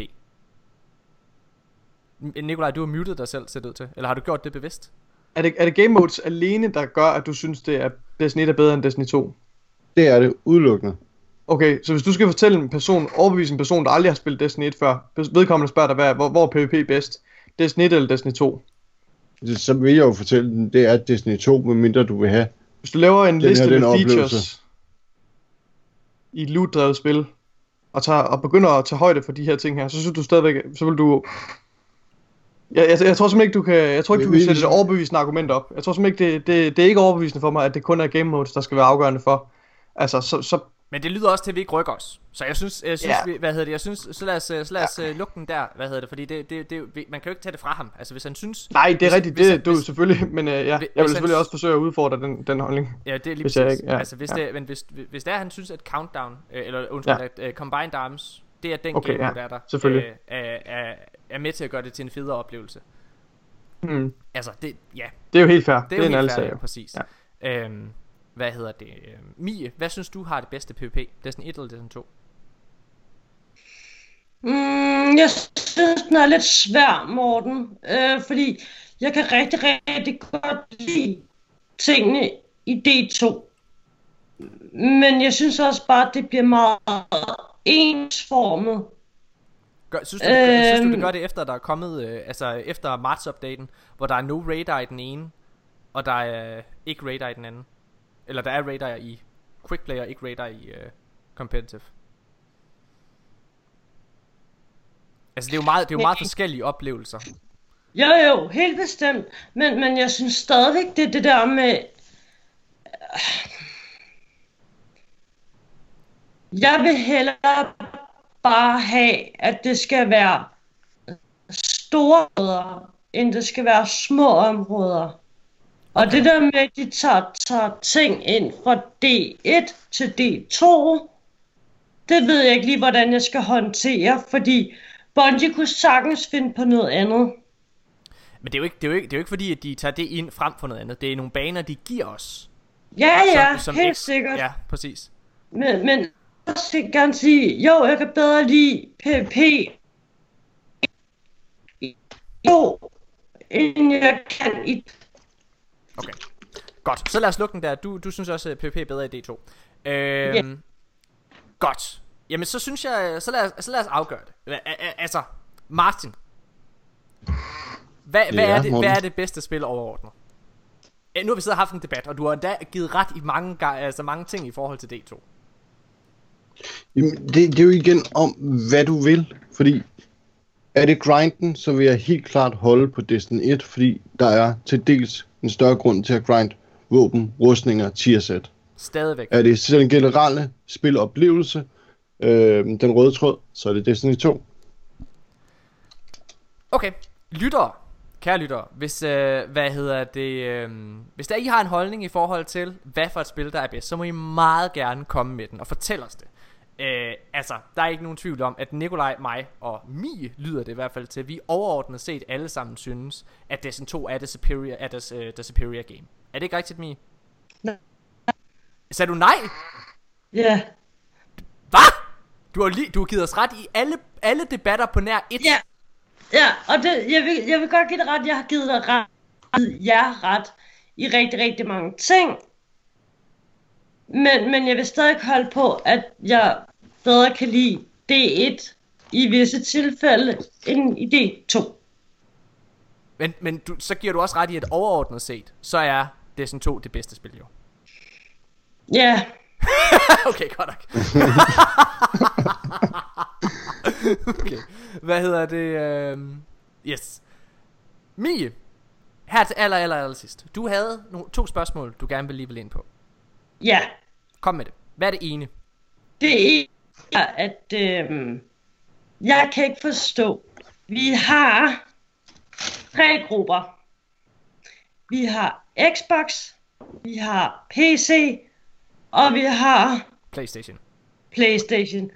Nikolaj, du har muted dig selv, ser det ud til. Eller har du gjort det bevidst? Er det game modes alene, der gør, at du synes, det er Destiny 1 er bedre end Destiny 2? Det er det udelukkende. Okay, så hvis du skal fortælle overbevise en person, der aldrig har spillet Destiny 1 før, vedkommende spørger dig, hvor er PvP bedst? Destiny 1 eller Destiny 2? Så vil jeg jo fortælle dem, det er Destiny 2, medmindre du vil have. Hvis du laver en liste med features i et loot-drevet spil, og begynder at tage højde for de her ting her, så synes du stadigvæk, så vil du... Jeg tror simpelthen ikke, du kan sætte et overbevisende argument op. Jeg tror simpelthen ikke, det er ikke overbevisende for mig, at det kun er game modes, der skal være afgørende for. Altså, så... Men det lyder også til, at vi ikke rykker os. Så jeg synes, så lad os lukke den der, fordi man kan jo ikke tage det fra ham. Altså hvis han synes... Nej, det er rigtigt, det er selvfølgelig, men jeg vil selvfølgelig også forsøge at udfordre den holdning. Ja, det er lige præcis. Altså hvis det er, han synes, at Countdown, at Combined Arms, det er den game mode, der selvfølgelig. Er med til at gøre det til en federe oplevelse. Altså det er jo helt fair. Det er jo helt fair, præcis. Ja. Mie, hvad synes du har det bedste PvP? Destiny 1 eller Destiny 2? Jeg synes den er lidt svær, Morten, fordi jeg kan rigtig godt lide tingene i D2, men jeg synes også bare at det bliver meget ensformet. Synes du det gør det efter der er kommet efter March-updaten, hvor der er no radar i den ene, og der er ikke radar i den anden? Eller der er radar i quick play og ikke radar i competitive. Altså det er jo meget forskellige oplevelser. Jo, helt bestemt. Men jeg synes stadigvæk det der med jeg vil hellere bare have, at det skal være store områder, end det skal være små områder. Og det der med, at de tager ting ind fra D1 til D2, det ved jeg ikke lige, hvordan jeg skal håndtere, fordi Bungie kunne sagtens finde på noget andet. Men det er jo ikke fordi, at de tager det ind frem for noget andet. Det er nogle baner, de giver os. Ja, helt sikkert. Ja, præcis. Men jeg skal gerne sige, jo, jeg kan bedre lide PvP end jeg kan i... Okay. Godt, så lad os lukke den der. Du synes også, at PvP er bedre i D2. Godt. Jamen, så synes jeg, så lad os afgøre det. Altså, Martin. Hvad er det bedste spil overordnet? Nu har vi siddet og haft en debat, og du har endda givet ret i mange ting i forhold til D2. Jamen, det er jo igen om, hvad du vil. Fordi er det grinden, så vil jeg helt klart holde på Destiny 1, fordi der er til dels en større grund til at grind våben, rustninger, tierset. Stadigvæk. Er det den generelle spiloplevelse, den røde tråd, så er det Destiny 2. Okay, kære lyttere, hvis hvis I har en holdning i forhold til hvad for et spil der er bedst, så må I meget gerne komme med den og fortælle os det. Altså, der er ikke nogen tvivl om, at Nikolaj, mig og Mie lyder det i hvert fald til, at vi overordnet set alle sammen synes, at Destiny 2 er the superior game. Er det ikke rigtigt, Mie? Nej. Sagde du nej? Ja. Hvad? Du har givet os ret i alle debatter på nær et. Ja. Ja, og jeg vil godt give dig ret. Jeg har givet dig ret i rigtig, rigtig mange ting. Men jeg vil stadig holde på, at jeg bedre kan lide D1 i visse tilfælde end i D2. Men så giver du også ret i, at overordnet set, så er Destiny 2 det bedste spil, jo. Ja. Okay, godt nok. Okay. Hvad hedder det? Yes. Mie, her til aller sidst. Du havde 2 spørgsmål, du gerne vil ind på. Ja. Kom med det. Hvad er det ene? Det er, at jeg kan ikke forstå. Vi har 3 grupper. Vi har Xbox, vi har PC, og vi har PlayStation.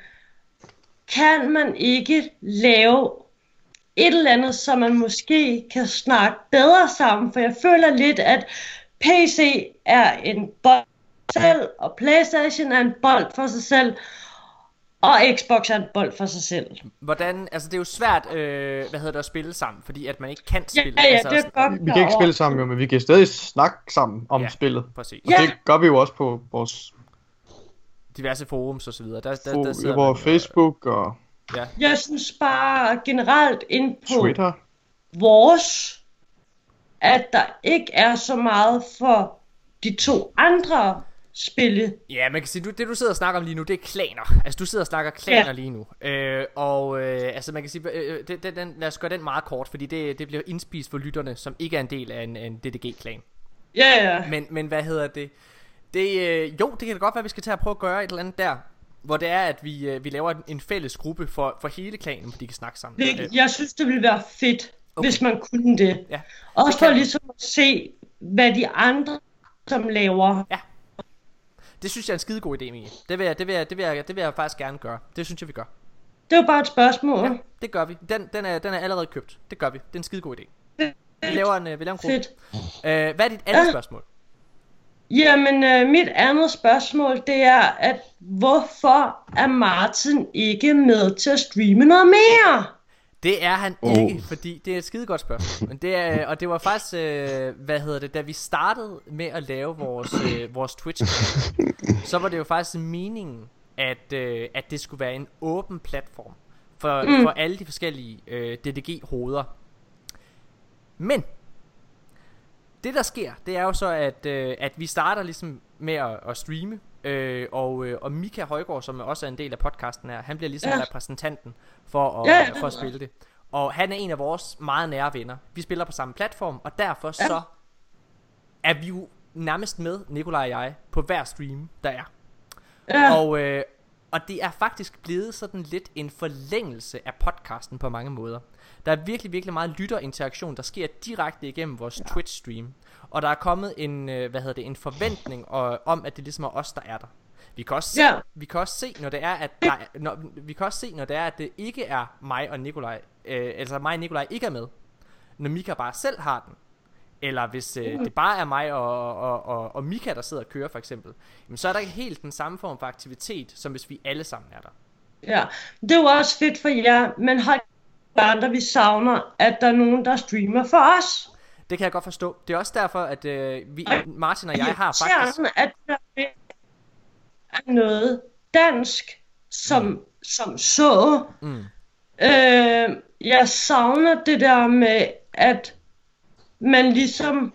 Kan man ikke lave et eller andet, så man måske kan snakke bedre sammen? For jeg føler lidt, at PC er en bold for sig selv, og PlayStation er en bold for sig selv, og Xbox er en bold for sig selv. Hvordan, altså det er jo svært, at spille sammen, fordi at man ikke kan spille. Ja, altså, det er godt. Vi kan ikke spille sammen, jo, men vi kan stadig snakke sammen om spillet. Præcis. Og det gør vi jo også på vores diverse forums og så videre. Der på Facebook og ja. Jeg synes bare generelt ind på Twitter vores, at der ikke er så meget for de 2 andre spille. Ja, man kan sige, det du sidder og snakker om lige nu, det er klaner. Altså du sidder og snakker klaner lige nu. Altså man kan sige, lad os gøre den meget kort, fordi det bliver indspist for lytterne, som ikke er en del af en DDG-klan. Ja. Men hvad hedder det? Jo, det kan da godt være, at vi skal tage at prøve at gøre et eller andet der, hvor det er, at vi laver en fælles gruppe for hele klanen, hvor de kan snakke sammen. Jeg synes, det ville være fedt, hvis man kunne det. Ja, også for ligesom at se, hvad de andre som laver. Ja. Det synes jeg er en skide god idé, Mie. Det vil jeg faktisk gerne gøre. Det synes jeg, vi gør. Det er jo bare et spørgsmål. Ja, det gør vi. Den er allerede købt. Det gør vi. Det er en skide god idé. Vi laver en gruppe. Fedt. Hvad er dit andet spørgsmål? Jamen, mit andet spørgsmål, det er, at hvorfor er Martin ikke med til at streame noget mere? Det er han ikke, fordi det er et skide godt spørgsmål. Men og det var faktisk, da vi startede med at lave vores Twitch, så var det jo faktisk meningen, at det skulle være en åben platform for alle de forskellige DDG-hoveder. Men det der sker, det er jo så, at vi starter ligesom med at streame, og Mika Højgaard, som også er en del af podcasten her, han bliver ligesom repræsentanten for at spille det. Og han er en af vores meget nære venner. Vi spiller på samme platform, og derfor så er vi jo nærmest med, Nikolaj og jeg, på hver stream der er. Og det er faktisk blevet sådan lidt en forlængelse af podcasten på mange måder. Der er virkelig, virkelig meget lytterinteraktion, der sker direkte igennem vores Twitch-stream. Og der er kommet en forventning om, at det ligesom er os, der er der. Vi kan også se, når det er, at det ikke er mig og Nikolaj, altså mig og Nikolaj ikke er med, når Mika bare selv har den. Eller hvis det bare er mig og Mika, der sidder og kører for eksempel, jamen, så er der ikke helt den samme form for aktivitet, som hvis vi alle sammen er der. Ja, det er jo også fedt for jer, men har andre, vi savner, at der er nogen, der streamer for os. Det kan jeg godt forstå. Det er også derfor, at Martin og jeg har faktisk... at der er noget dansk, som så... Jeg savner det der med, at man ligesom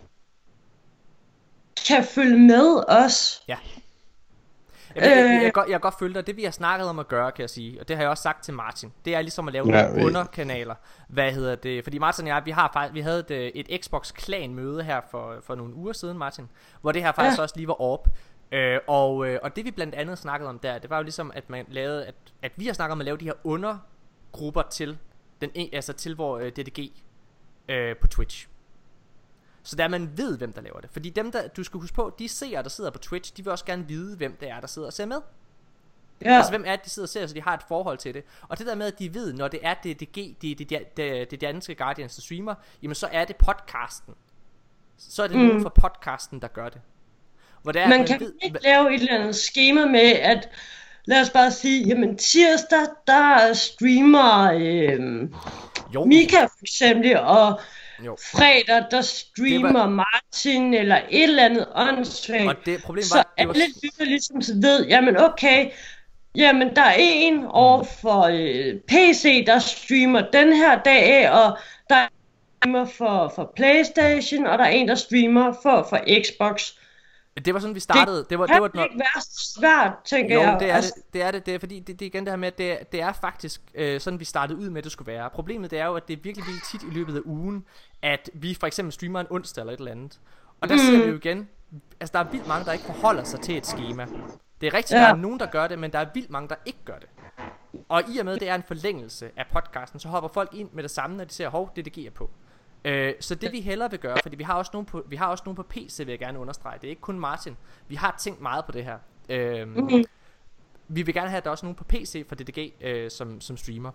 kan følge med os. Ja. Jeg kan godt følge dig. Det vi har snakket om at gøre, kan jeg sige, og det har jeg også sagt til Martin, det er ligesom at lave nogle underkanaler. Fordi Martin og jeg, vi havde et Xbox Clan møde her for nogle uger siden, Martin, hvor det her faktisk også lige var op. Og det vi blandt andet snakkede om der, det var jo ligesom at man lavede at vi har snakket om at lave de her undergrupper til til hvor DDG på Twitch. Så der man ved hvem der laver det. Fordi dem der, du skal huske på, de seere der sidder på Twitch, de vil også gerne vide hvem det er der sidder og ser med. Ja. Altså hvem er det de sidder og ser, så de har et forhold til det. Og det der med at de ved, når det er DDG, det danske Guardians der streamer, jamen så er det podcasten. Så er det nogen fra podcasten der gør det. Hvor det er, man kan ikke lave et eller andet skema med at, lad os bare sige, jamen tirsdag der streamer Mika for eksempel, og fredag der streamer Martin eller et eller andet åndssvagt. Og det problem var, så alle lytter ligesom ved, jamen okay, jamen der er en over for PC der streamer den her dag, og der er en streamer for PlayStation, og der er en der streamer for Xbox. Det var sådan vi startede. Det kan ikke være svært, tænker jeg. Det er det. Det er fordi det er igen det her med at det er faktisk sådan vi startede ud med at det skulle være. Problemet det er jo at det er virkelig tit i løbet af ugen at vi for eksempel streamer en onsdag eller et eller andet. Og der ser vi jo igen, altså der er vildt mange der ikke forholder sig til et schema. Det er rigtigt, der er nogen der gør det, men der er vildt mange der ikke gør det. Og i og med det er en forlængelse af podcasten, så hopper folk ind med det samme når de ser hov det giver på. Så det vi hellere vil gøre, fordi vi har også nogen på PC, vil jeg gerne understrege. Det er ikke kun Martin. Vi har tænkt meget på det her. Vi vil gerne have at der er også nogen på PC for DDG som streamer.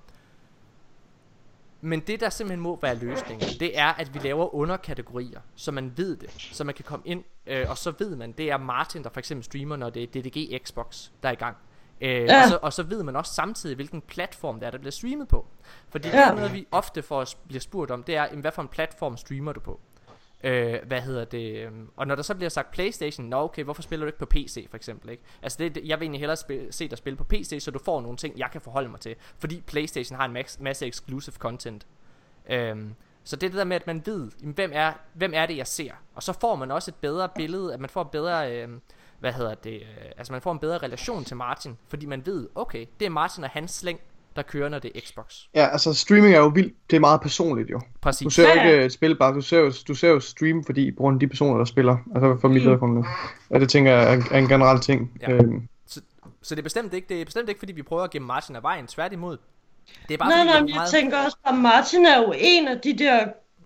Men det der simpelthen må være løsningen, det er at vi laver underkategorier, så man ved det, så man kan komme ind, og så ved man det er Martin der for eksempel streamer, når det er DDG Xbox der er i gang. Og så ved man også samtidig hvilken platform der bliver streamet på. Fordi det er noget vi ofte bliver spurgt om. Det er hvad for en platform streamer du på. Og når der så bliver sagt PlayStation, nå okay, hvorfor spiller du ikke på PC for eksempel, ikke? Altså jeg vil egentlig hellere se dig spille på PC, så du får nogle ting jeg kan forholde mig til. Fordi PlayStation har en masse exclusive content. Så det er det der med at man ved hvem er det jeg ser. Og så får man også et bedre billede, at man får bedre altså man får en bedre relation til Martin, fordi man ved, okay, det er Martin og hans slæng, der kører, når det er Xbox. Ja, altså streaming er jo vildt, det er meget personligt jo. Præcis. Du ser jo ikke spil bare, du ser jo stream, fordi på grund af de personer, der spiller, altså for mit vedkommende. Og det tænker jeg er en generel ting. Ja. Så det er bestemt ikke, fordi vi prøver at gemme Martin af vejen, tværtimod. Det er bare nej, jeg tænker også, at Martin er jo en af de der,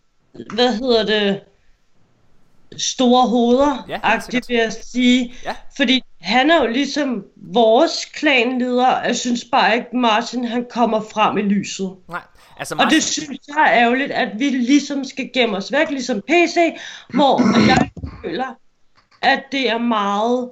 store hoveder, aktivt vil jeg sige. Ja. Fordi han er jo ligesom vores klanleder. Jeg synes bare ikke, Martin han kommer frem i lyset. Nej, altså Martin... Og det synes jeg er ærgerligt, at vi ligesom skal gemme os væk, ligesom PC, hvor jeg føler, at det er meget,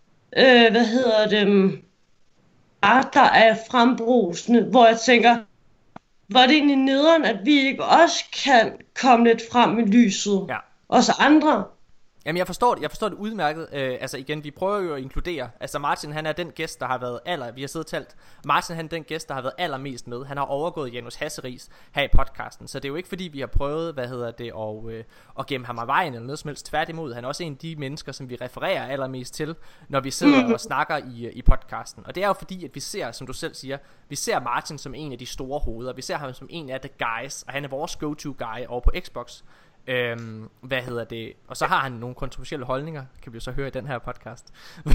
der er frembrusende, hvor jeg tænker, var det egentlig nederen, at vi ikke også kan komme lidt frem i lyset? Ja. Også andre. Jamen jeg forstår det udmærket. Altså igen, vi prøver jo at inkludere. Altså Martin han er den gæst der har været vi har siddet talt. Martin han er den gæst der har været allermest med. Han har overgået Janus Hasseris her i podcasten. Så det er jo ikke fordi vi har prøvet at gemme ham af vejen eller noget som helst. Tværtimod, han er også en af de mennesker som vi refererer allermest til, når vi sidder og snakker i podcasten. Og det er jo fordi at vi ser, som du selv siger, vi ser Martin som en af de store hoveder. Vi ser ham som en af the guys, og han er vores go-to guy over på Xbox. Og så har han nogle kontroversielle holdninger, kan vi jo så høre i den her podcast.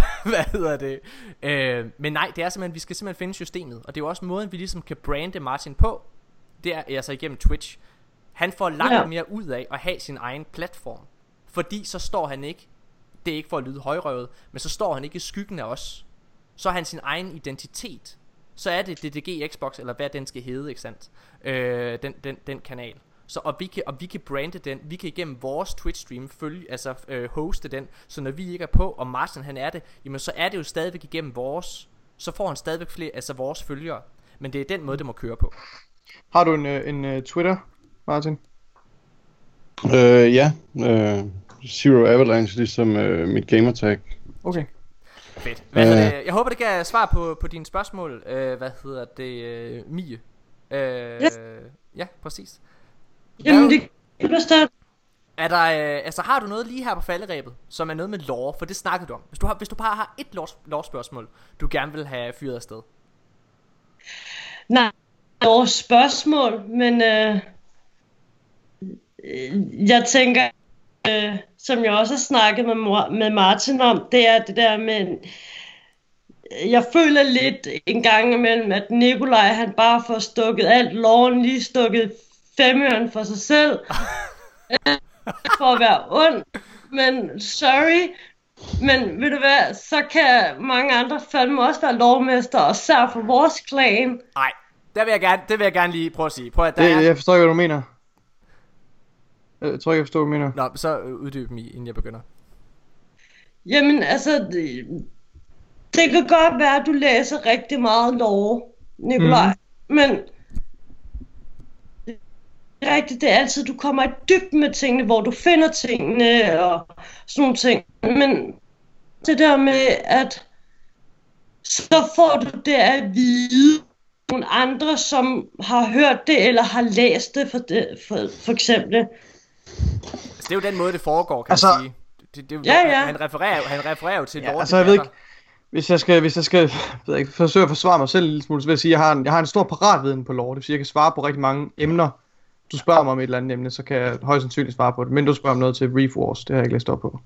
Men nej, det er simpelthen, vi skal simpelthen finde systemet. Og det er jo også måden vi ligesom kan brande Martin på. Det er altså igennem Twitch. Han får langt mere ud af at have sin egen platform. Fordi så står han ikke, det er ikke for at lyde højrøvet, men så står han ikke i skyggen af os. Så har han sin egen identitet. Så er det DDG Xbox, eller hvad den skal hedde, ikke sandt? Den kanal. Så og vi kan brande den. Vi kan igennem vores Twitch stream hoste den. Så når vi ikke er på, og Martin han er det, jamen så er det jo stadigvæk igennem vores. Så får han stadigvæk flere, altså vores følgere. Men det er den måde det må køre på. Har du en Twitter, Martin? Ja. Zero Avalanche, ligesom mit gamertag. Okay. Fedt. Jeg håber, det gav svar på dine spørgsmål. Mie? Ja, præcis. Jamen, det er bestemt. Er der, har du noget lige her på falderebet, som er noget med lore? For det snakkede du om. Hvis du bare har et lore-spørgsmål, du gerne vil have fyret afsted. Nej, lore-spørgsmål, men jeg tænker, som jeg også har snakket med Martin om, det er det der med, jeg føler lidt en gang imellem, at Nikolaj han bare får stukket alt loven, lige stukket 5'eren for sig selv, for at være ond, men sorry, men ved du hvad, så kan mange andre fandme også være lovmester, og særligt for vores klan. Nej, det vil jeg gerne lige prøve at sige. Jeg forstår ikke, hvad du mener. Jeg tror ikke, jeg forstår, hvad du mener. Nå, så uddyb mig, inden jeg begynder. Jamen, altså, det kan godt være, at du læser rigtig meget lore, Nikolaj, men rigtigt, det er altid, du kommer i dybden med tingene, hvor du finder tingene og sådan nogle ting. Men det der med, at så får du det at vide nogle andre, som har hørt det eller har læst det, for eksempel. Altså, det er jo den måde, det foregår, kan man sige. Han refererer jo til lore. Altså, jeg ved ikke, hvis jeg skal forsøge at forsvare mig selv en lille smule, så vil jeg sige, at jeg har en stor paratviden på lore. Det vil sige, at jeg kan svare på rigtig mange emner. Du spørger mig om et eller andet emne, så kan jeg højst sandsynligt svare på det. Men du spørger om noget til Reef Wars, det har jeg ikke læst op på.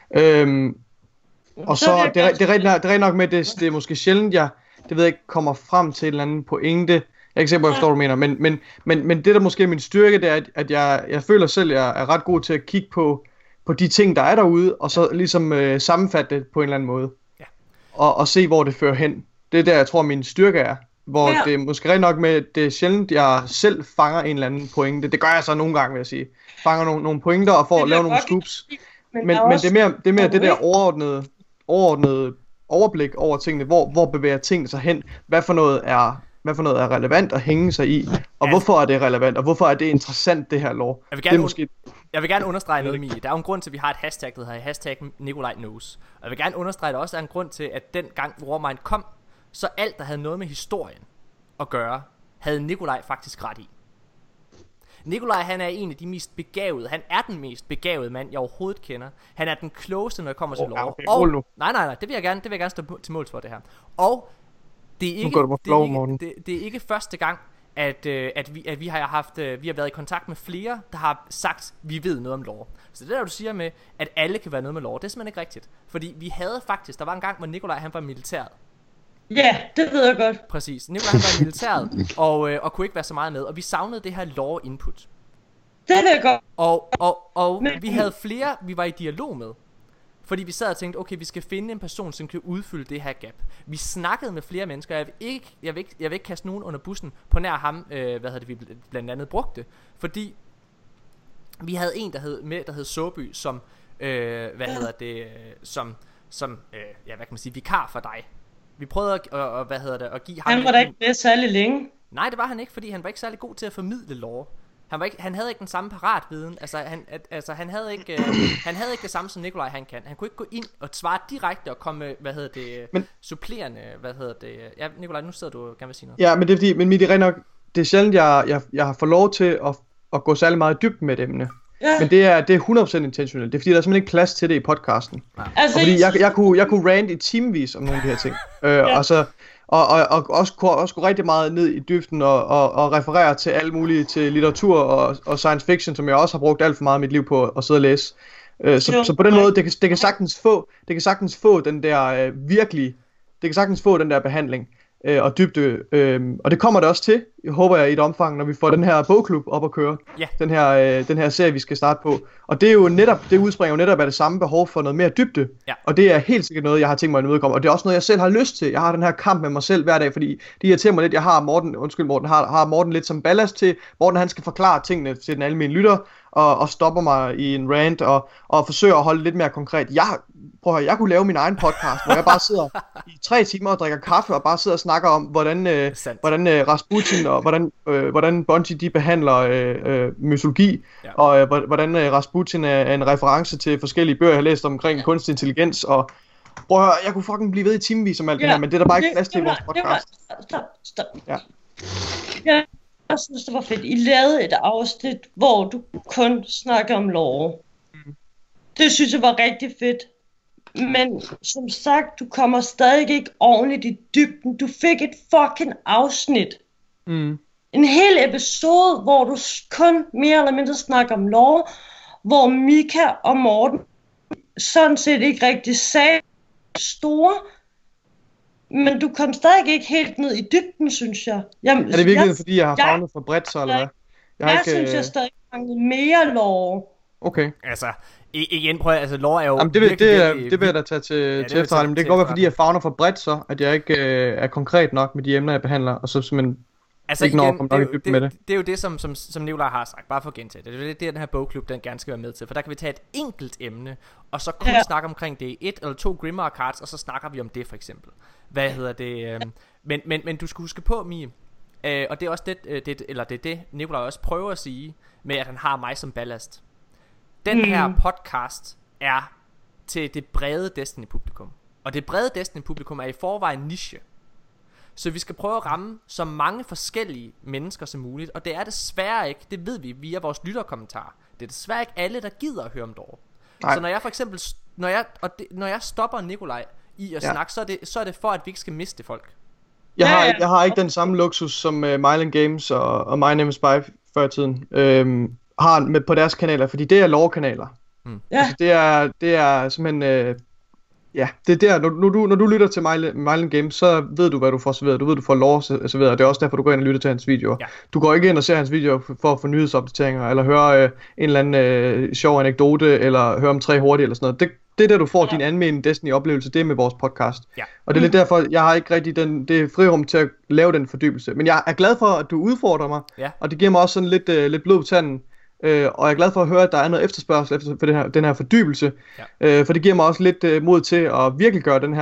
Og så, det er rigtig nok med, det er måske sjældent, det ved jeg ikke, kommer frem til en eller anden pointe. Jeg er ikke sikker på, hvad jeg forstår, du mener. Men det, der måske er min styrke, det er, at jeg føler selv, at jeg er ret god til at kigge på de ting, der er derude, og så ligesom sammenfatte det på en eller anden måde. Ja. Og se, hvor det fører hen. Det er der, jeg tror, min styrke er. Hvor det er måske rigtig nok med, det er sjældent, jeg selv fanger en eller anden pointe. Det gør jeg så nogle gange, vil jeg sige. Fanger nogle pointer og får lavet nogle scoops. Men det er mere det der overordnede overblik over tingene. Hvor bevæger tingene sig hen? Hvad for noget er relevant at hænge sig i? Og hvorfor er det relevant? Og hvorfor er det interessant, det her lore? Jeg vil gerne understrege noget, Mie. Der er jo en grund til, at vi har et hashtag, der hedder hashtag Nikolaj Knows. Og jeg vil gerne understrege, at der også er en grund til, at den gang Warmind kom, så alt, der havde noget med historien at gøre, havde Nikolaj faktisk ret i. Nikolaj, han er en af de mest begavede. Han er den mest begavede mand, jeg overhovedet kender. Han er den klogeste, når det kommer til lore. Okay, nej, det vil jeg gerne stå til måls for det her. Og det er ikke første gang, at vi har været i kontakt med flere, der har sagt, vi ved noget om lore. Så det der, du siger med, at alle kan være noget med lore, det er simpelthen ikke rigtigt. Fordi vi havde faktisk, der var en gang, hvor Nikolaj, han var militæret. Ja, det ved jeg godt. Præcis. Nikolaj, han var i militæret og kunne ikke være så meget med. Og vi savnede det her lore input. Det ved jeg godt. Og vi havde flere, vi var i dialog med. Fordi vi sad og tænkte, okay, vi skal finde en person, som kan udfylde det her gap. Vi snakkede med flere mennesker. Jeg vil ikke kaste nogen under bussen på nær ham, vi blandt andet brugte. Fordi vi havde en, der hed Såby, som vikar for dig. Vi prøvede at give ham. Han var da ikke med særlig længe. Nej, det var han ikke, fordi han var ikke særlig god til at formidle lore. Han havde ikke den samme paratviden. Han havde ikke det samme som Nikolaj han kan. Han kunne ikke gå ind og svare direkte og komme med supplerende, Ja, Nikolaj, nu sidder du gerne vil sige noget. Ja, men det er fordi, men det er nok, det er sjældent jeg har fået lov til at gå særlig meget dybt med et emne. Ja. Men det er 100% intentionelt. Det er fordi der er simpelthen ikke plads til det i podcasten. Altså, fordi jeg kunne rante i timevis om nogle af de her ting. Og også gå rigtig meget ned i dybden og referere til alt muligt, til litteratur og science fiction, som jeg også har brugt alt for meget af mit liv på at sidde og læse. Så på den måde, det kan sagtens få den der det kan sagtens få den der behandling og dybde, og det kommer det også til, jeg håber jeg, i et omfang, når vi får den her bogklub op at køre, den her serie, vi skal starte på. Og det er jo netop, det udspringer jo netop af det samme behov for noget mere dybde, og det er helt sikkert noget, jeg har tænkt mig at imødekomme, og det er også noget, jeg selv har lyst til. Jeg har den her kamp med mig selv hver dag, fordi det irriterer mig lidt, jeg har Morten lidt som ballast til, Morten han skal forklare tingene til den almindelige lytter, og stopper mig i en rant, og forsøger at holde lidt mere konkret. Jeg kunne lave min egen podcast, hvor jeg bare sidder i 3 timer og drikker kaffe, og bare sidder og snakker om, hvordan Rasputin og hvordan Bungie de behandler mytologi, og hvordan Rasputin er en reference til forskellige bøger, jeg har læst omkring kunstig intelligens, og prøv at høre, jeg kunne fucking blive ved i timevis om alt det her, men det er der bare ikke plads til i vores podcast. Stop. Ja. Jeg synes, det var fedt. I lavede et afsnit, hvor du kun snakker om lore. Det synes jeg var rigtig fedt. Men som sagt, du kommer stadig ikke ordentligt i dybden. Du fik et fucking afsnit. En hel episode, hvor du kun mere eller mindre snakker om lore, hvor Mika og Morten sådan set ikke rigtig sagde store. Men du kom stadig ikke helt ned i dybden, synes jeg. Er det virkelig fordi jeg har favnet for bredt så, eller hvad? Jeg synes, jeg stadig manglede mere lore. Okay. Altså, igen prøv altså lore er jo... Jamen, det vil jeg da tage til efterretning, men det kan godt være fordi jeg favner for bredt så, at jeg ikke er konkret nok med de emner, jeg behandler, og så simpelthen altså ikke når jeg kommer nok i dybden med det. Det er jo det, som Nikolaj har sagt, bare for at gentage det. Det er det, den her bogklub, den gerne skal være med til, for der kan vi tage et enkelt emne, og så kun snakke omkring det 1 eller 2 Grimoire cards, og så snakker vi om det for eksempel. Hvad hedder det? Men du skal huske på, Mie, og det er også det Nikolaj også prøver at sige, med at han har mig som ballast. Den her podcast er til det brede Destiny-publikum. Og det brede Destiny-publikum er i forvejen niche. Så vi skal prøve at ramme så mange forskellige mennesker som muligt. Og det er desværre ikke, det ved vi via vores lytterkommentarer, det er desværre ikke alle, der gider at høre om det. Så når jeg for eksempel når jeg stopper Nikolaj i at snakke, så er det for, at vi ikke skal miste folk. Jeg har ikke den samme luksus som Myland Games og My Name is Spy før i tiden har med på deres kanaler, fordi det er lore-kanaler. Altså, det er simpelthen det er der, når du lytter til Myland Games, så ved du, hvad du får serveret. Du ved, du får lore serveret, og det er også derfor, du går ind og lytter til hans videoer. Du går ikke ind og ser hans videoer for at få nyhedsopdateringer, eller høre en eller anden sjov anekdote, eller høre om 3 hurtigt, eller sådan noget. Det er der, du får din almindelige Destiny-oplevelse, det er med vores podcast. Og det er lidt derfor, jeg har ikke rigtig det frirum til at lave den fordybelse. Men jeg er glad for, at du udfordrer mig, og det giver mig også sådan lidt blod på tanden. Og jeg er glad for at høre, at der er noget efterspørgsel for den her fordybelse. For det giver mig også lidt mod til at virkelig gøre den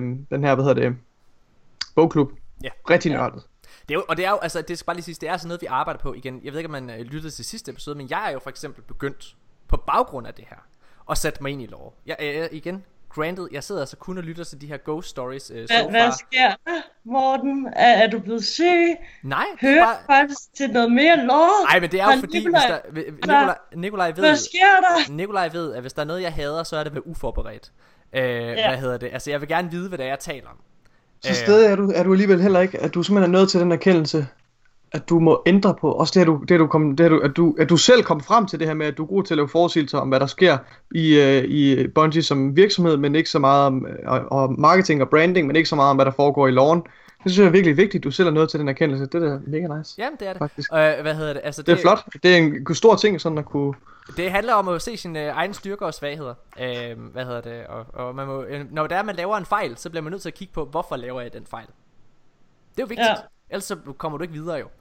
her bogklub rigtig nørdet. Og det er jo, altså det skal bare lige sige, det er sådan noget, vi arbejder på igen. Jeg ved ikke, om man lyttede til sidste episode, men jeg er jo for eksempel begyndt på baggrund af det her at sætte mig ind i lore. Igen, granted, jeg sidder altså kun og lytter til de her ghost stories Hvad sker der, Morten? Er du blevet syg? Nej, hører faktisk til noget mere lore? Nej, men det er jo fordi Nikolaj ved. Hvad sker der? Nikolaj ved, at hvis der er noget jeg hader, så er det at være uforberedt. Hvad hedder det? Altså jeg vil gerne vide, hvad det er, jeg taler om. Så stadig er du alligevel heller ikke, at du simpelthen er nødt til den erkendelse, at du må ændre på, også at du selv kom frem til det her med, at du er god til at lave forudsigelser om, hvad der sker i Bungie som virksomhed, men ikke så meget om marketing og branding, men ikke så meget om, hvad der foregår i loven. Det synes jeg er virkelig vigtigt, at du selv er nødt til den erkendelse. Det er mega nice. Jamen det er det faktisk. Hvad hedder det? Altså, det er flot. Det er en stor ting, sådan at kunne... Det handler om at se sine egne styrker og svagheder. Hvad hedder det? Og man må, når man laver en fejl, så bliver man nødt til at kigge på, hvorfor laver jeg den fejl. Det er jo vigtigt. Ellers så kommer du ikke videre jo.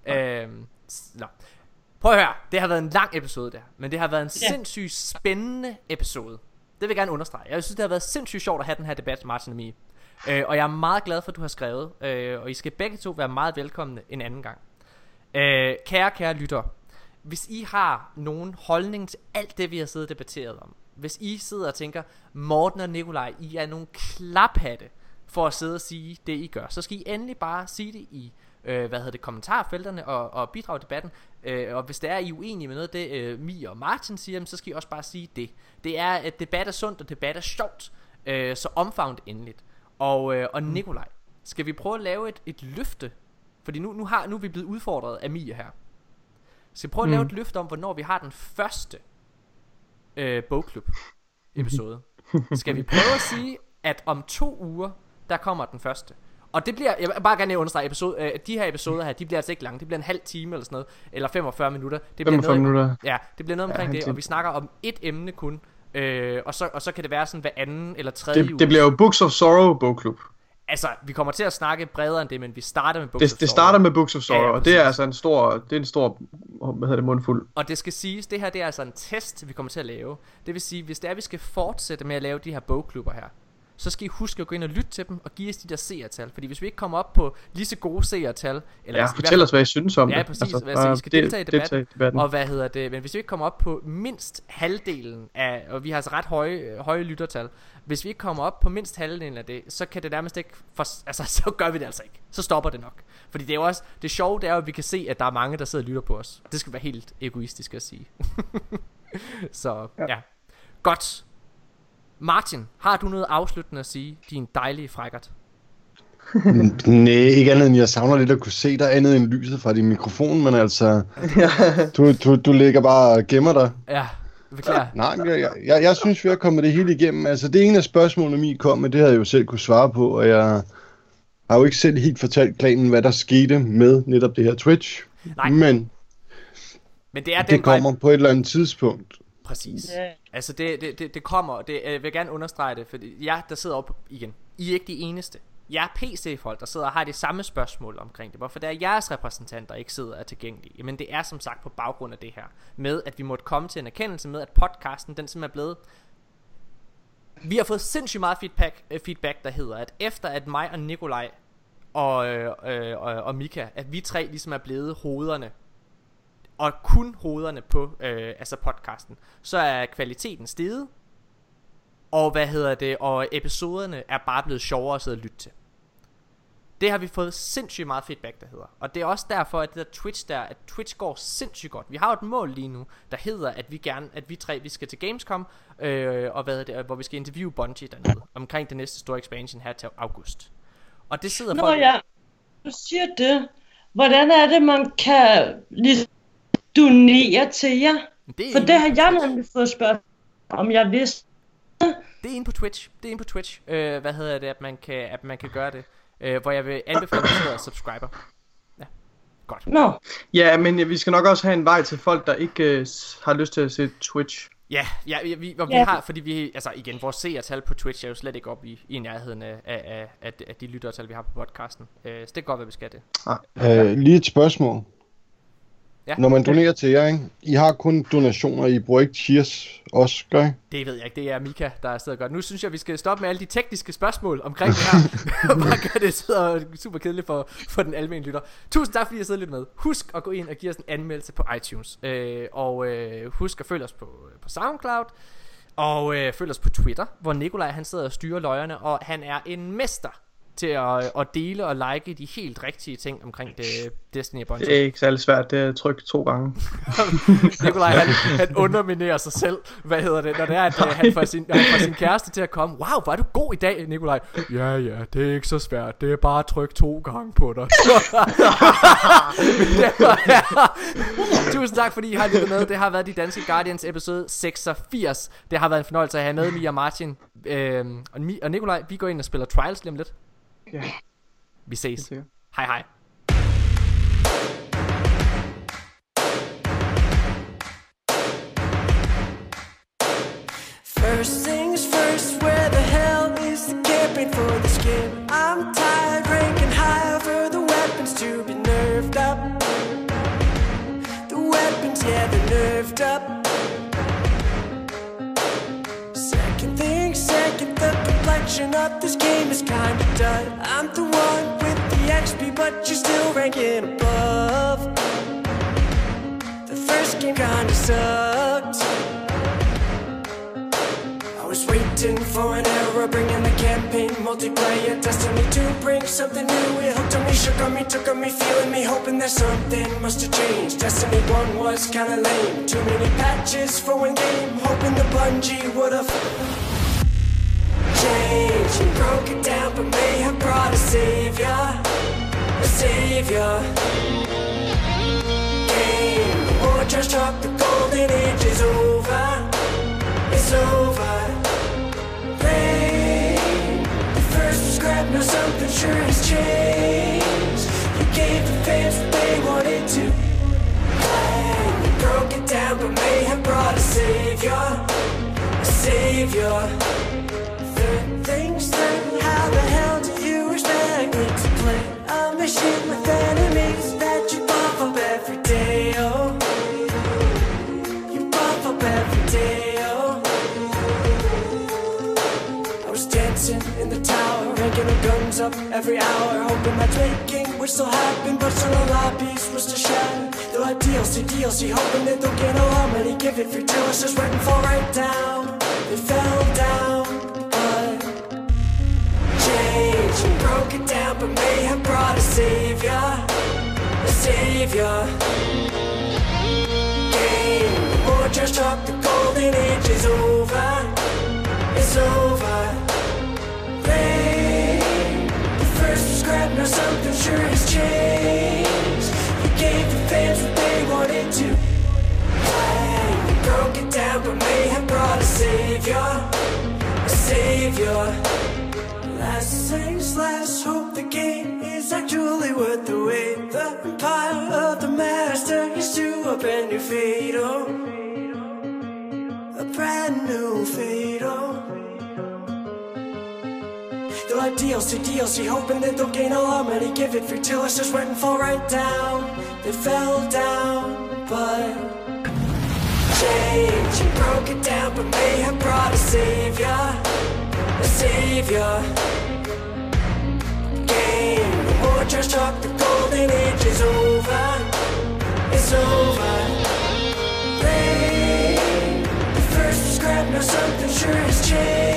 Prøv at høre. Det har været en lang episode der, men det har været en sindssygt spændende episode. Det vil jeg gerne understrege. Jeg synes det har været sindssygt sjovt at have den her debat, Martin og Mie. Og jeg er meget glad for at du har skrevet, og I skal begge to være meget velkomne en anden gang. Kære lytter, hvis I har nogen holdning til alt det vi har siddet og debatteret om, hvis I sidder og tænker, Morten og Nikolaj, I er nogle klaphatte for at sidde og sige det I gør, så skal I endelig bare sige det i kommentarfelterne og bidrage i debatten. Og hvis det er I er uenige med noget af det Mie og Martin siger, så skal I også bare sige det. Det er at debat er sundt, og debat er sjovt. Så omfavn det endeligt. Og Nikolaj, skal vi prøve at lave et løfte? Fordi nu er vi blevet udfordret af Mie her. Skal vi prøve at lave et løfte om, hvornår vi har den første bogklub episode? Skal vi prøve at sige, at om 2 uger, der kommer den første? Og det bliver, jeg vil bare gerne understrege, de her episoder her, de bliver altså ikke lange. Det bliver en halv time eller sådan noget, eller 45 minutter. Det bliver 45 minutter. Ja, det bliver noget omkring det, og vi snakker om et emne kun. Og så kan det være sådan hver anden eller tredje uge. Det bliver jo Books of Sorrow bogklub. Altså, vi kommer til at snakke bredere end det, men vi starter med Books of Sorrow. Det starter med Books of Sorrow, og det er altså en stor mundfuld. Og det skal siges, det her det er altså en test, vi kommer til at lave. Det vil sige, hvis det er, vi skal fortsætte med at lave de her bogklubber her, så skal I huske at gå ind og lytte til dem og give os de der seertal. Fordi hvis vi ikke kommer op på lige så gode seertal, eller fortæl os hvad I synes om det. Ja, præcis. Altså, I skal deltage i debatten. Og men hvis vi ikke kommer op på mindst halvdelen af, og vi har altså ret høje lyttertal, hvis vi ikke kommer op på mindst halvdelen af det, så kan det nærmest ikke så gør vi det altså ikke. Så stopper det nok. Fordi det er jo også det sjove, det er jo, at vi kan se, at der er mange der sidder og lytter på os. Det skal være helt egoistisk at sige. Så ja. Godt. Martin, har du noget afsluttende at sige, din dejlige frækkert? Nej, ikke andet end jeg savner lidt at kunne se dig andet end lyset fra din mikrofon, men altså, du ligger bare og gemmer dig. Ja, beklager. Nej, jeg synes, vi har kommet det hele igennem. Altså, det ene af spørgsmålene, Mi kom med, det havde jeg jo selv kunne svare på, og jeg har jo ikke selv helt fortalt klanen, hvad der skete med netop det her Twitch. Nej. Men det kommer på et eller andet tidspunkt. Præcis. Altså det kommer. Jeg vil gerne understrege det, fordi jeg der sidder op igen. I er ikke de eneste. Jeg er PC-folk, der sidder og har de samme spørgsmål omkring det. Hvorfor det er jeres repræsentanter ikke sidder er tilgængelige. Jamen det er som sagt på baggrund af det her med at vi måtte komme til en erkendelse med at podcasten den simpelthen er blevet. Vi har fået sindssygt meget feedback der hedder at efter at mig og Nikolaj og Mika, at vi tre ligesom er blevet hovederne og kun hovederne på podcasten, så er kvaliteten steget. Og og episoderne er bare blevet sjovere at sidde og lytte til. Det har vi fået sindssygt meget feedback der hedder. Og det er også derfor at det der at Twitch går sindssygt godt. Vi har jo et mål lige nu der hedder at vi tre skal til Gamescom og hvor vi skal interviewe Bungie dernede omkring det næste store expansion her til august. Og det sidder folk. Ja, du siger det. Hvordan er det man kan ligesom donere til jer? For det har jeg nemlig fået spørgsmål om jeg vidste. Det er inde på Twitch. At man kan gøre det. Hvor jeg vil anbefale at subscriber. Ja. Godt. No. Ja, men vi skal nok også have en vej til folk der ikke har lyst til at se Twitch. Ja, vi har, fordi vi, altså igen, vores seertal på Twitch er jo slet ikke op i nærheden af de lyttertal vi har på podcasten. Så det kan godt være vi skal det. Lige et spørgsmål. Ja. Når man donerer til jer, ikke? I har kun donationer, I bruger ikke cheers også, gør I? Det ved jeg ikke, det er Mika, der er stedet godt. Nu synes jeg, vi skal stoppe med alle de tekniske spørgsmål omkring det her. Bare gør det sidder super kedeligt for den almindelige lytter. Tusind tak, fordi I sidder lidt med. Husk at gå ind og give os en anmeldelse på iTunes. Husk at følge os på SoundCloud. Og følg os på Twitter, hvor Nikolaj han sidder og styrer løjerne, og han er en mester til at dele og like de helt rigtige ting omkring det Destiny Bungie. Det er ikke særlig svært, det er trykt 2 gange. Nikolaj han underminerer sig selv. Når det er at han får sin kæreste til at komme. Wow, hvor er du god i dag, Nikolaj. Ja, det er ikke så svært. Det er bare at trykke 2 gange på dig. Tusind tak fordi I har lyttet med. Det har været De Danske Guardians episode 86. Det har været en fornøjelse at have med Mia og Martin og Nikolaj. Vi går ind og spiller Trials lige om lidt. Ja. Vi ses. Hej. First things first, where the hell is the camping for the skin? I'm tired, ranking higher for the weapons to be nerfed up. The weapons, yeah, they're nerfed up. Second, the complexion of this game is kinda done. I'm the one with the XP, but you're still ranking above. The first game kinda sucked. I was waiting for an era, bringing the campaign multiplayer Destiny 2 brings something new. It hooked on me, shook on me, took on me, feeling me, hoping that something must have changed. Destiny 1 was kinda lame, too many patches for one game, hoping the Bungie would've change and broke it down, but may have brought a savior. Game, the war just struck, the golden age is over. It's over. Rain, the first was scrap, now something sure has changed. You gave the fans what they wanted to. You broke it down, but may have brought a savior. Things through, how the hell do you expect me to play a mission with enemies that you buff up every day, oh? You buff up every day, oh? I was dancing up every hour, hoping matchmaking would still happen, but still a lobbies was to shatter. They'll have DLC, hoping that they'll gain a lot of money, give it free till it's just waiting fall right down. It fell down, but change broke it down, but may have brought a savior, a savior. Game, more just talk, the golden age is over, it's over. Rain, the first was scrapped, now something sure has changed. You gave the fans what they wanted to play. You broke it down, but may have brought a savior, a savior. Last things last, hope the game is actually worth the wait. The empire of the master is to a brand new fatal, a brand new fatal. They'll have DLC, hoping that they'll gain a lot of money, give it free till it's just went and fall right down. They fell down, but change broke it down, but may have brought a savior, a savior. Game, no more trash talk, the golden age is over, it's over. Rain, the first was scrapped, now something sure has changed.